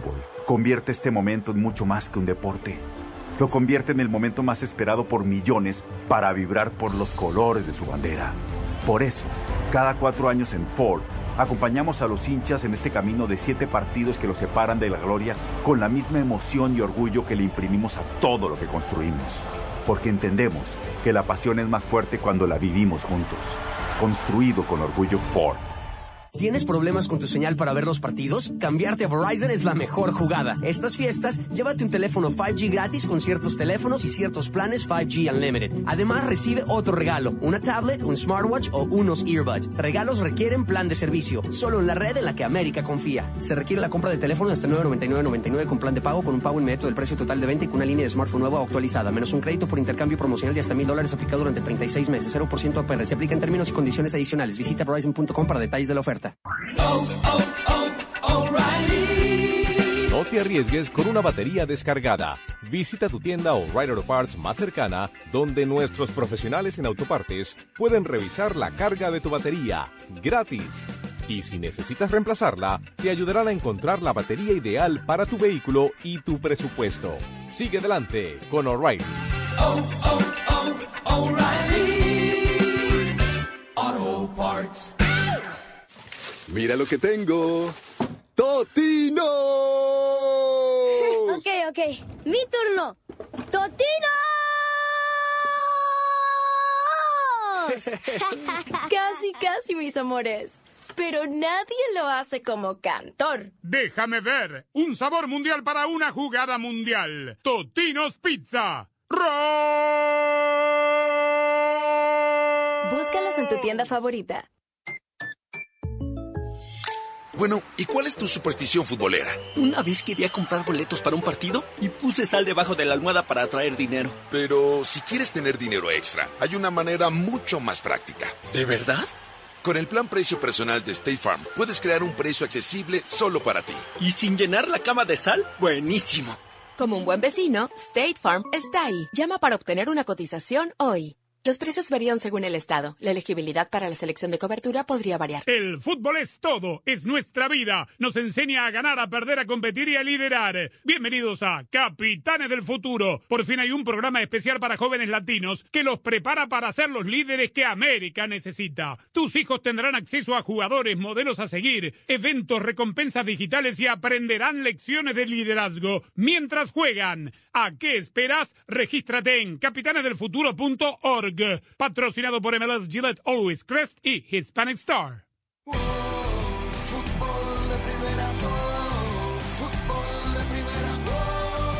convierte este momento en mucho más que un deporte. Lo convierte en el momento más esperado por millones para vibrar por los colores de su bandera. Por eso, cada cuatro años en Ford, acompañamos a los hinchas en este camino de siete partidos que los separan de la gloria con la misma emoción y orgullo que le imprimimos a todo lo que construimos. Porque entendemos que la pasión es más fuerte cuando la vivimos juntos. Construido con orgullo Ford. ¿Tienes problemas con tu señal para ver los partidos? Cambiarte a Verizon es la mejor jugada. Estas fiestas, llévate un teléfono cinco G gratis con ciertos teléfonos y ciertos planes cinco G Unlimited. Además, recibe otro regalo, una tablet, un smartwatch o unos earbuds. Regalos requieren plan de servicio, solo en la red en la que América confía. Se requiere la compra de teléfono hasta nueve noventa y nueve noventa y nueve con plan de pago con un pago inmediato del precio total de venta y con una línea de smartphone nueva o actualizada, menos un crédito por intercambio promocional de hasta mil dólares aplicado durante treinta y seis meses, cero por ciento A P R. Se aplica en términos y condiciones adicionales. Visita verizon punto com para detalles de la oferta. Oh, oh, oh, O'Reilly. No te arriesgues con una batería descargada. Visita tu tienda O'Reilly Auto Parts más cercana, donde nuestros profesionales en autopartes pueden revisar la carga de tu batería gratis. Y si necesitas reemplazarla, te ayudarán a encontrar la batería ideal para tu vehículo y tu presupuesto. Sigue adelante con O'Reilly. Oh, oh, oh, O'Reilly Auto Parts. Mira lo que tengo. ¡Totino! Ok, ok. Mi turno. ¡Totino! Casi, casi, mis amores. Pero nadie lo hace como Cantor. Déjame ver. Un sabor mundial para una jugada mundial. Totino's Pizza. ¡Roll! Búscalos en tu tienda favorita. Bueno, ¿y cuál es tu superstición futbolera? Una vez quería comprar boletos para un partido y puse sal debajo de la almohada para atraer dinero. Pero si quieres tener dinero extra, hay una manera mucho más práctica. ¿De verdad? Con el plan precio personal de State Farm, puedes crear un precio accesible solo para ti. ¿Y sin llenar la cama de sal? ¡Buenísimo! Como un buen vecino, State Farm está ahí. Llama para obtener una cotización hoy. Los precios varían según el estado. La elegibilidad para la selección de cobertura podría variar. El fútbol es todo, es nuestra vida. Nos enseña a ganar, a perder, a competir y a liderar. Bienvenidos a Capitanes del Futuro. Por fin hay un programa especial para jóvenes latinos que los prepara para ser los líderes que América necesita. Tus hijos tendrán acceso a jugadores, modelos a seguir, eventos, recompensas digitales y aprenderán lecciones de liderazgo mientras juegan. ¿A qué esperas? Regístrate en capitanes del futuro punto org. Patrocinado por M L S, Gillette, Always, Crest y Hispanic Star. Oh, fútbol de primera, oh, fútbol de primera, oh,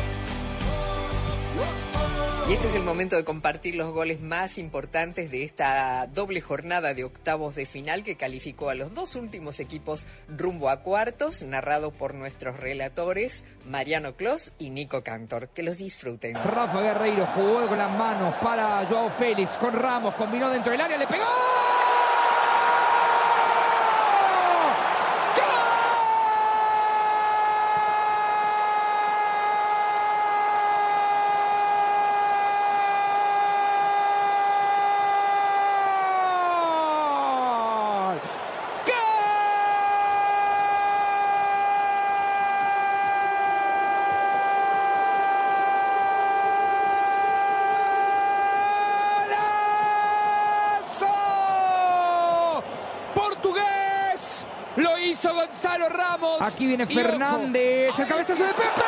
oh, oh. Y este es el momento de compartir los goles más importantes de esta doble jornada de octavos de final que calificó a los dos últimos equipos rumbo a cuartos, narrado por nuestros relatores Mariano Clos y Nico Cantor. Que los disfruten. Rafa Guerreiro jugó con las manos para Joao Félix, con Ramos, combinó dentro del área, le pegó. Gonzalo Ramos. Aquí viene Fernández. El cabezazo de Pepe.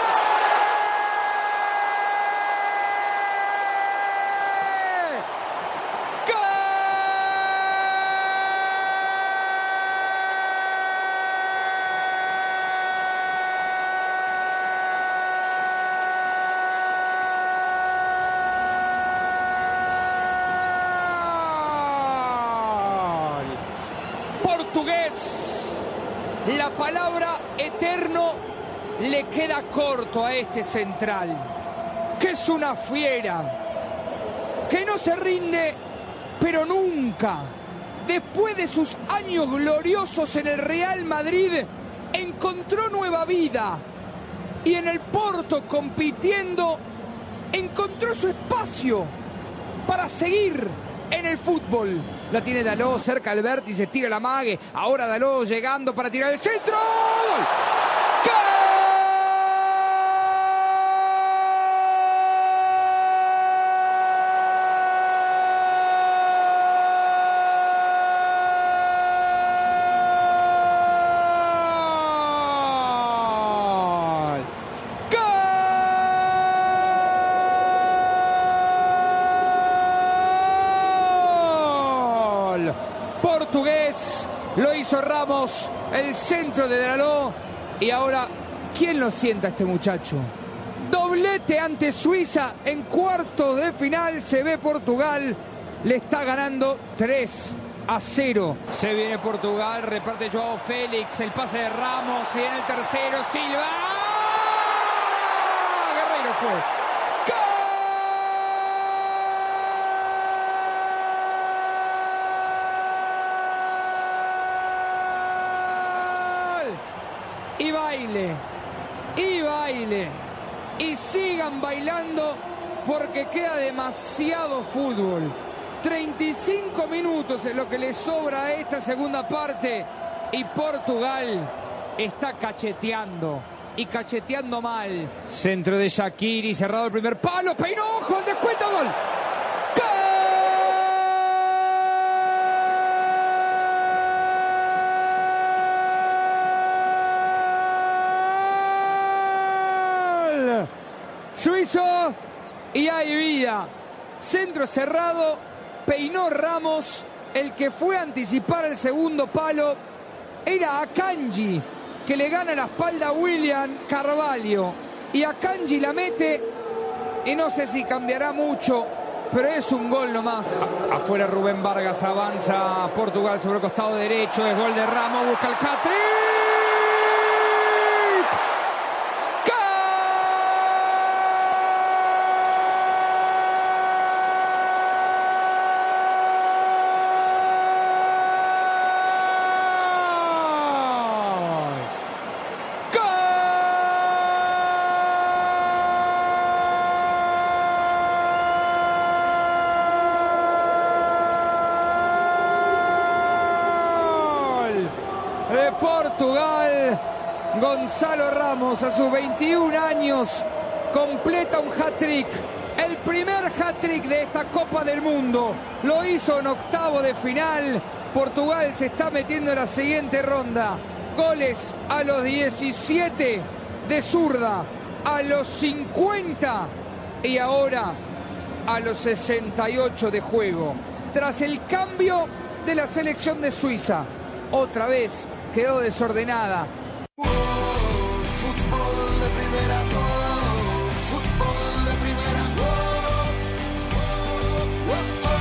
La palabra eterno le queda corto a este central, que es una fiera, que no se rinde, pero nunca, después de sus años gloriosos en el Real Madrid, encontró nueva vida y en el Porto compitiendo, encontró su espacio para seguir en el fútbol. La tiene Dalot cerca del vértice, tira la mague. Ahora Dalot llegando para tirar el centro. ¡Gol! portugués. Lo hizo Ramos, el centro de Dalot. Y ahora, ¿quién lo sienta a este muchacho? Doblete ante Suiza en cuartos de final. Se ve Portugal, le está ganando tres a cero. Se viene Portugal, reparte Joao Félix, el pase de Ramos, y en el tercero Silva. Guerreiro fue. Y baile, y baile, y sigan bailando porque queda demasiado fútbol. treinta y cinco minutos es lo que le sobra a esta segunda parte y Portugal está cacheteando, y cacheteando mal. Centro de Shaqiri, cerrado el primer palo, peinó, ojo, el descuento, gol. Suizo, y hay vida. Centro cerrado, peinó Ramos. El que fue a anticipar el segundo palo era Akanji, que le gana la espalda a William Carvalho. Y Akanji la mete, y no sé si cambiará mucho, pero es un gol nomás. Afuera Rubén Vargas, avanza Portugal sobre el costado derecho. Es gol de Ramos, busca el hat-trick. Portugal, Gonzalo Ramos a sus veintiún años completa un hat-trick, el primer hat-trick de esta Copa del Mundo. Lo hizo en octavo de final. Portugal se está metiendo en la siguiente ronda. Goles a los diecisiete de zurda, a los cincuenta y ahora a los sesenta y ocho de juego. Tras el cambio de la selección de Suiza, otra vez quedó desordenada. Oh, fútbol de primera, oh, fútbol de primera, oh,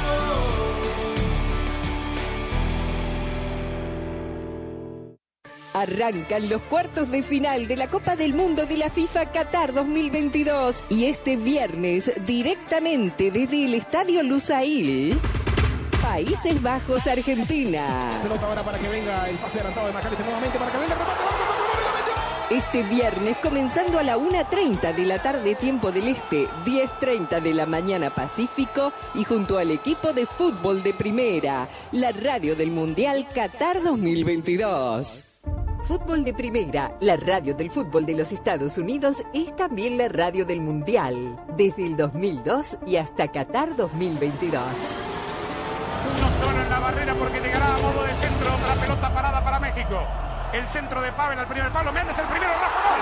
oh, oh. Arrancan los cuartos de final de la Copa del Mundo de la FIFA Qatar dos mil veintidós y este viernes directamente desde el Estadio Lusail, Países Bajos, Argentina. Pelota ahora para que venga el pase adelantado de McAllister nuevamente, para que venga el remate, vamos, vamos, vamos, vamos. Este viernes comenzando a la una treinta de la tarde tiempo del Este, diez treinta de la mañana Pacífico, y junto al equipo de fútbol de primera, la radio del Mundial Qatar dos mil veintidós. Fútbol de Primera, la radio del fútbol de los Estados Unidos, es también la radio del Mundial, desde el dos mil dos y hasta Qatar dos mil veintidós. Uno solo en la barrera porque llegará a modo de centro, otra pelota parada para México. El centro de Pavel al primer palo, Méndez el primero, Rafa, gol.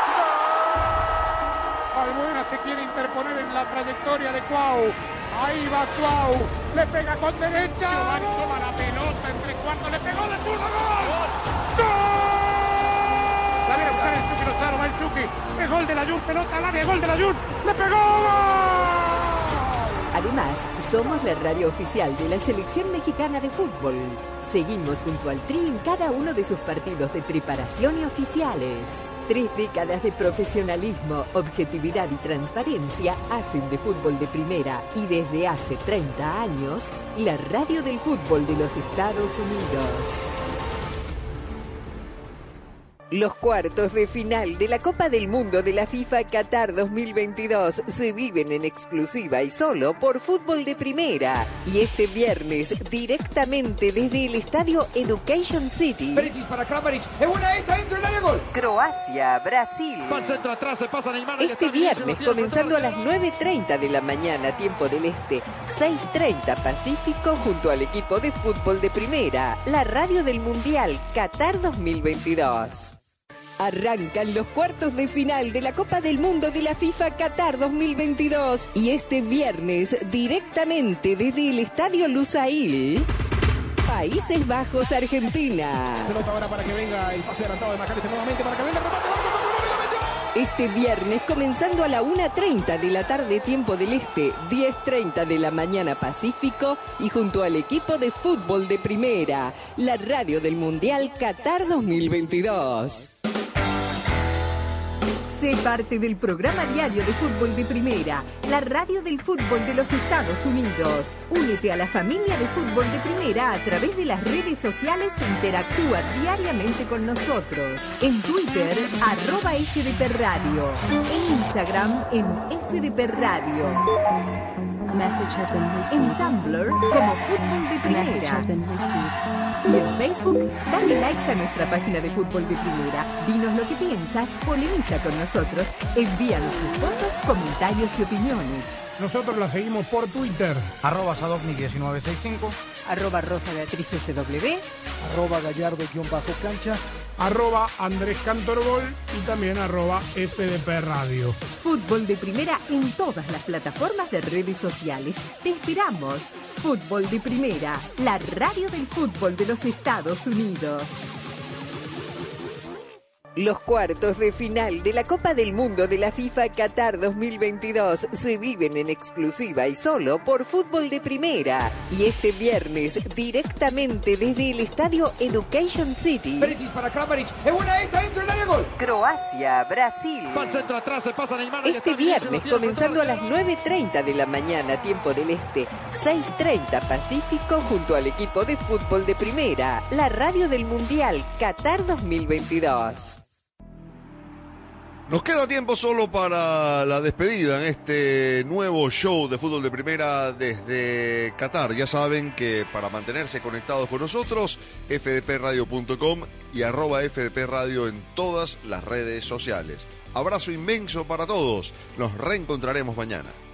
¡Gol! Albuena se quiere interponer en la trayectoria de Cuau. Ahí va Cuau, le pega con derecha. Giovanni toma la pelota entre cuartos, le pegó de zurda, gol. ¡Gol! La viene a buscar el Chucky Lozano, va el Chucky. Es gol de la Jun, pelota al área, gol de la Jun. ¡Le pegó! ¡Gol! Además, somos la radio oficial de la Selección Mexicana de Fútbol. Seguimos junto al Tri en cada uno de sus partidos de preparación y oficiales. Tres décadas de profesionalismo, objetividad y transparencia hacen de Fútbol de Primera, y desde hace treinta años, la radio del fútbol de los Estados Unidos. Los cuartos de final de la Copa del Mundo de la FIFA Qatar dos mil veintidós se viven en exclusiva y solo por Fútbol de Primera. Y este viernes, directamente desde el estadio Education City. Perisic para Kramaric. Es buena esta, dentro del área, gol. Croacia, Brasil. Va al centro atrás, se pasa Neymar. Este viernes, comenzando a las nueve treinta de la mañana, tiempo del Este, seis treinta Pacífico, junto al equipo de Fútbol de Primera, la radio del Mundial Qatar dos mil veintidós. Arrancan los cuartos de final de la Copa del Mundo de la FIFA Qatar dos mil veintidós y este viernes directamente desde el Estadio Lusail, Países Bajos, Argentina. Pelota ahora para que venga el pase adelantado de McAllister nuevamente para que venga el remate. ¡Gol, gol, gol, gol, gol! Este viernes, comenzando a la una treinta de la tarde, tiempo del Este, diez treinta de la mañana Pacífico, y junto al equipo de fútbol de primera, la radio del Mundial Qatar dos mil veintidós. Sé parte del programa diario de fútbol de primera, la radio del fútbol de los Estados Unidos. Únete a la familia de fútbol de primera a través de las redes sociales e interactúa diariamente con nosotros. En Twitter, arroba F D P Radio. En Instagram, en F D P Radio. En Tumblr, como Fútbol de Primera. Y en Facebook, dale likes a nuestra página de Fútbol de Primera. Dinos lo que piensas, polemiza con nosotros, envíanos tus fotos, comentarios y opiniones. Nosotros la seguimos por Twitter. Arroba Sadovnik diecinueve sesenta y cinco. Arroba Rosa Beatriz S W. Arroba Gallardo-Cancha. Arroba Andrés Cantorbol y también arroba F D P Radio. Fútbol de Primera en todas las plataformas de redes sociales. Te esperamos. Fútbol de Primera, la radio del fútbol de los Estados Unidos. Los cuartos de final de la Copa del Mundo de la FIFA Qatar dos mil veintidós se viven en exclusiva y solo por Fútbol de Primera. Y este viernes, directamente desde el estadio Education City. Perisic para Kramaric. Es buena esta, dentro del área, gol. Croacia, Brasil. Va al centro atrás, se pasa Neymar. Este viernes, comenzando a las nueve treinta de la mañana, tiempo del Este, seis treinta Pacífico, junto al equipo de Fútbol de Primera, la radio del Mundial Qatar dos mil veintidós. Nos queda tiempo solo para la despedida en este nuevo show de fútbol de primera desde Qatar. Ya saben que para mantenerse conectados con nosotros, f d p radio punto com y arroba F D P Radio en todas las redes sociales. Abrazo inmenso para todos. Nos reencontraremos mañana.